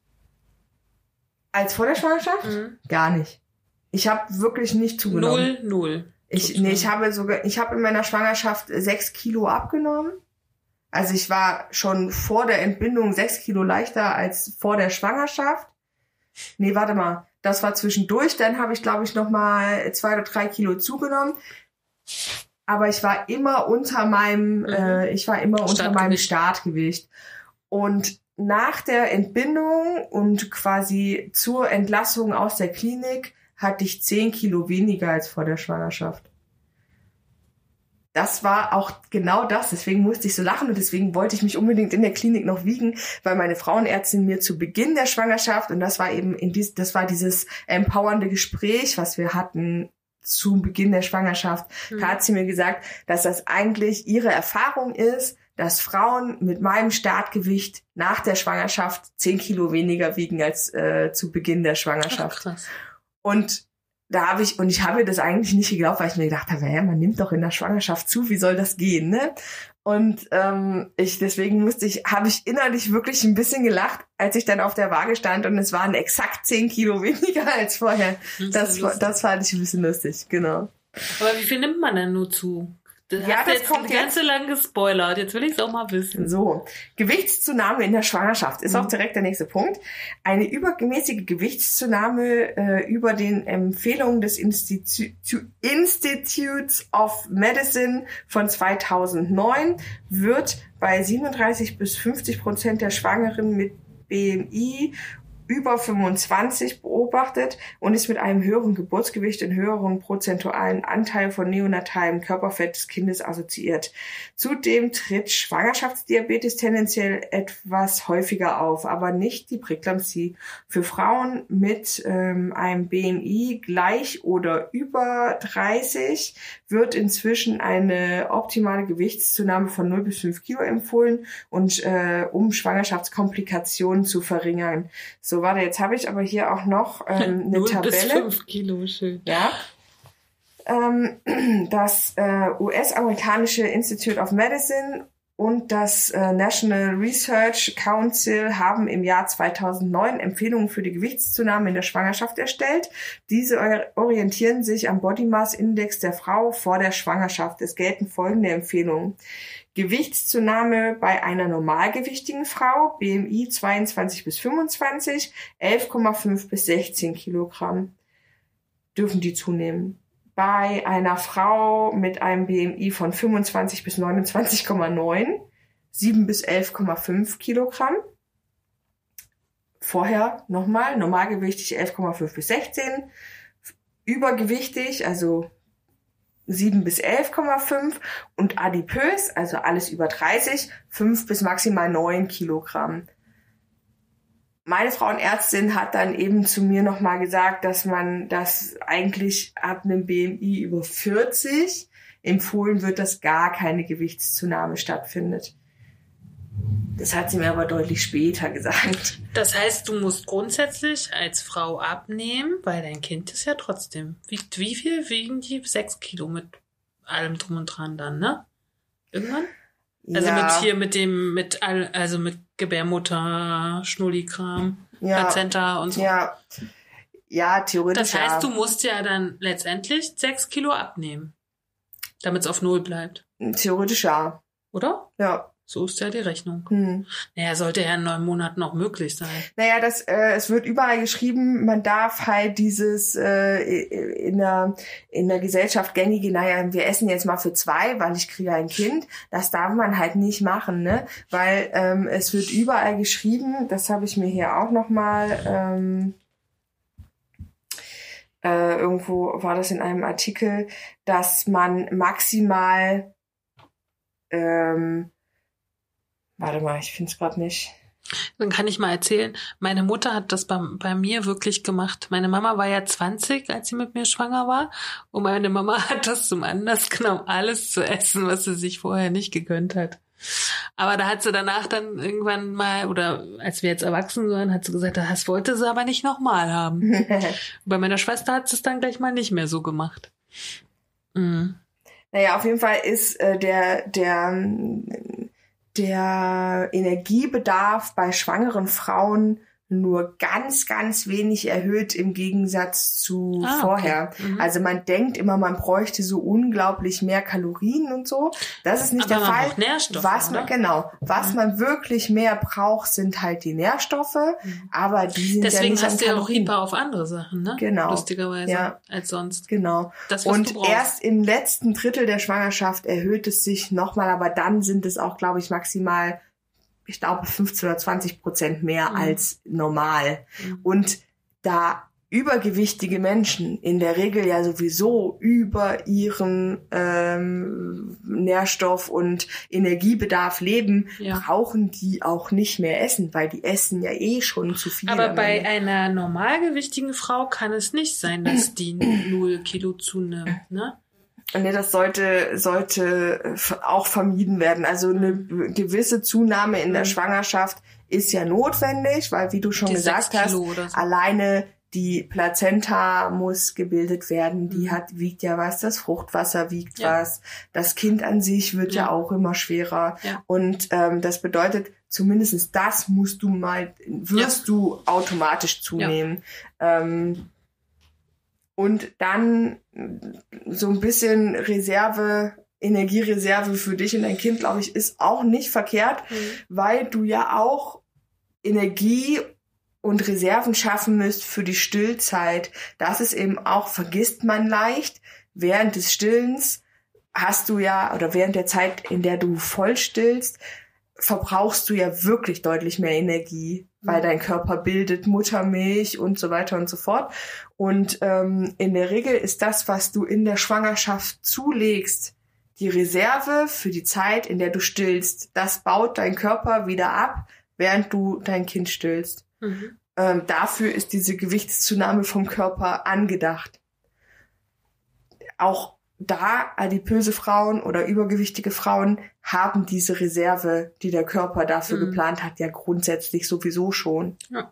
Als vor der Schwangerschaft? Mhm. Gar nicht. Ich habe wirklich nicht zugenommen. Null, null. Ich, nee, ich habe sogar, ich habe in meiner Schwangerschaft sechs Kilo abgenommen. Also ich war schon vor der Entbindung sechs Kilo leichter als vor der Schwangerschaft. Nee, warte mal. Das war zwischendurch. Dann habe ich, glaube ich, noch mal zwei oder drei Kilo zugenommen. Aber ich war immer unter meinem, mhm. äh, ich war immer unter meinem Startgewicht. Und nach der Entbindung und quasi zur Entlassung aus der Klinik hatte ich zehn Kilo weniger als vor der Schwangerschaft. Das war auch genau das. Deswegen musste ich so lachen und deswegen wollte ich mich unbedingt in der Klinik noch wiegen, weil meine Frauenärztin mir zu Beginn der Schwangerschaft, und das war eben in dies, das war dieses empowernde Gespräch, was wir hatten zu Beginn der Schwangerschaft, mhm. da hat sie mir gesagt, dass das eigentlich ihre Erfahrung ist, dass Frauen mit meinem Startgewicht nach der Schwangerschaft zehn Kilo weniger wiegen als äh, zu Beginn der Schwangerschaft. Ach, krass. Und da habe ich, und ich habe das eigentlich nicht geglaubt, weil ich mir gedacht habe, ja, man nimmt doch in der Schwangerschaft zu, wie soll das gehen, ne? Und ähm, ich deswegen musste ich, habe ich innerlich wirklich ein bisschen gelacht, als ich dann auf der Waage stand und es waren exakt zehn Kilo weniger als vorher. Das, das, das fand ich ein bisschen lustig, genau. Aber wie viel nimmt man denn nur zu? Das ja, hast das jetzt kommt ganz jetzt. lang gespoilert. Jetzt will ich es auch mal wissen. So, Gewichtszunahme in der Schwangerschaft ist mhm. auch direkt der nächste Punkt. Eine übermäßige Gewichtszunahme äh, über den Empfehlungen des Institu- Institutes of Medicine von zweitausendneun wird bei siebenunddreißig bis fünfzig Prozent der Schwangeren mit B M I über fünfundzwanzig beobachtet und ist mit einem höheren Geburtsgewicht und höheren prozentualen Anteil von neonatalem Körperfett des Kindes assoziiert. Zudem tritt Schwangerschaftsdiabetes tendenziell etwas häufiger auf, aber nicht die Präeklampsie. Für Frauen mit ähm, einem B M I gleich oder über dreißig wird inzwischen eine optimale Gewichtszunahme von null bis fünf Kilo empfohlen und äh, um Schwangerschaftskomplikationen zu verringern. So, warte, jetzt habe ich aber hier auch noch ähm, eine null Tabelle. Bis fünf Kilo, schön. Ja. Ähm, das äh, U S-amerikanische Institute of Medicine und das äh, National Research Council haben im Jahr zweitausendneun Empfehlungen für die Gewichtszunahme in der Schwangerschaft erstellt. Diese orientieren sich am Body Mass Index der Frau vor der Schwangerschaft. Es gelten folgende Empfehlungen. Gewichtszunahme bei einer normalgewichtigen Frau, B M I zweiundzwanzig bis fünfundzwanzig, elf Komma fünf bis sechzehn Kilogramm dürfen die zunehmen. Bei einer Frau mit einem B M I von fünfundzwanzig bis neunundzwanzig Komma neun, sieben bis elf Komma fünf Kilogramm. Vorher nochmal, normalgewichtig elf Komma fünf bis sechzehn, übergewichtig, also sieben bis elf Komma fünf und adipös, also alles über dreißig, fünf bis maximal neun Kilogramm. Meine Frauenärztin hat dann eben zu mir nochmal gesagt, dass man das eigentlich ab einem B M I über vierzig empfohlen wird, dass gar keine Gewichtszunahme stattfindet. Das hat sie mir aber deutlich später gesagt. Das heißt, du musst grundsätzlich als Frau abnehmen, weil dein Kind ist ja trotzdem. Wiegt wie viel? Wiegen die? Sechs Kilo mit allem drum und dran dann, ne? Irgendwann? Also ja. mit hier, mit dem, mit all, also mit Gebärmutter, Schnullikram, ja. Plazenta und so. Ja, ja, theoretisch. Das heißt, ja. du musst ja dann letztendlich sechs Kilo abnehmen, damit es auf Null bleibt. Theoretisch ja. Oder? Ja. So ist ja die Rechnung. Hm. Naja, sollte ja in neun Monaten noch möglich sein. Naja, das, äh, es wird überall geschrieben, man darf halt dieses äh, in der in der Gesellschaft gängige, naja, wir essen jetzt mal für zwei, weil ich kriege ein Kind. Das darf man halt nicht machen, ne? Weil ähm, es wird überall geschrieben, das habe ich mir hier auch nochmal, ähm, äh, irgendwo war das in einem Artikel, dass man maximal ähm, warte mal, ich finde es gerade nicht. Dann kann ich mal erzählen, meine Mutter hat das bei, bei mir wirklich gemacht. Meine Mama war ja zwanzig, als sie mit mir schwanger war. Und meine Mama hat das zum Anlass genommen, alles zu essen, was sie sich vorher nicht gegönnt hat. Aber da hat sie danach dann irgendwann mal, oder als wir jetzt erwachsen waren, hat sie gesagt, das wollte sie aber nicht nochmal haben. Bei meiner Schwester hat sie es dann gleich mal nicht mehr so gemacht. Mhm. Naja, auf jeden Fall ist äh, der, der, der Energiebedarf bei schwangeren Frauen nur ganz, ganz wenig erhöht im Gegensatz zu ah, vorher. Okay. Mhm. Also man denkt immer, man bräuchte so unglaublich mehr Kalorien und so. Das ist nicht Aber der man Fall. braucht Nährstoffe, was man, oder? genau, was Mhm. man wirklich mehr braucht, sind halt die Nährstoffe, Mhm. aber die sind Deswegen ja nicht hast an du ja auch Kalorien. Hyper auf andere Sachen, ne? Genau. Lustigerweise, Ja. als sonst. Genau. Das, was du Und brauchst. erst im letzten Drittel der Schwangerschaft erhöht es sich nochmal, aber dann sind es auch, glaube ich, maximal, ich glaube, fünfzehn oder zwanzig Prozent mehr Mhm. als normal. Mhm. Und da übergewichtige Menschen in der Regel ja sowieso über ihren ähm, Nährstoff- und Energiebedarf leben, Ja. brauchen die auch nicht mehr essen, weil die essen ja eh schon zu viel. Aber am bei Ende. einer normalgewichtigen Frau kann es nicht sein, dass die null Kilo zunimmt, ne? Nee, das sollte, sollte f- auch vermieden werden. Also eine b- gewisse Zunahme in der Mhm. Schwangerschaft ist ja notwendig, weil, wie du schon Die gesagt sechs hast, Kilo oder so. alleine die Plazenta muss gebildet werden. Die Mhm. hat, wiegt ja was, das Fruchtwasser wiegt Ja. was. Das Kind an sich wird ja, Ja. auch immer schwerer. Ja. Und ähm, das bedeutet, zumindest das musst du mal, wirst du automatisch zunehmen. Ähm, und dann so ein bisschen Reserve, Energiereserve für dich und dein Kind, glaube ich, ist auch nicht verkehrt, Mhm. weil du ja auch Energie und Reserven schaffen müsst für die Stillzeit. Das ist eben auch, vergisst man leicht, während des Stillens hast du ja, oder während der Zeit, in der du voll stillst, verbrauchst du ja wirklich deutlich mehr Energie, weil dein Körper bildet Muttermilch und so weiter und so fort. Und ähm, in der Regel ist das, was du in der Schwangerschaft zulegst, die Reserve für die Zeit, in der du stillst. Das baut dein Körper wieder ab, während du dein Kind stillst. Mhm. Ähm, dafür ist diese Gewichtszunahme vom Körper angedacht. Auch da adipöse Frauen oder übergewichtige Frauen haben diese Reserve, die der Körper dafür Mhm. geplant hat, ja grundsätzlich sowieso schon. Ja.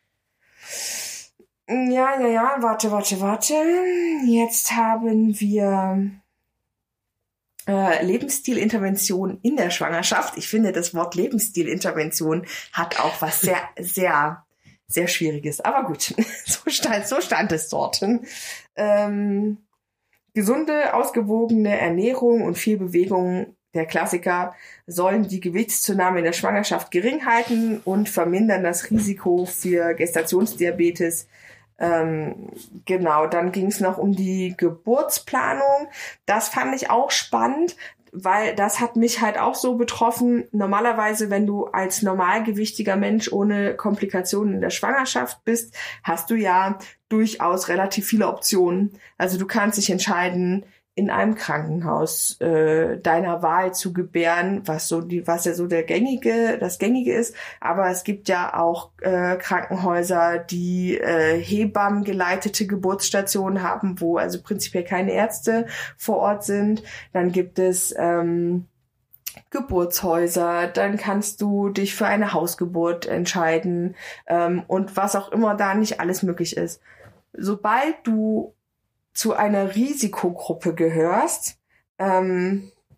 Ja, ja, ja, warte, warte, warte. Jetzt haben wir äh, Lebensstilintervention in der Schwangerschaft. Ich finde, das Wort Lebensstilintervention hat auch was sehr, sehr, sehr Schwieriges. Aber gut, so stand, so stand es dort. Ähm, Gesunde, ausgewogene Ernährung und viel Bewegung, der Klassiker, sollen die Gewichtszunahme in der Schwangerschaft gering halten und vermindern das Risiko für Gestationsdiabetes. Ähm, genau, dann ging es noch um die Geburtsplanung. Das fand ich auch spannend, weil das hat mich halt auch so betroffen. Normalerweise, wenn du als normalgewichtiger Mensch ohne Komplikationen in der Schwangerschaft bist, hast du ja durchaus relativ viele Optionen. Also du kannst dich entscheiden, in einem Krankenhaus äh, deiner Wahl zu gebären, was so die, was ja so der gängige, das gängige ist. Aber es gibt ja auch äh, Krankenhäuser, die äh, Hebammen geleitete Geburtsstationen haben, wo also prinzipiell keine Ärzte vor Ort sind. Dann gibt es ähm, Geburtshäuser, dann kannst du dich für eine Hausgeburt entscheiden ähm, und was auch immer da nicht alles möglich ist. Sobald du zu einer Risikogruppe gehörst, ähm,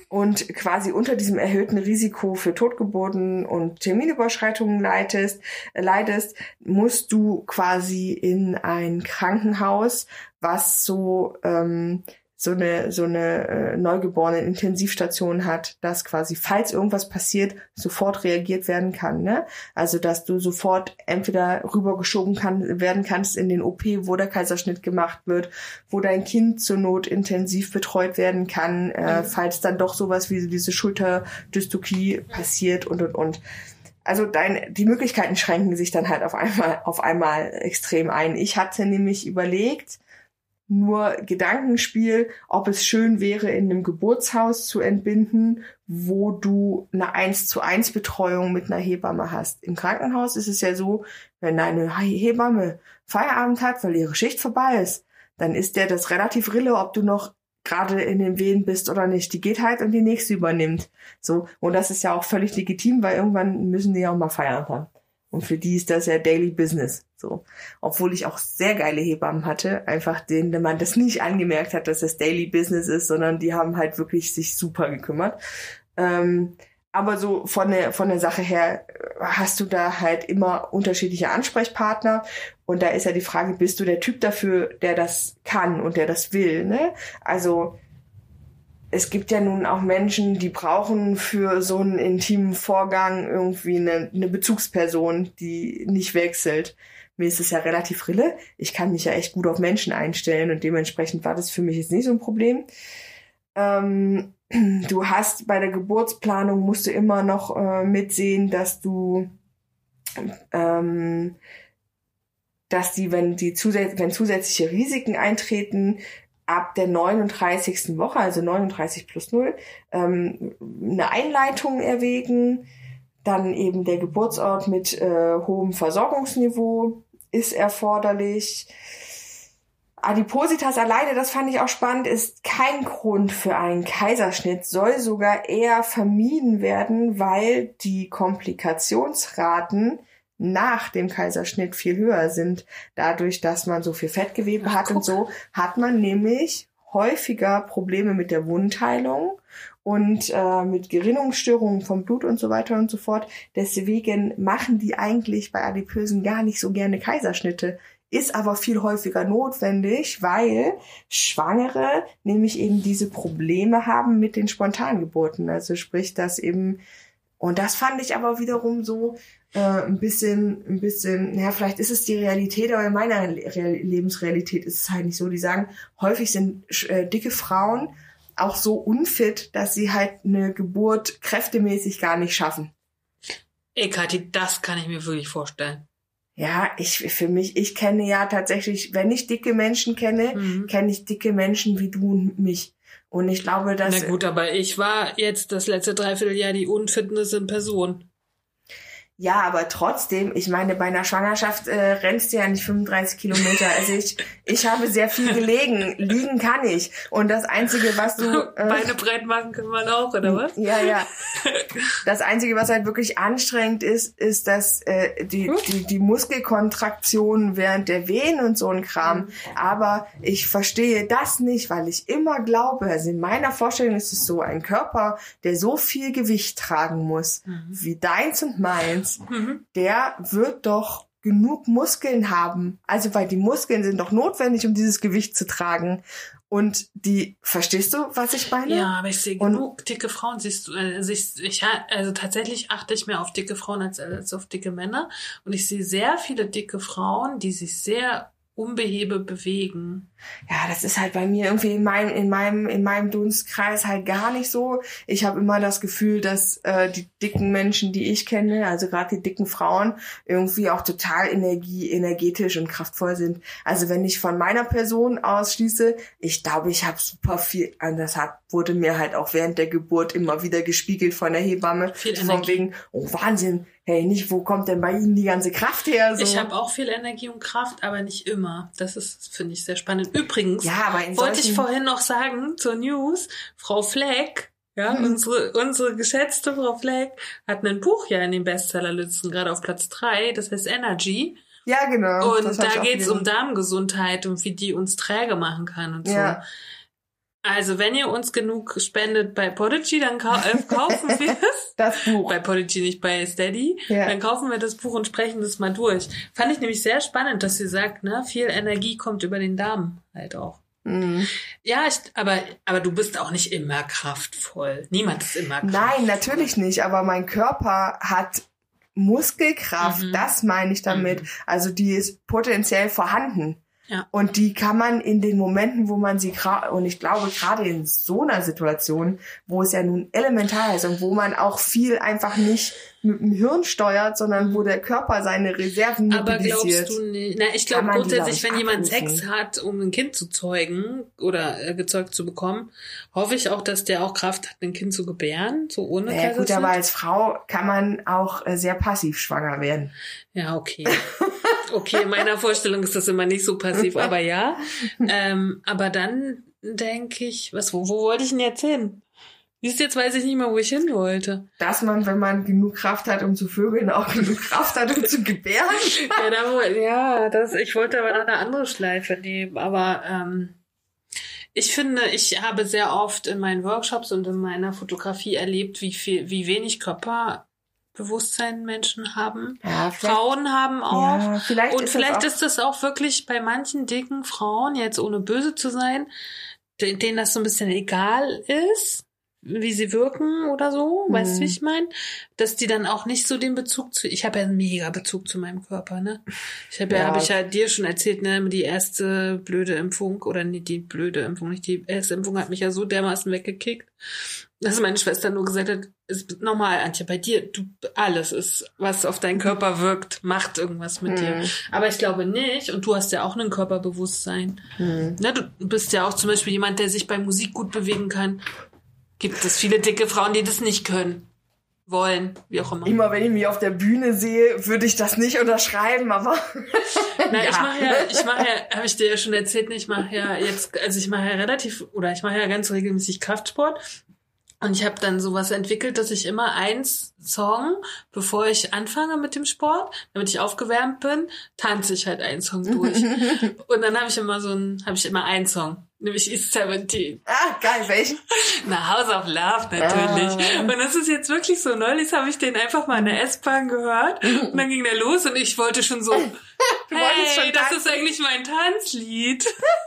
und quasi unter diesem erhöhten Risiko für Totgeburten und Terminüberschreitungen leidest, leidest, musst du quasi in ein Krankenhaus, was so ähm, so eine so eine äh, neugeborene Intensivstation hat, dass quasi, falls irgendwas passiert, sofort reagiert werden kann, ne? Also, dass du sofort entweder rübergeschoben kann, werden kannst in den O P, wo der Kaiserschnitt gemacht wird, wo dein Kind zur Not intensiv betreut werden kann, äh, mhm. falls dann doch sowas wie diese Schulterdystokie passiert und und und. Also dein, die Möglichkeiten schränken sich dann halt auf einmal auf einmal extrem ein. Ich hatte nämlich überlegt, nur Gedankenspiel, ob es schön wäre, in einem Geburtshaus zu entbinden, wo du eine eins zu eins Betreuung mit einer Hebamme hast. Im Krankenhaus ist es ja so, wenn deine Hebamme Feierabend hat, weil ihre Schicht vorbei ist, dann ist der das relativ Rille, ob du noch gerade in den Wehen bist oder nicht. Die geht halt und die nächste übernimmt. So. Und das ist ja auch völlig legitim, weil irgendwann müssen die ja auch mal Feierabend haben. Und für die ist das ja Daily Business. So. Obwohl ich auch sehr geile Hebammen hatte, einfach denen man das nicht angemerkt hat, dass das Daily Business ist, sondern die haben halt wirklich sich super gekümmert. Ähm, aber so von der, von der Sache her hast du da halt immer unterschiedliche Ansprechpartner. Und da ist ja die Frage, bist du der Typ dafür, der das kann und der das will, ne? Also, es gibt ja nun auch Menschen, die brauchen für so einen intimen Vorgang irgendwie eine, eine Bezugsperson, die nicht wechselt. Mir ist es ja relativ rille. Ich kann mich ja echt gut auf Menschen einstellen und dementsprechend war das für mich jetzt nicht so ein Problem. Ähm, du hast bei der Geburtsplanung musst du immer noch äh, mitsehen, dass du ähm, dass die, wenn die zusätzlich, wenn zusätzliche Risiken eintreten, ab der neununddreißigsten Woche, also neununddreißig plus null, ähm, eine Einleitung erwägen. Dann eben der Geburtsort mit äh, hohem Versorgungsniveau ist erforderlich. Adipositas alleine, das fand ich auch spannend, ist kein Grund für einen Kaiserschnitt, soll sogar eher vermieden werden, weil die Komplikationsraten nach dem Kaiserschnitt viel höher sind. Dadurch, dass man so viel Fettgewebe Ach, hat guck. und so, hat man nämlich häufiger Probleme mit der Wundheilung und äh, mit Gerinnungsstörungen vom Blut und so weiter und so fort. Deswegen machen die eigentlich bei Adipösen gar nicht so gerne Kaiserschnitte. Ist aber viel häufiger notwendig, weil Schwangere nämlich eben diese Probleme haben mit den Spontangeburten. Also sprich, dass eben, und das fand ich aber wiederum so äh, ein bisschen, ein bisschen, naja, vielleicht ist es die Realität, aber in meiner Re- Lebensrealität ist es halt nicht so. Die sagen, häufig sind äh, dicke Frauen auch so unfit, dass sie halt eine Geburt kräftemäßig gar nicht schaffen. Ey, Kathi, das kann ich mir wirklich vorstellen. Ja, ich, für mich, ich kenne ja tatsächlich, wenn ich dicke Menschen kenne, mhm. kenne ich dicke Menschen wie du und mich. Und ich glaube, dass... Na gut, aber ich war jetzt das letzte Dreivierteljahr die Unfitness in Person. Ja, aber trotzdem, ich meine, bei einer Schwangerschaft äh, rennst du ja nicht fünfunddreißig Kilometer. Also ich, ich habe sehr viel gelegen. Liegen kann ich. Und das Einzige, was du... Äh, Beine breit machen kann man auch, oder was? Ja, ja. Das Einzige, was halt wirklich anstrengend ist, ist, dass äh, die, die, die Muskelkontraktionen während der Wehen und so ein Kram. Aber ich verstehe das nicht, weil ich immer glaube, also in meiner Vorstellung ist es so, ein Körper, der so viel Gewicht tragen muss, mhm. wie deins und meins, Mhm. der wird doch genug Muskeln haben. Also, weil die Muskeln sind doch notwendig, um dieses Gewicht zu tragen. Und die, verstehst du, was ich meine? Ja, aber ich sehe genug dicke Frauen. Siehst du, also, ich, ich, also tatsächlich achte ich mehr auf dicke Frauen als, als auf dicke Männer. Und ich sehe sehr viele dicke Frauen, die sich sehr unbehebe bewegen. Ja, das ist halt bei mir irgendwie in meinem in meinem in meinem Dunstkreis halt gar nicht so. Ich habe immer das Gefühl, dass äh, die dicken Menschen, die ich kenne, also gerade die dicken Frauen, irgendwie auch total energie energetisch und kraftvoll sind. Also wenn ich von meiner Person ausschließe, ich glaube, ich habe super viel, und das hat, wurde mir halt auch während der Geburt immer wieder gespiegelt von der Hebamme, viel von Energie. Wegen, oh Wahnsinn, hey, nicht, wo kommt denn bei Ihnen die ganze Kraft her? So. Ich habe auch viel Energie und Kraft, aber nicht immer. Das ist, finde ich, sehr spannend. Übrigens, ja, aber in wollte ich vorhin noch sagen zur News, Frau Fleck, ja, hm. unsere unsere geschätzte Frau Fleck, hat ein Buch ja in den Bestsellerlisten, gerade auf Platz drei, das heißt Energy. Ja, genau. Und da geht's um Darmgesundheit und wie die uns träge machen kann und ja. so. Also, wenn ihr uns genug spendet bei Podigy, dann kau- äh, kaufen wir es. Das Buch. Bei Podigy, nicht bei Steady. Ja. Dann kaufen wir das Buch und sprechen das mal durch. Fand ich nämlich sehr spannend, dass sie sagt, ne, viel Energie kommt über den Darm halt auch. Mhm. Ja, ich, aber, aber du bist auch nicht immer kraftvoll. Niemand ist immer kraftvoll. Nein, natürlich nicht, aber mein Körper hat Muskelkraft, Mhm. das meine ich damit. Mhm. Also die ist potenziell vorhanden. Ja. Und die kann man in den Momenten, wo man sie gerade, und ich glaube gerade in so einer Situation, wo es ja nun elementar ist und wo man auch viel einfach nicht mit dem Hirn steuert, sondern wo der Körper seine Reserven Aber mobilisiert. glaubst du nicht? Na, ich Kann glaube man die, grundsätzlich, glaub wenn ich, jemand abrufen. Sex hat, um ein Kind zu zeugen oder äh, gezeugt zu bekommen, hoffe ich auch, dass der auch Kraft hat, ein Kind zu gebären, so ohne Ja gut, Kaiserschnitt. aber als Frau kann man auch äh, sehr passiv schwanger werden. Ja, okay. Okay, in meiner Vorstellung ist das immer nicht so passiv, aber ja. Ähm, aber dann denke ich, was, wo, wo wollte ich denn jetzt hin? Siehst du, jetzt weiß ich nicht mehr, wo ich hin wollte. Dass man, wenn man genug Kraft hat, um zu vögeln, auch genug Kraft hat, um zu gebären. Ja, da, wo- ja das, ich wollte aber noch eine andere Schleife nehmen, aber ähm, ich finde, ich habe sehr oft in meinen Workshops und in meiner Fotografie erlebt, wie viel, wie wenig Körperbewusstsein Menschen haben. Ja, vielleicht, Frauen haben auch. ja, vielleicht Und ist vielleicht das auch, ist das auch wirklich bei manchen dicken Frauen, jetzt ohne böse zu sein, de- denen das so ein bisschen egal ist, wie sie wirken oder so, Mhm. weißt du, wie ich meine? Dass die dann auch nicht so den Bezug zu, ich habe ja einen mega Bezug zu meinem Körper, ne? Ich habe ja, Ja. habe ich ja dir schon erzählt, ne, die erste blöde Impfung, oder nicht die blöde Impfung, nicht die erste Impfung hat mich ja so dermaßen weggekickt, dass meine Schwester nur gesagt hat, ist normal, Antje, bei dir, du, alles ist, was auf deinen Körper wirkt, macht irgendwas mit dir. Mhm. Aber ich glaube nicht, und du hast ja auch ein Körperbewusstsein. Hm. Ne, du bist ja auch zum Beispiel jemand, der sich bei Musik gut bewegen kann. Gibt es viele dicke Frauen, die das nicht können, wollen, wie auch immer. Immer wenn ich mich auf der Bühne sehe, würde ich das nicht unterschreiben, aber Na, ich Ja. mache ja, ich mache ja, habe ich dir ja schon erzählt, ne, ich mache ja jetzt, also ich mache ja relativ, oder ich mache ja ganz regelmäßig Kraftsport. Und ich habe dann sowas entwickelt, dass ich immer eins Song, bevor ich anfange mit dem Sport, damit ich aufgewärmt bin, tanze ich halt einen Song durch. Und dann habe ich immer so ein, habe ich immer einen Song, nämlich East siebzehn. ah, geil, welchen? Na, House of Love natürlich. Ah. Und das ist jetzt wirklich so. Neulich habe ich den einfach mal in der S-Bahn gehört und dann ging der los und ich wollte schon so, Du wolltest hey, schon das tanzen. ist eigentlich mein Tanzlied.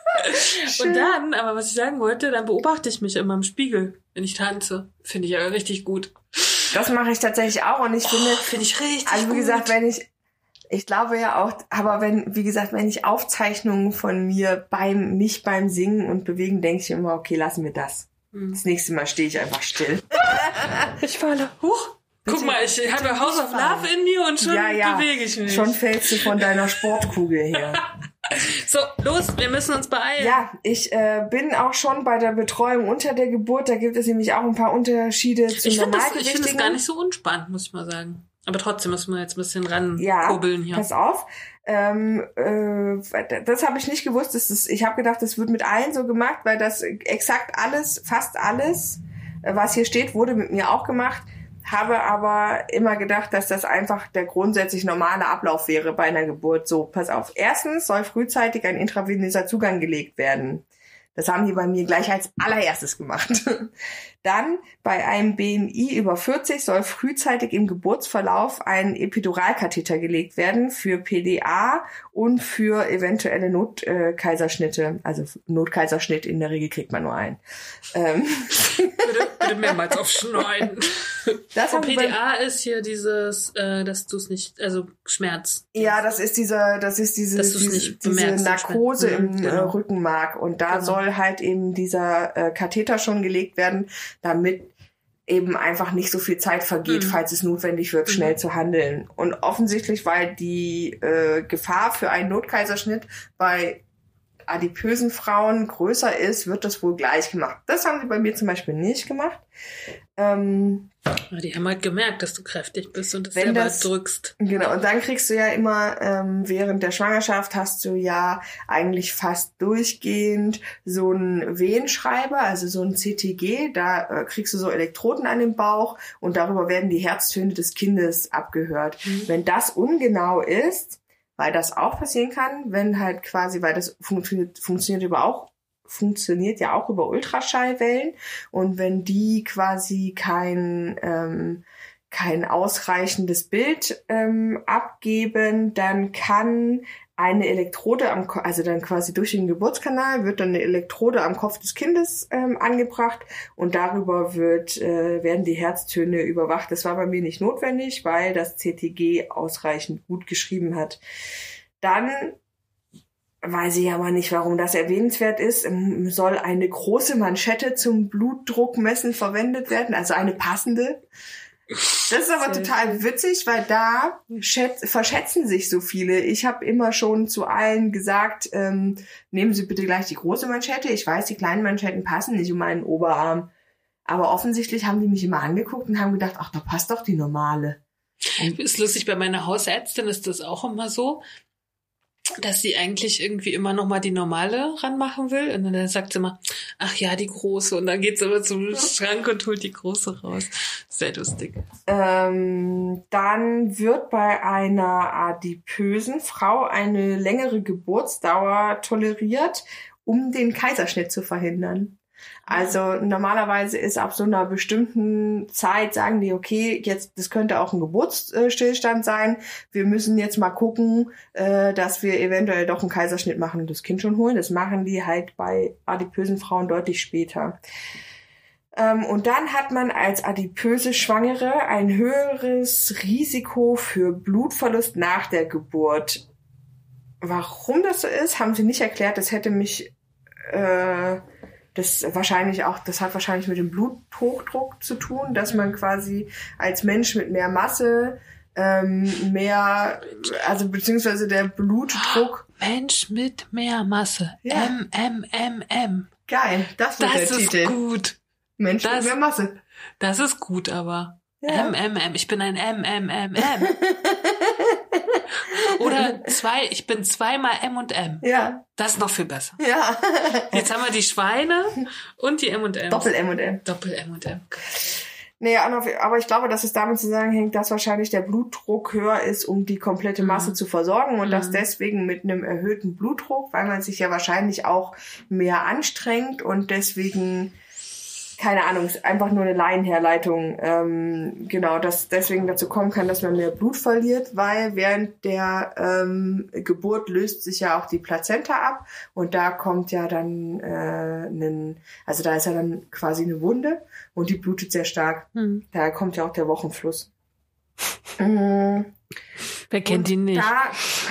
Und dann, aber was ich sagen wollte, dann beobachte ich mich immer im Spiegel, wenn ich tanze. Finde ich ja richtig gut. Das mache ich tatsächlich auch und ich finde, Oh, finde ich richtig also wie gut. gesagt, wenn ich, ich glaube ja auch, aber wenn, wie gesagt, wenn ich Aufzeichnungen von mir beim, nicht beim Singen und Bewegen, denke ich immer, okay, lassen wir das. Hm. Das nächste Mal stehe ich einfach still. Ich falle. Huch. Guck Bitte- mal, ich bitte habe House nicht of fallen. Love in mir und schon Ja, ja. bewege ich mich. Schon fällst du von deiner Sportkugel her. So, los, wir müssen uns beeilen. Ja, ich äh, bin auch schon bei der Betreuung unter der Geburt. Da gibt es nämlich auch ein paar Unterschiede zu Ich finde das, ich Normalgewichtigen. finde das gar nicht so unspannend, muss ich mal sagen. Aber trotzdem müssen wir jetzt ein bisschen ran Ja, kurbeln hier. Pass auf. Ähm, äh, das habe ich nicht gewusst. Das ist, ich habe gedacht, das wird mit allen so gemacht, weil das exakt alles, fast alles, äh, was hier steht, wurde mit mir auch gemacht. Habe aber immer gedacht, dass das einfach der grundsätzlich normale Ablauf wäre bei einer Geburt. So, pass auf. Erstens soll frühzeitig ein intravenöser Zugang gelegt werden. Das haben die bei mir gleich als allererstes gemacht. Dann bei einem B M I über vierzig soll frühzeitig im Geburtsverlauf ein Epiduralkatheter gelegt werden für P D A und für eventuelle Notkaiserschnitte. Also Notkaiserschnitt, in der Regel kriegt man nur einen. Ähm, bitte, bitte mehrmals aufschneiden. das haben Und die bei- P D A ist hier dieses, äh, dass du es nicht, also Schmerz. Ja, das ist dieser, das ist diese, Dass du's diese, nicht diese bemerkst, den Narkose Schmerz. im Mhm, äh, genau. Rückenmark. Und da Genau. soll halt eben dieser äh, Katheter schon gelegt werden, damit eben einfach nicht so viel Zeit vergeht, Mhm. falls es notwendig wird, Mhm. schnell zu handeln. Und offensichtlich, weil die äh, Gefahr für einen Notkaiserschnitt bei adipösen Frauen größer ist, wird das wohl gleich gemacht. Das haben sie bei mir zum Beispiel nicht gemacht. Ähm, Ja, die haben halt gemerkt, dass du kräftig bist und das Wenn selber das- drückst. Genau, und dann kriegst du ja immer, ähm, während der Schwangerschaft hast du ja eigentlich fast durchgehend so einen Wehenschreiber, also so ein C T G, da äh, kriegst du so Elektroden an den Bauch und darüber werden die Herztöne des Kindes abgehört. Mhm. Wenn das ungenau ist, weil das auch passieren kann, wenn halt quasi, weil das funktioniert, funktioniert über auch funktioniert ja auch über Ultraschallwellen. Und wenn die quasi kein, ähm, kein ausreichendes Bild ähm, abgeben, dann kann eine Elektrode am Ko- also dann quasi durch den Geburtskanal wird dann eine Elektrode am Kopf des Kindes ähm, angebracht und darüber wird äh, werden die Herztöne überwacht. Das war bei mir nicht notwendig, weil das C T G ausreichend gut geschrieben hat. Dann weiß ich aber nicht, warum das erwähnenswert ist. Soll eine große Manschette zum Blutdruckmessen verwendet werden, also eine passende. Das ist aber total witzig, weil da schätz, verschätzen sich so viele. Ich habe immer schon zu allen gesagt, ähm, nehmen Sie bitte gleich die große Manschette. Ich weiß, die kleinen Manschetten passen nicht um meinen Oberarm. Aber offensichtlich haben die mich immer angeguckt und haben gedacht, ach, da passt doch die normale. Und ist lustig, bei meiner Hausärztin ist das auch immer so, dass sie eigentlich irgendwie immer noch mal die normale ranmachen will. Und dann sagt sie immer, ach ja, die große. Und dann geht sie immer zum Schrank und holt die große raus. Sehr lustig. Ähm, dann wird bei einer adipösen Frau eine längere Geburtsdauer toleriert, um den Kaiserschnitt zu verhindern. Also normalerweise ist ab so einer bestimmten Zeit, sagen die, okay, jetzt das könnte auch ein Geburtsstillstand sein. Wir müssen jetzt mal gucken, äh, dass wir eventuell doch einen Kaiserschnitt machen und das Kind schon holen. Das machen die halt bei adipösen Frauen deutlich später. Ähm, und dann hat man als adipöse Schwangere ein höheres Risiko für Blutverlust nach der Geburt. Warum das so ist, haben sie nicht erklärt. Das hätte mich... Äh, Das wahrscheinlich auch, das hat wahrscheinlich mit dem Bluthochdruck zu tun, dass man quasi als Mensch mit mehr Masse ähm, mehr, also beziehungsweise der Blutdruck. Mensch mit mehr Masse. Ja. M M M M. Geil, das wird Das der ist Titel. gut. Mensch Das- mit mehr Masse. Das ist gut, aber. Ja. M M M. Ich bin ein M M M M. Oder zwei, ich bin zweimal M und M. Ja, Das ist noch viel besser. ja. Jetzt haben wir die Schweine und die M und M. Doppel M und M. Doppel M und M. Nee, aber ich glaube, dass es damit zusammenhängt, dass wahrscheinlich der Blutdruck höher ist, um die komplette Masse Mhm. zu versorgen und Mhm. dass deswegen mit einem erhöhten Blutdruck, weil man sich ja wahrscheinlich auch mehr anstrengt und deswegen, keine Ahnung, ist einfach nur eine Laienherleitung, ähm, genau, dass deswegen dazu kommen kann, dass man mehr Blut verliert, weil während der ähm, Geburt löst sich ja auch die Plazenta ab und da kommt ja dann äh, ein, also da ist ja dann quasi eine Wunde und die blutet sehr stark. Hm. Daher kommt ja auch der Wochenfluss. Mhm. Wer kennt Und ihn nicht? Da,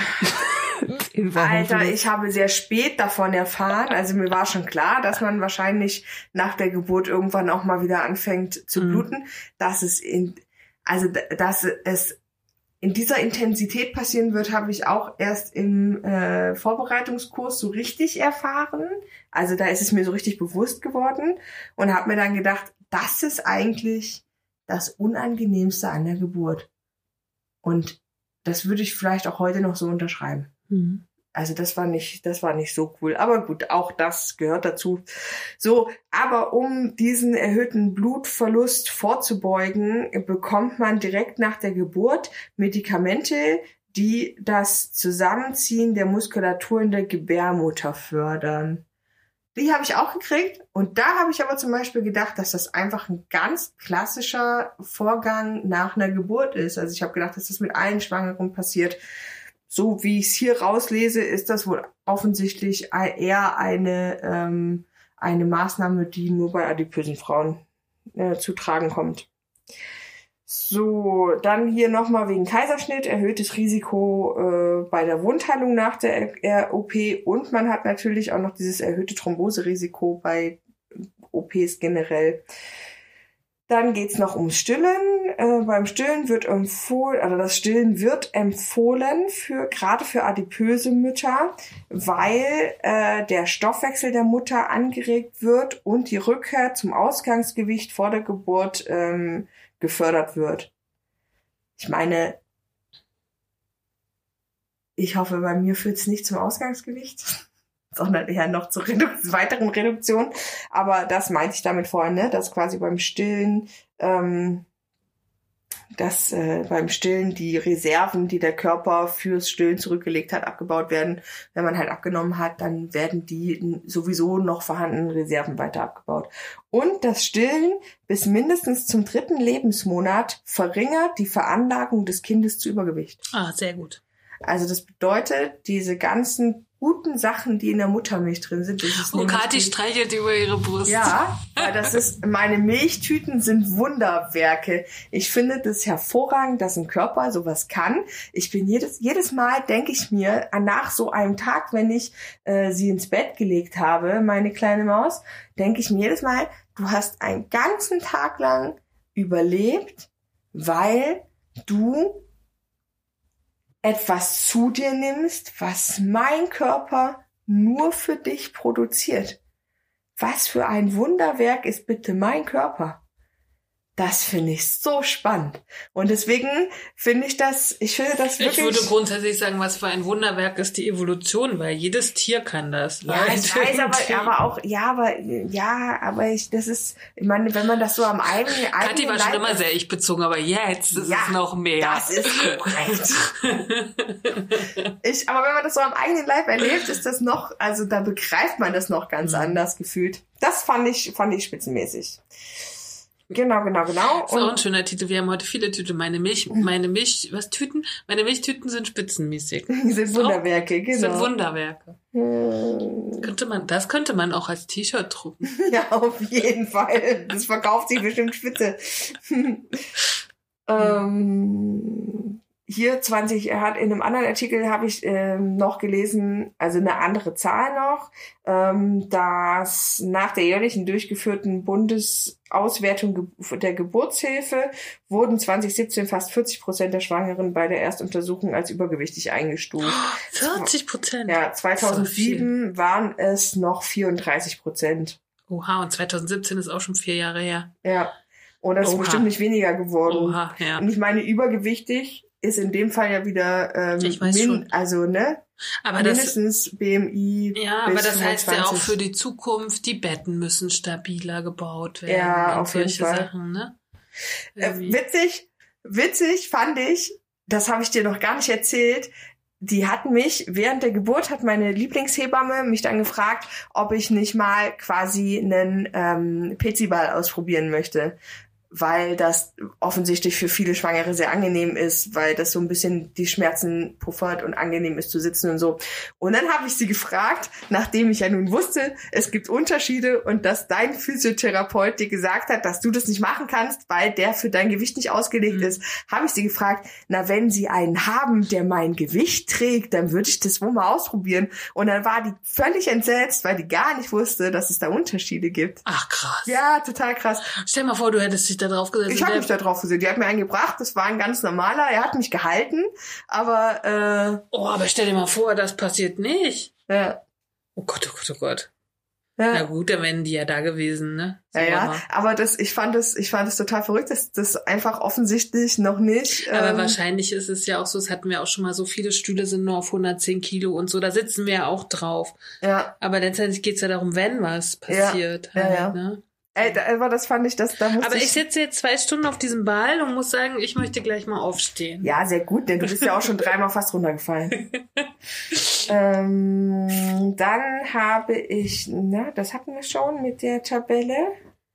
Alter, ich habe sehr spät davon erfahren. Also mir war schon klar, dass man wahrscheinlich nach der Geburt irgendwann auch mal wieder anfängt zu Mhm. bluten. Dass es in, also dass es in dieser Intensität passieren wird, habe ich auch erst im äh, Vorbereitungskurs so richtig erfahren. Also da ist es mir so richtig bewusst geworden und habe mir dann gedacht, das ist eigentlich das Unangenehmste an der Geburt. Und das würde ich vielleicht auch heute noch so unterschreiben. Hm. Also das war nicht, das war nicht so cool. Aber gut, auch das gehört dazu. So, aber um diesen erhöhten Blutverlust vorzubeugen, bekommt man direkt nach der Geburt Medikamente, die das Zusammenziehen der Muskulatur in der Gebärmutter fördern. Die habe ich auch gekriegt. Und da habe ich aber zum Beispiel gedacht, dass das einfach ein ganz klassischer Vorgang nach einer Geburt ist. Also ich habe gedacht, dass das mit allen Schwangeren passiert. So wie ich es hier rauslese, ist das wohl offensichtlich eher eine, ähm, eine Maßnahme, die nur bei adipösen Frauen äh, zu tragen kommt. So, dann hier nochmal wegen Kaiserschnitt, erhöhtes Risiko äh, bei der Wundheilung nach der äh, O P und man hat natürlich auch noch dieses erhöhte Thromboserisiko bei O Ps generell. Dann geht's noch ums Stillen. Äh, beim Stillen wird empfohlen, also das Stillen wird empfohlen für gerade für adipöse Mütter, weil äh, der Stoffwechsel der Mutter angeregt wird und die Rückkehr zum Ausgangsgewicht vor der Geburt ähm, gefördert wird. Ich meine, ich hoffe, bei mir führt es nicht zum Ausgangsgewicht, sondern eher noch zur Redu- weiteren Reduktion. Aber das meinte ich damit vorhin, ne? Dass quasi beim Stillen ähm, dass äh, beim Stillen die Reserven, die der Körper fürs Stillen zurückgelegt hat, abgebaut werden. Wenn man halt abgenommen hat, dann werden die sowieso noch vorhandenen Reserven weiter abgebaut. Und das Stillen bis mindestens zum dritten Lebensmonat verringert die Veranlagung des Kindes zu Übergewicht. Ah, sehr gut. Also das bedeutet, diese ganzen guten Sachen, die in der Muttermilch drin sind. Das ist oh, Kathi streichelt über ihre Brust. Ja, weil das ist, meine Milchtüten sind Wunderwerke. Ich finde das hervorragend, dass ein Körper sowas kann. Ich bin jedes, jedes Mal, denke ich mir, nach so einem Tag, wenn ich äh, sie ins Bett gelegt habe, meine kleine Maus, denke ich mir jedes Mal, du hast einen ganzen Tag lang überlebt, weil du etwas zu dir nimmst, was mein Körper nur für dich produziert. Was für ein Wunderwerk ist bitte mein Körper? Das finde ich so spannend. Und deswegen finde ich das, ich finde das wirklich... Ich würde grundsätzlich sagen, was für ein Wunderwerk ist die Evolution, weil jedes Tier kann das. Ja, ich weiß, aber, aber auch, ja, aber, ja, aber ich, das ist, ich meine, wenn man das so am eigenen, Kathi war schon immer sehr ich-bezogen, aber jetzt ist ja, es noch mehr. Das ist korrekt. ich, aber wenn man das so am eigenen Leib erlebt, ist das noch, also da begreift man das noch ganz mhm. anders gefühlt. Das fand ich, fand ich spitzenmäßig. Genau, genau, genau. Das ist auch ein schöner Titel. Wir haben heute viele Tüten. Meine Milch, meine Milch, was Tüten? Meine Milchtüten sind spitzenmäßig. sind Wunderwerke, genau. Sind Wunderwerke. Hm. Könnte man, das könnte man auch als T-Shirt drucken. Ja, auf jeden Fall. Das verkauft sich bestimmt spitze. ähm, hier zwanzig, er hat in einem anderen Artikel habe ich ähm, noch gelesen, also eine andere Zahl noch, ähm, dass nach der jährlichen durchgeführten Bundesauswertung ge- der Geburtshilfe wurden zwanzig siebzehn fast vierzig Prozent der Schwangeren bei der Erstuntersuchung als übergewichtig eingestuft. vierzig Prozent? Ja, zweitausendsieben so waren es noch vierunddreißig Prozent. Oha, und zweitausendsiebzehn ist auch schon vier Jahre her. Ja, und das Oha. ist bestimmt nicht weniger geworden. Oha, ja. Und ich meine, übergewichtig ist in dem Fall ja wieder ähm, ich weiß min- schon. also ne aber mindestens das, B M I ja, bis aber das fünfundzwanzig. heißt ja auch für die Zukunft, die Betten müssen stabiler gebaut werden. Ja, auf jeden Fall. Sachen, ne? Äh, witzig, witzig fand ich, das habe ich dir noch gar nicht erzählt. Die hat mich, während der Geburt hat meine Lieblingshebamme mich dann gefragt, ob ich nicht mal quasi einen ähm, Peziball ausprobieren möchte. Weil das offensichtlich für viele Schwangere sehr angenehm ist, weil das so ein bisschen die Schmerzen puffert und angenehm ist zu sitzen und so. Und dann habe ich sie gefragt, nachdem ich ja nun wusste, es gibt Unterschiede und dass dein Physiotherapeut dir gesagt hat, dass du das nicht machen kannst, weil der für dein Gewicht nicht ausgelegt mhm. ist, habe ich sie gefragt, na, wenn sie einen haben, der mein Gewicht trägt, dann würde ich das wohl mal ausprobieren. Und dann war die völlig entsetzt, weil die gar nicht wusste, dass es da Unterschiede gibt. Ach, krass. Ja, total krass. Stell mal vor, du hättest dich da drauf gesetzt. Ich habe mich da drauf gesetzt. Die hat mir einen gebracht. Das war ein ganz normaler. Er hat mich gehalten. Aber, äh... Oh, aber stell dir mal vor, das passiert nicht. Ja. Oh Gott, oh Gott, oh Gott. Ja. Na gut, dann wären die ja da gewesen, ne? So ja, ja. Aber das, ich fand das, ich fand das total verrückt, dass das einfach offensichtlich noch nicht. Aber ähm, wahrscheinlich ist es ja auch so, das hatten wir auch schon mal, so viele Stühle sind nur auf hundertzehn Kilo und so, da sitzen wir ja auch drauf. Ja. Aber letztendlich geht's ja darum, wenn was passiert. Ja, halt, ja, ja. Ne? Ey, da, aber das fand ich, das, da musste Aber ich, ich sitze jetzt zwei Stunden auf diesem Ball und muss sagen, ich möchte gleich mal aufstehen. Ja, sehr gut, denn du bist ja auch schon dreimal fast runtergefallen. ähm, dann habe ich, na, das hatten wir schon mit der Tabelle.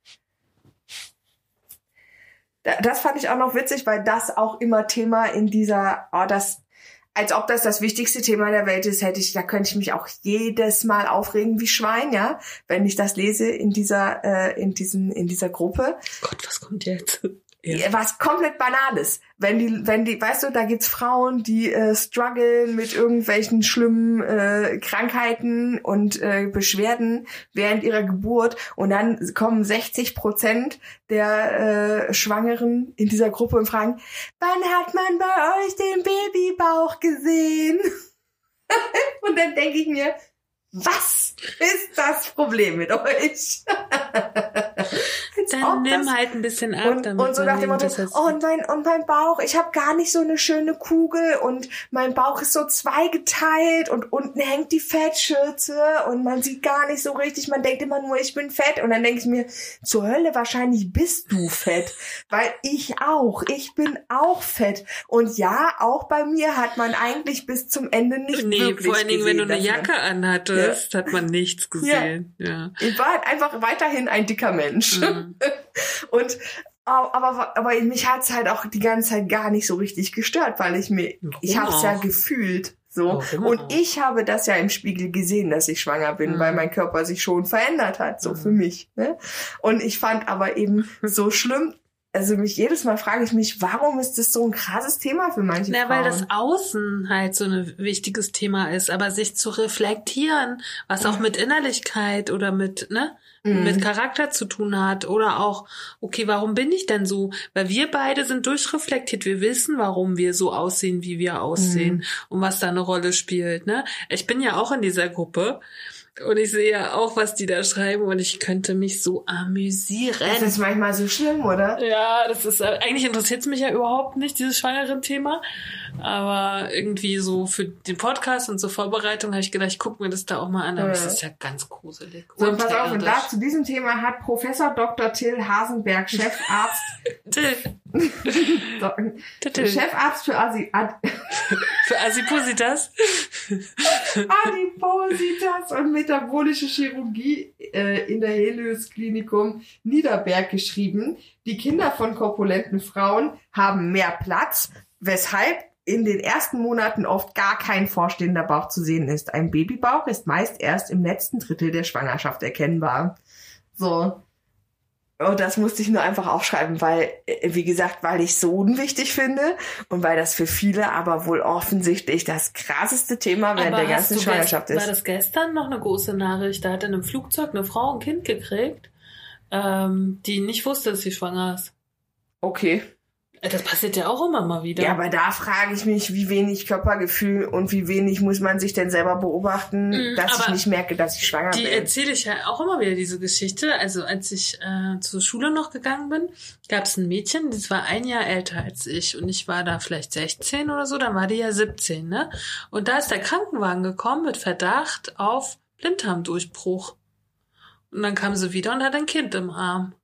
Das fand ich auch noch witzig, weil das auch immer Thema in dieser, oh, das, als ob das das wichtigste Thema der Welt ist, hätte ich, da könnte ich mich auch jedes Mal aufregen wie Schwein, ja, wenn ich das lese in dieser, äh, in diesen, in dieser Gruppe. Gott, was kommt jetzt? Ja. Was komplett Banales. Wenn die, wenn die, weißt du, da gibt's Frauen, die äh, strugglen mit irgendwelchen schlimmen äh, Krankheiten und äh, Beschwerden während ihrer Geburt und dann kommen sechzig Prozent der äh, Schwangeren in dieser Gruppe und fragen, wann hat man bei euch den Babybauch gesehen? Und dann denke ich mir, was ist das Problem mit euch? als Dann ob nimm das... halt ein bisschen ab, Und, damit und so man nach dem den- Motto, das heißt- oh, und mein, und mein Bauch, ich habe gar nicht so eine schöne Kugel und mein Bauch ist so zweigeteilt und unten hängt die Fettschürze und man sieht gar nicht so richtig, man denkt immer nur, ich bin fett und dann denke ich mir, zur Hölle, wahrscheinlich bist du fett, weil ich auch, ich bin auch fett und ja, auch bei mir hat man eigentlich bis zum Ende nicht Nee, wirklich vor allen Dingen, wenn du eine gesehen, dass Jacke anhattest, hat man nichts gesehen. Ja. man, ich war halt einfach weiterhin ein dicker Mensch. Mhm. Und aber, aber mich hat's halt auch die ganze Zeit gar nicht so richtig gestört, weil ich mir, Warum ich habe es ja auch? gefühlt. So. Warum Und auch? ich habe das ja im Spiegel gesehen, dass ich schwanger bin, Mhm. weil mein Körper sich schon verändert hat, so Mhm. für mich. Ne? Und ich fand aber eben so schlimm, also mich jedes Mal frage ich mich, warum ist das so ein krasses Thema für manche Na, Frauen? weil das Außen halt so ein wichtiges Thema ist, aber sich zu reflektieren, was auch mit Innerlichkeit oder mit, ne, Mhm. mit Charakter zu tun hat oder auch, okay, warum bin ich denn so? Weil wir beide sind durchreflektiert, wir wissen, warum wir so aussehen, wie wir aussehen Mhm. und was da eine Rolle spielt, ne? Ich bin ja auch in dieser Gruppe und ich sehe ja auch, was die da schreiben und ich könnte mich so amüsieren. Das ist manchmal so schlimm, oder? Ja, das ist, eigentlich interessiert es mich ja überhaupt nicht, dieses Schwangeren-Thema. Aber irgendwie so für den Podcast und zur Vorbereitung habe ich gedacht, ich gucke mir das da auch mal an. Aber Ja. es ist ja ganz gruselig. So, und pass auf, und unterirdisch. da zu diesem Thema hat Professor Doktor Till Hasenberg, Chefarzt, Till, Till. Chefarzt für Asi, Ad, Für Asipositas. Adipositas und metabolische Chirurgie äh, in der Helios Klinikum Niederberg geschrieben. Die Kinder von korpulenten Frauen haben mehr Platz, weshalb in den ersten Monaten oft gar kein vorstehender Bauch zu sehen ist. Ein Babybauch ist meist erst im letzten Drittel der Schwangerschaft erkennbar. So. Und das musste ich nur einfach aufschreiben, weil, äh, wie gesagt, weil ich so unwichtig finde und weil das für viele aber wohl offensichtlich das krasseste Thema während der hast ganzen du Schwangerschaft gest- ist. War das gestern noch eine große Nachricht? Da hat in einem Flugzeug eine Frau ein Kind gekriegt, ähm, die nicht wusste, dass sie schwanger ist. Okay. Das passiert ja auch immer mal wieder. Ja, aber da frage ich mich, wie wenig Körpergefühl und wie wenig muss man sich denn selber beobachten, Mm, dass ich aber nicht merke, dass ich schwanger Die bin. erzähle ich ja auch immer wieder, diese Geschichte. Also als ich äh, zur Schule noch gegangen bin, gab es ein Mädchen, das war ein Jahr älter als ich und ich war da vielleicht sechzehn oder so, dann war die ja siebzehn, ne? Und da ist der Krankenwagen gekommen mit Verdacht auf Blinddarmdurchbruch. Und dann kam sie wieder und hat ein Kind im Arm.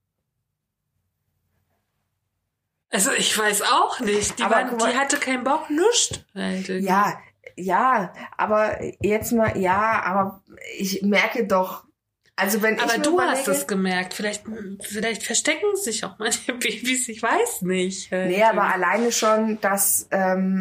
Also ich weiß auch nicht. Die, Aber war, guck mal- die hatte keinen Bock, nuscht. Halt irgendwie. Ja, ja, aber jetzt mal, ja, aber ich merke doch, also wenn Aber ich mir du überlege, hast es gemerkt. Vielleicht, vielleicht verstecken sich auch manche Babys, ich weiß nicht. nee, aber alleine schon, dass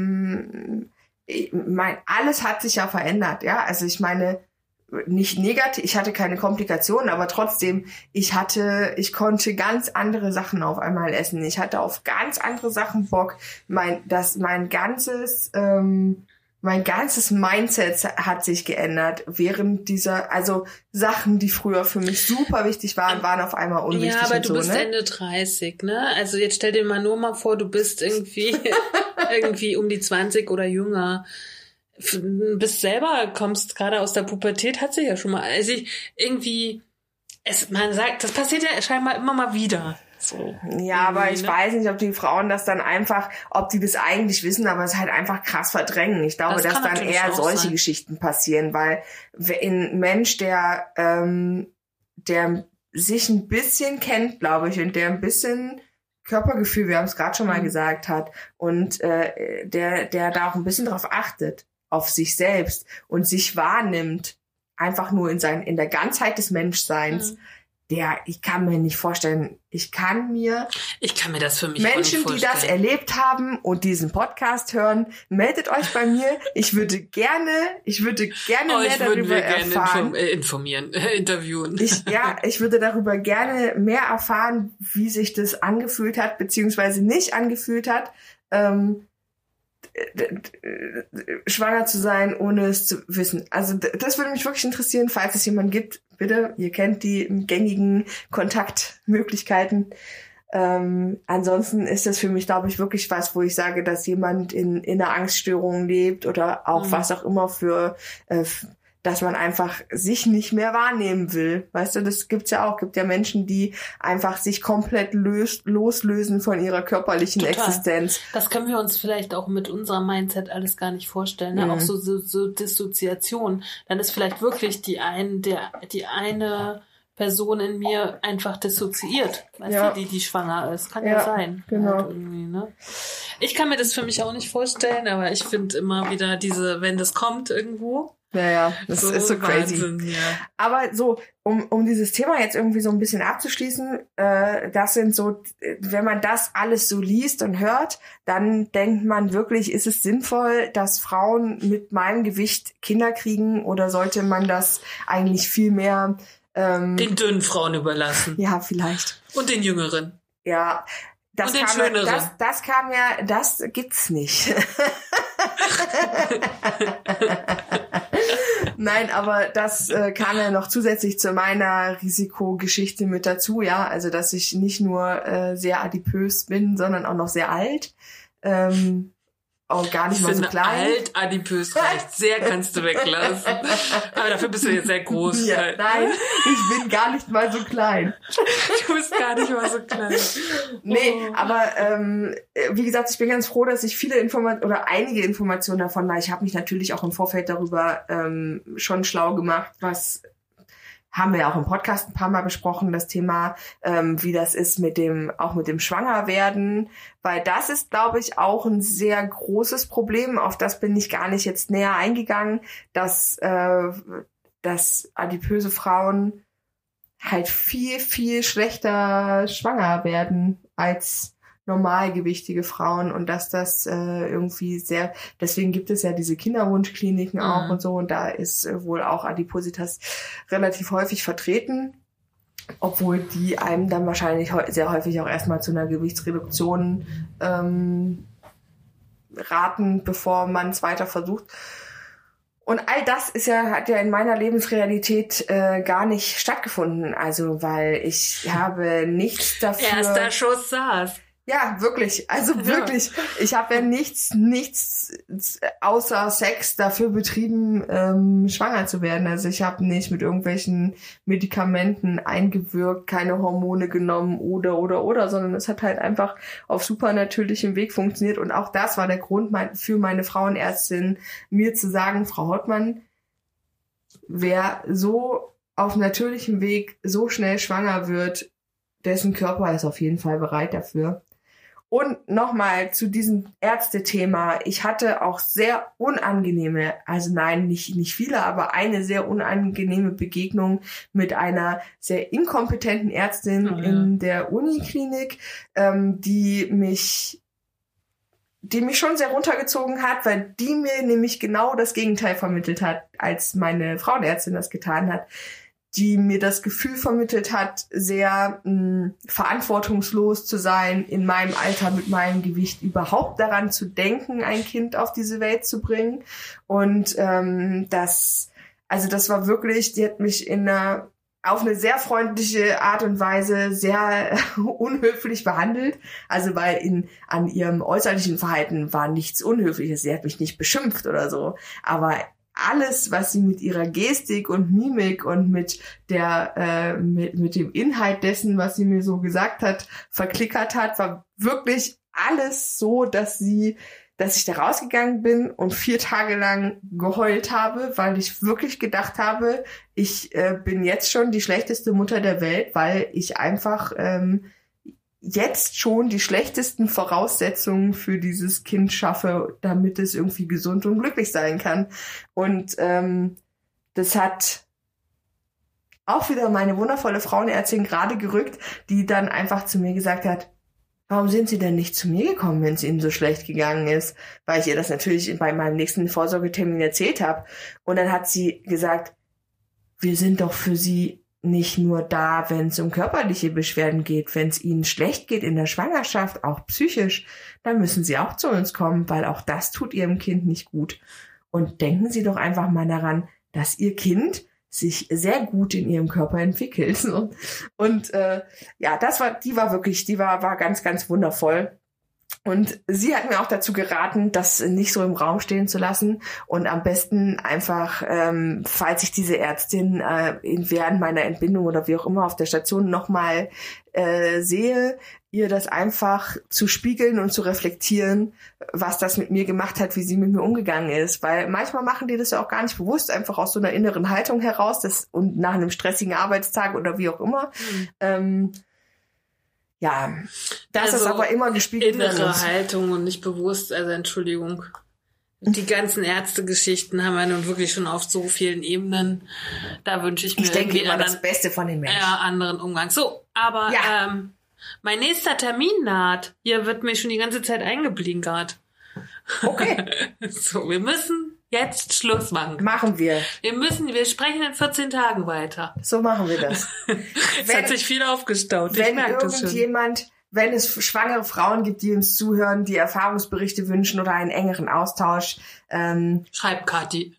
ähm, ich mein, alles hat sich ja verändert, ja. Also ich meine, nicht negativ, ich hatte keine Komplikationen, aber trotzdem, ich hatte, ich konnte ganz andere Sachen auf einmal essen. Ich hatte auf ganz andere Sachen Bock. Mein, das, mein ganzes, ähm, mein ganzes Mindset hat sich geändert während dieser, also Sachen, die früher für mich super wichtig waren, waren auf einmal unwichtig. Ja, aber und du so, bist ne? Ende dreißig, ne? Also jetzt stell dir mal nur mal vor, du bist irgendwie, irgendwie um die zwanzig oder jünger. F- Bist selber, kommst gerade aus der Pubertät, hat sie ja schon mal. Also ich, irgendwie, es, man sagt, das passiert ja scheinbar immer mal wieder. So. Ja, aber Irgendwie, ich ne? weiß nicht, ob die Frauen das dann einfach, ob die das eigentlich wissen, aber es halt einfach krass verdrängen. Ich glaube, Das dass kann dann natürlich eher auch solche sein. Geschichten passieren, weil ein Mensch, der, ähm, der sich ein bisschen kennt, glaube ich, und der ein bisschen Körpergefühl, wir haben es gerade schon mal Mhm. gesagt hat, und äh, der, der da auch ein bisschen drauf achtet, auf sich selbst und sich wahrnimmt, einfach nur in sein, in der Ganzheit des Menschseins, Mhm. der, ich kann mir nicht vorstellen, ich kann mir Ich kann mir das für mich Menschen, auch die nicht das vorstellen. erlebt haben und diesen Podcast hören, meldet euch bei mir. Ich würde gerne, ich würde gerne mehr Euch würden darüber wir gerne erfahren. inform äh, informieren, äh, interviewen. Ich, ja, ich würde darüber gerne mehr erfahren, wie sich das angefühlt hat, beziehungsweise nicht angefühlt hat, ähm, d- d- schwanger zu sein, ohne es zu wissen. Also d- das würde mich wirklich interessieren, falls es jemand gibt. Bitte, ihr kennt die gängigen Kontaktmöglichkeiten. Ähm, ansonsten ist das für mich, glaube ich, wirklich was, wo ich sage, dass jemand in, in einer Angststörung lebt oder auch Mhm. was auch immer für äh, f- dass man einfach sich nicht mehr wahrnehmen will. Weißt du, das gibt's ja auch. Gibt ja Menschen, die einfach sich komplett löst, loslösen von ihrer körperlichen Total. Existenz. Das können wir uns vielleicht auch mit unserem Mindset alles gar nicht vorstellen. Ne? Mhm. Auch so, so, so Dissoziation. Dann ist vielleicht wirklich die, ein, der, die eine Person in mir einfach dissoziiert. Weißt ja. du, die, die schwanger ist. Kann ja, ja sein. Genau. Halt irgendwie, ne? Ich kann mir das für mich auch nicht vorstellen, aber ich finde immer wieder diese, wenn das kommt irgendwo. Ja, ja, das so ist so crazy. Wahnsinn, ja. Aber so, um um dieses Thema jetzt irgendwie so ein bisschen abzuschließen, äh, das sind so, wenn man das alles so liest und hört, dann denkt man wirklich, ist es sinnvoll, dass Frauen mit meinem Gewicht Kinder kriegen, oder sollte man das eigentlich viel mehr ähm, den dünnen Frauen überlassen? Ja, vielleicht. Und den Jüngeren. Ja. Das und den kam, Schöneren. Das, das kam ja, das gibt's nicht. Nein, aber das äh, kam ja noch zusätzlich zu meiner Risikogeschichte mit dazu, ja. Also, dass ich nicht nur äh, sehr adipös bin, sondern auch noch sehr alt. Ähm, auch gar nicht ich mal so finde, klein. Alt, adipös reicht. Sehr kannst du weglassen. Aber dafür bist du jetzt sehr groß. Ja, nein, ich bin gar nicht mal so klein. Du bist gar nicht mal so klein. Nee, oh. aber ähm, wie gesagt, ich bin ganz froh, dass ich viele Informationen oder einige Informationen davon, weil ich habe mich natürlich auch im Vorfeld darüber ähm, schon schlau gemacht, was haben wir ja auch im Podcast ein paar Mal besprochen, das Thema, ähm, wie das ist mit dem, auch mit dem Schwangerwerden, weil das ist, glaube ich, auch ein sehr großes Problem, auf das bin ich gar nicht jetzt näher eingegangen, dass, äh, dass adipöse Frauen halt viel, viel schlechter schwanger werden als normalgewichtige Frauen, und dass das äh, irgendwie sehr, deswegen gibt es ja diese Kinderwunschkliniken auch mhm. und so, und da ist äh, wohl auch Adipositas relativ häufig vertreten, obwohl die einem dann wahrscheinlich heu- sehr häufig auch erstmal zu einer Gewichtsreduktion ähm, raten, bevor man es weiter versucht. Und all das ist ja, hat ja in meiner Lebensrealität äh, gar nicht stattgefunden, also weil ich habe nichts dafür... Erster Schuss saß. Ja, wirklich. Also wirklich. Ich habe ja nichts, nichts außer Sex dafür betrieben, ähm, schwanger zu werden. Also ich habe nicht mit irgendwelchen Medikamenten eingewirkt, keine Hormone genommen oder, oder, oder, sondern es hat halt einfach auf supernatürlichem Weg funktioniert. Und auch das war der Grund für meine Frauenärztin, mir zu sagen, Frau Hautmann, wer so auf natürlichem Weg so schnell schwanger wird, dessen Körper ist auf jeden Fall bereit dafür. Und nochmal zu diesem Ärztethema. Ich hatte auch sehr unangenehme, also nein, nicht, nicht viele, aber eine sehr unangenehme Begegnung mit einer sehr inkompetenten Ärztin oh, ja. in der Uniklinik, ähm, die mich, die mich schon sehr runtergezogen hat, weil die mir nämlich genau das Gegenteil vermittelt hat, als meine Frauenärztin das getan hat. Die mir das Gefühl vermittelt hat, sehr mh, verantwortungslos zu sein, in meinem Alter mit meinem Gewicht überhaupt daran zu denken, ein Kind auf diese Welt zu bringen. Und ähm, das, also das war wirklich, die hat mich in einer, auf eine sehr freundliche Art und Weise sehr äh, unhöflich behandelt. Also weil in an ihrem äußerlichen Verhalten war nichts Unhöfliches. Sie hat mich nicht beschimpft oder so, aber alles, was sie mit ihrer Gestik und Mimik und mit der äh, mit mit dem Inhalt dessen, was sie mir so gesagt hat, verklickert hat, war wirklich alles so, dass sie, dass ich da rausgegangen bin und vier Tage lang geheult habe, weil ich wirklich gedacht habe, ich äh, bin jetzt schon die schlechteste Mutter der Welt, weil ich einfach ähm, jetzt schon die schlechtesten Voraussetzungen für dieses Kind schaffe, damit es irgendwie gesund und glücklich sein kann. Und ähm, das hat auch wieder meine wundervolle Frauenärztin gerade gerückt, die dann einfach zu mir gesagt hat, warum sind Sie denn nicht zu mir gekommen, wenn es Ihnen so schlecht gegangen ist? Weil ich ihr das natürlich bei meinem nächsten Vorsorgetermin erzählt habe. Und dann hat sie gesagt, wir sind doch für Sie nicht nur da, wenn es um körperliche Beschwerden geht, wenn es ihnen schlecht geht in der Schwangerschaft, auch psychisch, dann müssen sie auch zu uns kommen, weil auch das tut ihrem Kind nicht gut. Und denken Sie doch einfach mal daran, dass Ihr Kind sich sehr gut in ihrem Körper entwickelt. Und äh, ja, das war, die war wirklich, die war, war ganz, ganz wundervoll. Und sie hat mir auch dazu geraten, das nicht so im Raum stehen zu lassen und am besten einfach, ähm, falls ich diese Ärztin äh, während meiner Entbindung oder wie auch immer auf der Station nochmal äh, sehe, ihr das einfach zu spiegeln und zu reflektieren, was das mit mir gemacht hat, wie sie mit mir umgegangen ist. Weil manchmal machen die das ja auch gar nicht bewusst, einfach aus so einer inneren Haltung heraus das, und nach einem stressigen Arbeitstag oder wie auch immer. Mhm. Ähm, Ja, das also ist aber immer gespiegelt. Innere Haltung und nicht bewusst, also Entschuldigung. Die ganzen Ärztegeschichten haben wir nun wirklich schon auf so vielen Ebenen. Da wünsche ich mir ich denke immer anderen, das Beste von den Menschen. Ja, anderen Umgang. So, aber ja. ähm, mein nächster Termin naht. Hier wird mir schon die ganze Zeit eingeblinkert. Okay. So, wir müssen jetzt Schluss machen. Machen wir. Wir müssen, wir sprechen in vierzehn Tagen weiter. So machen wir das. Es hat sich viel aufgestaut. Ich Wenn merke das schon. irgendjemand, wenn es schwangere Frauen gibt, die uns zuhören, die Erfahrungsberichte wünschen oder einen engeren Austausch, ähm, schreibt Kathi.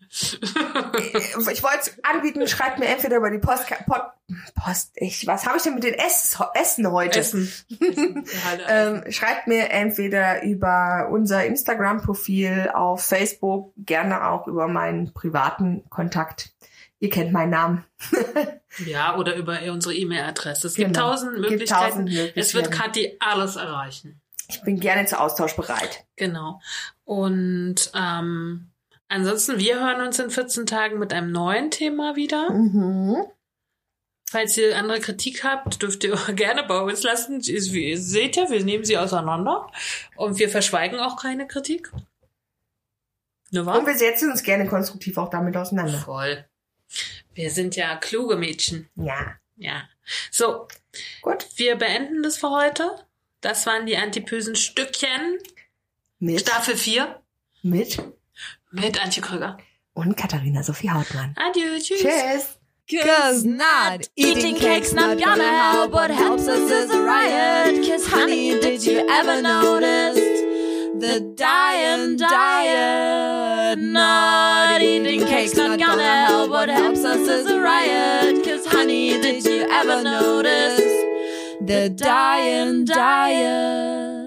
Ich wollte anbieten, schreibt mir entweder über die Post, Post, Post ich, was habe ich denn mit den Ess, Essen heute? Essen. ähm, schreibt mir entweder über unser Instagram-Profil auf Facebook, gerne auch über meinen privaten Kontakt. Ihr kennt meinen Namen. Ja, oder über unsere E-Mail-Adresse. Es gibt Genau. tausend Gibt Möglichkeiten. tausend Möglichkeiten. Es wird Kathi alles erreichen. Ich bin gerne zu Austausch bereit. Genau. Und ähm, ansonsten, wir hören uns in vierzehn Tagen mit einem neuen Thema wieder. Mhm. Falls ihr andere Kritik habt, dürft ihr gerne bei uns lassen. Wie ihr seht ja, wir nehmen sie auseinander. Und wir verschweigen auch keine Kritik. Ne, Und wir setzen uns gerne konstruktiv auch damit auseinander. Voll. Wir sind ja kluge Mädchen. Ja. Ja. So. Gut. Wir beenden das für heute. Das waren die antipösen Stückchen. Mit. Staffel vier. Mit. Mit Antje Krüger. Und Katharina Sophie Hautmann. Adieu. Tschüss. Tschüss. Cause not eating cake's not gonna help. What helps us is a riot. Cause honey, did you ever notice the dying diet? Not eating cake's not gonna help. What helps us is a riot. Cause honey, did you ever notice the dying diet?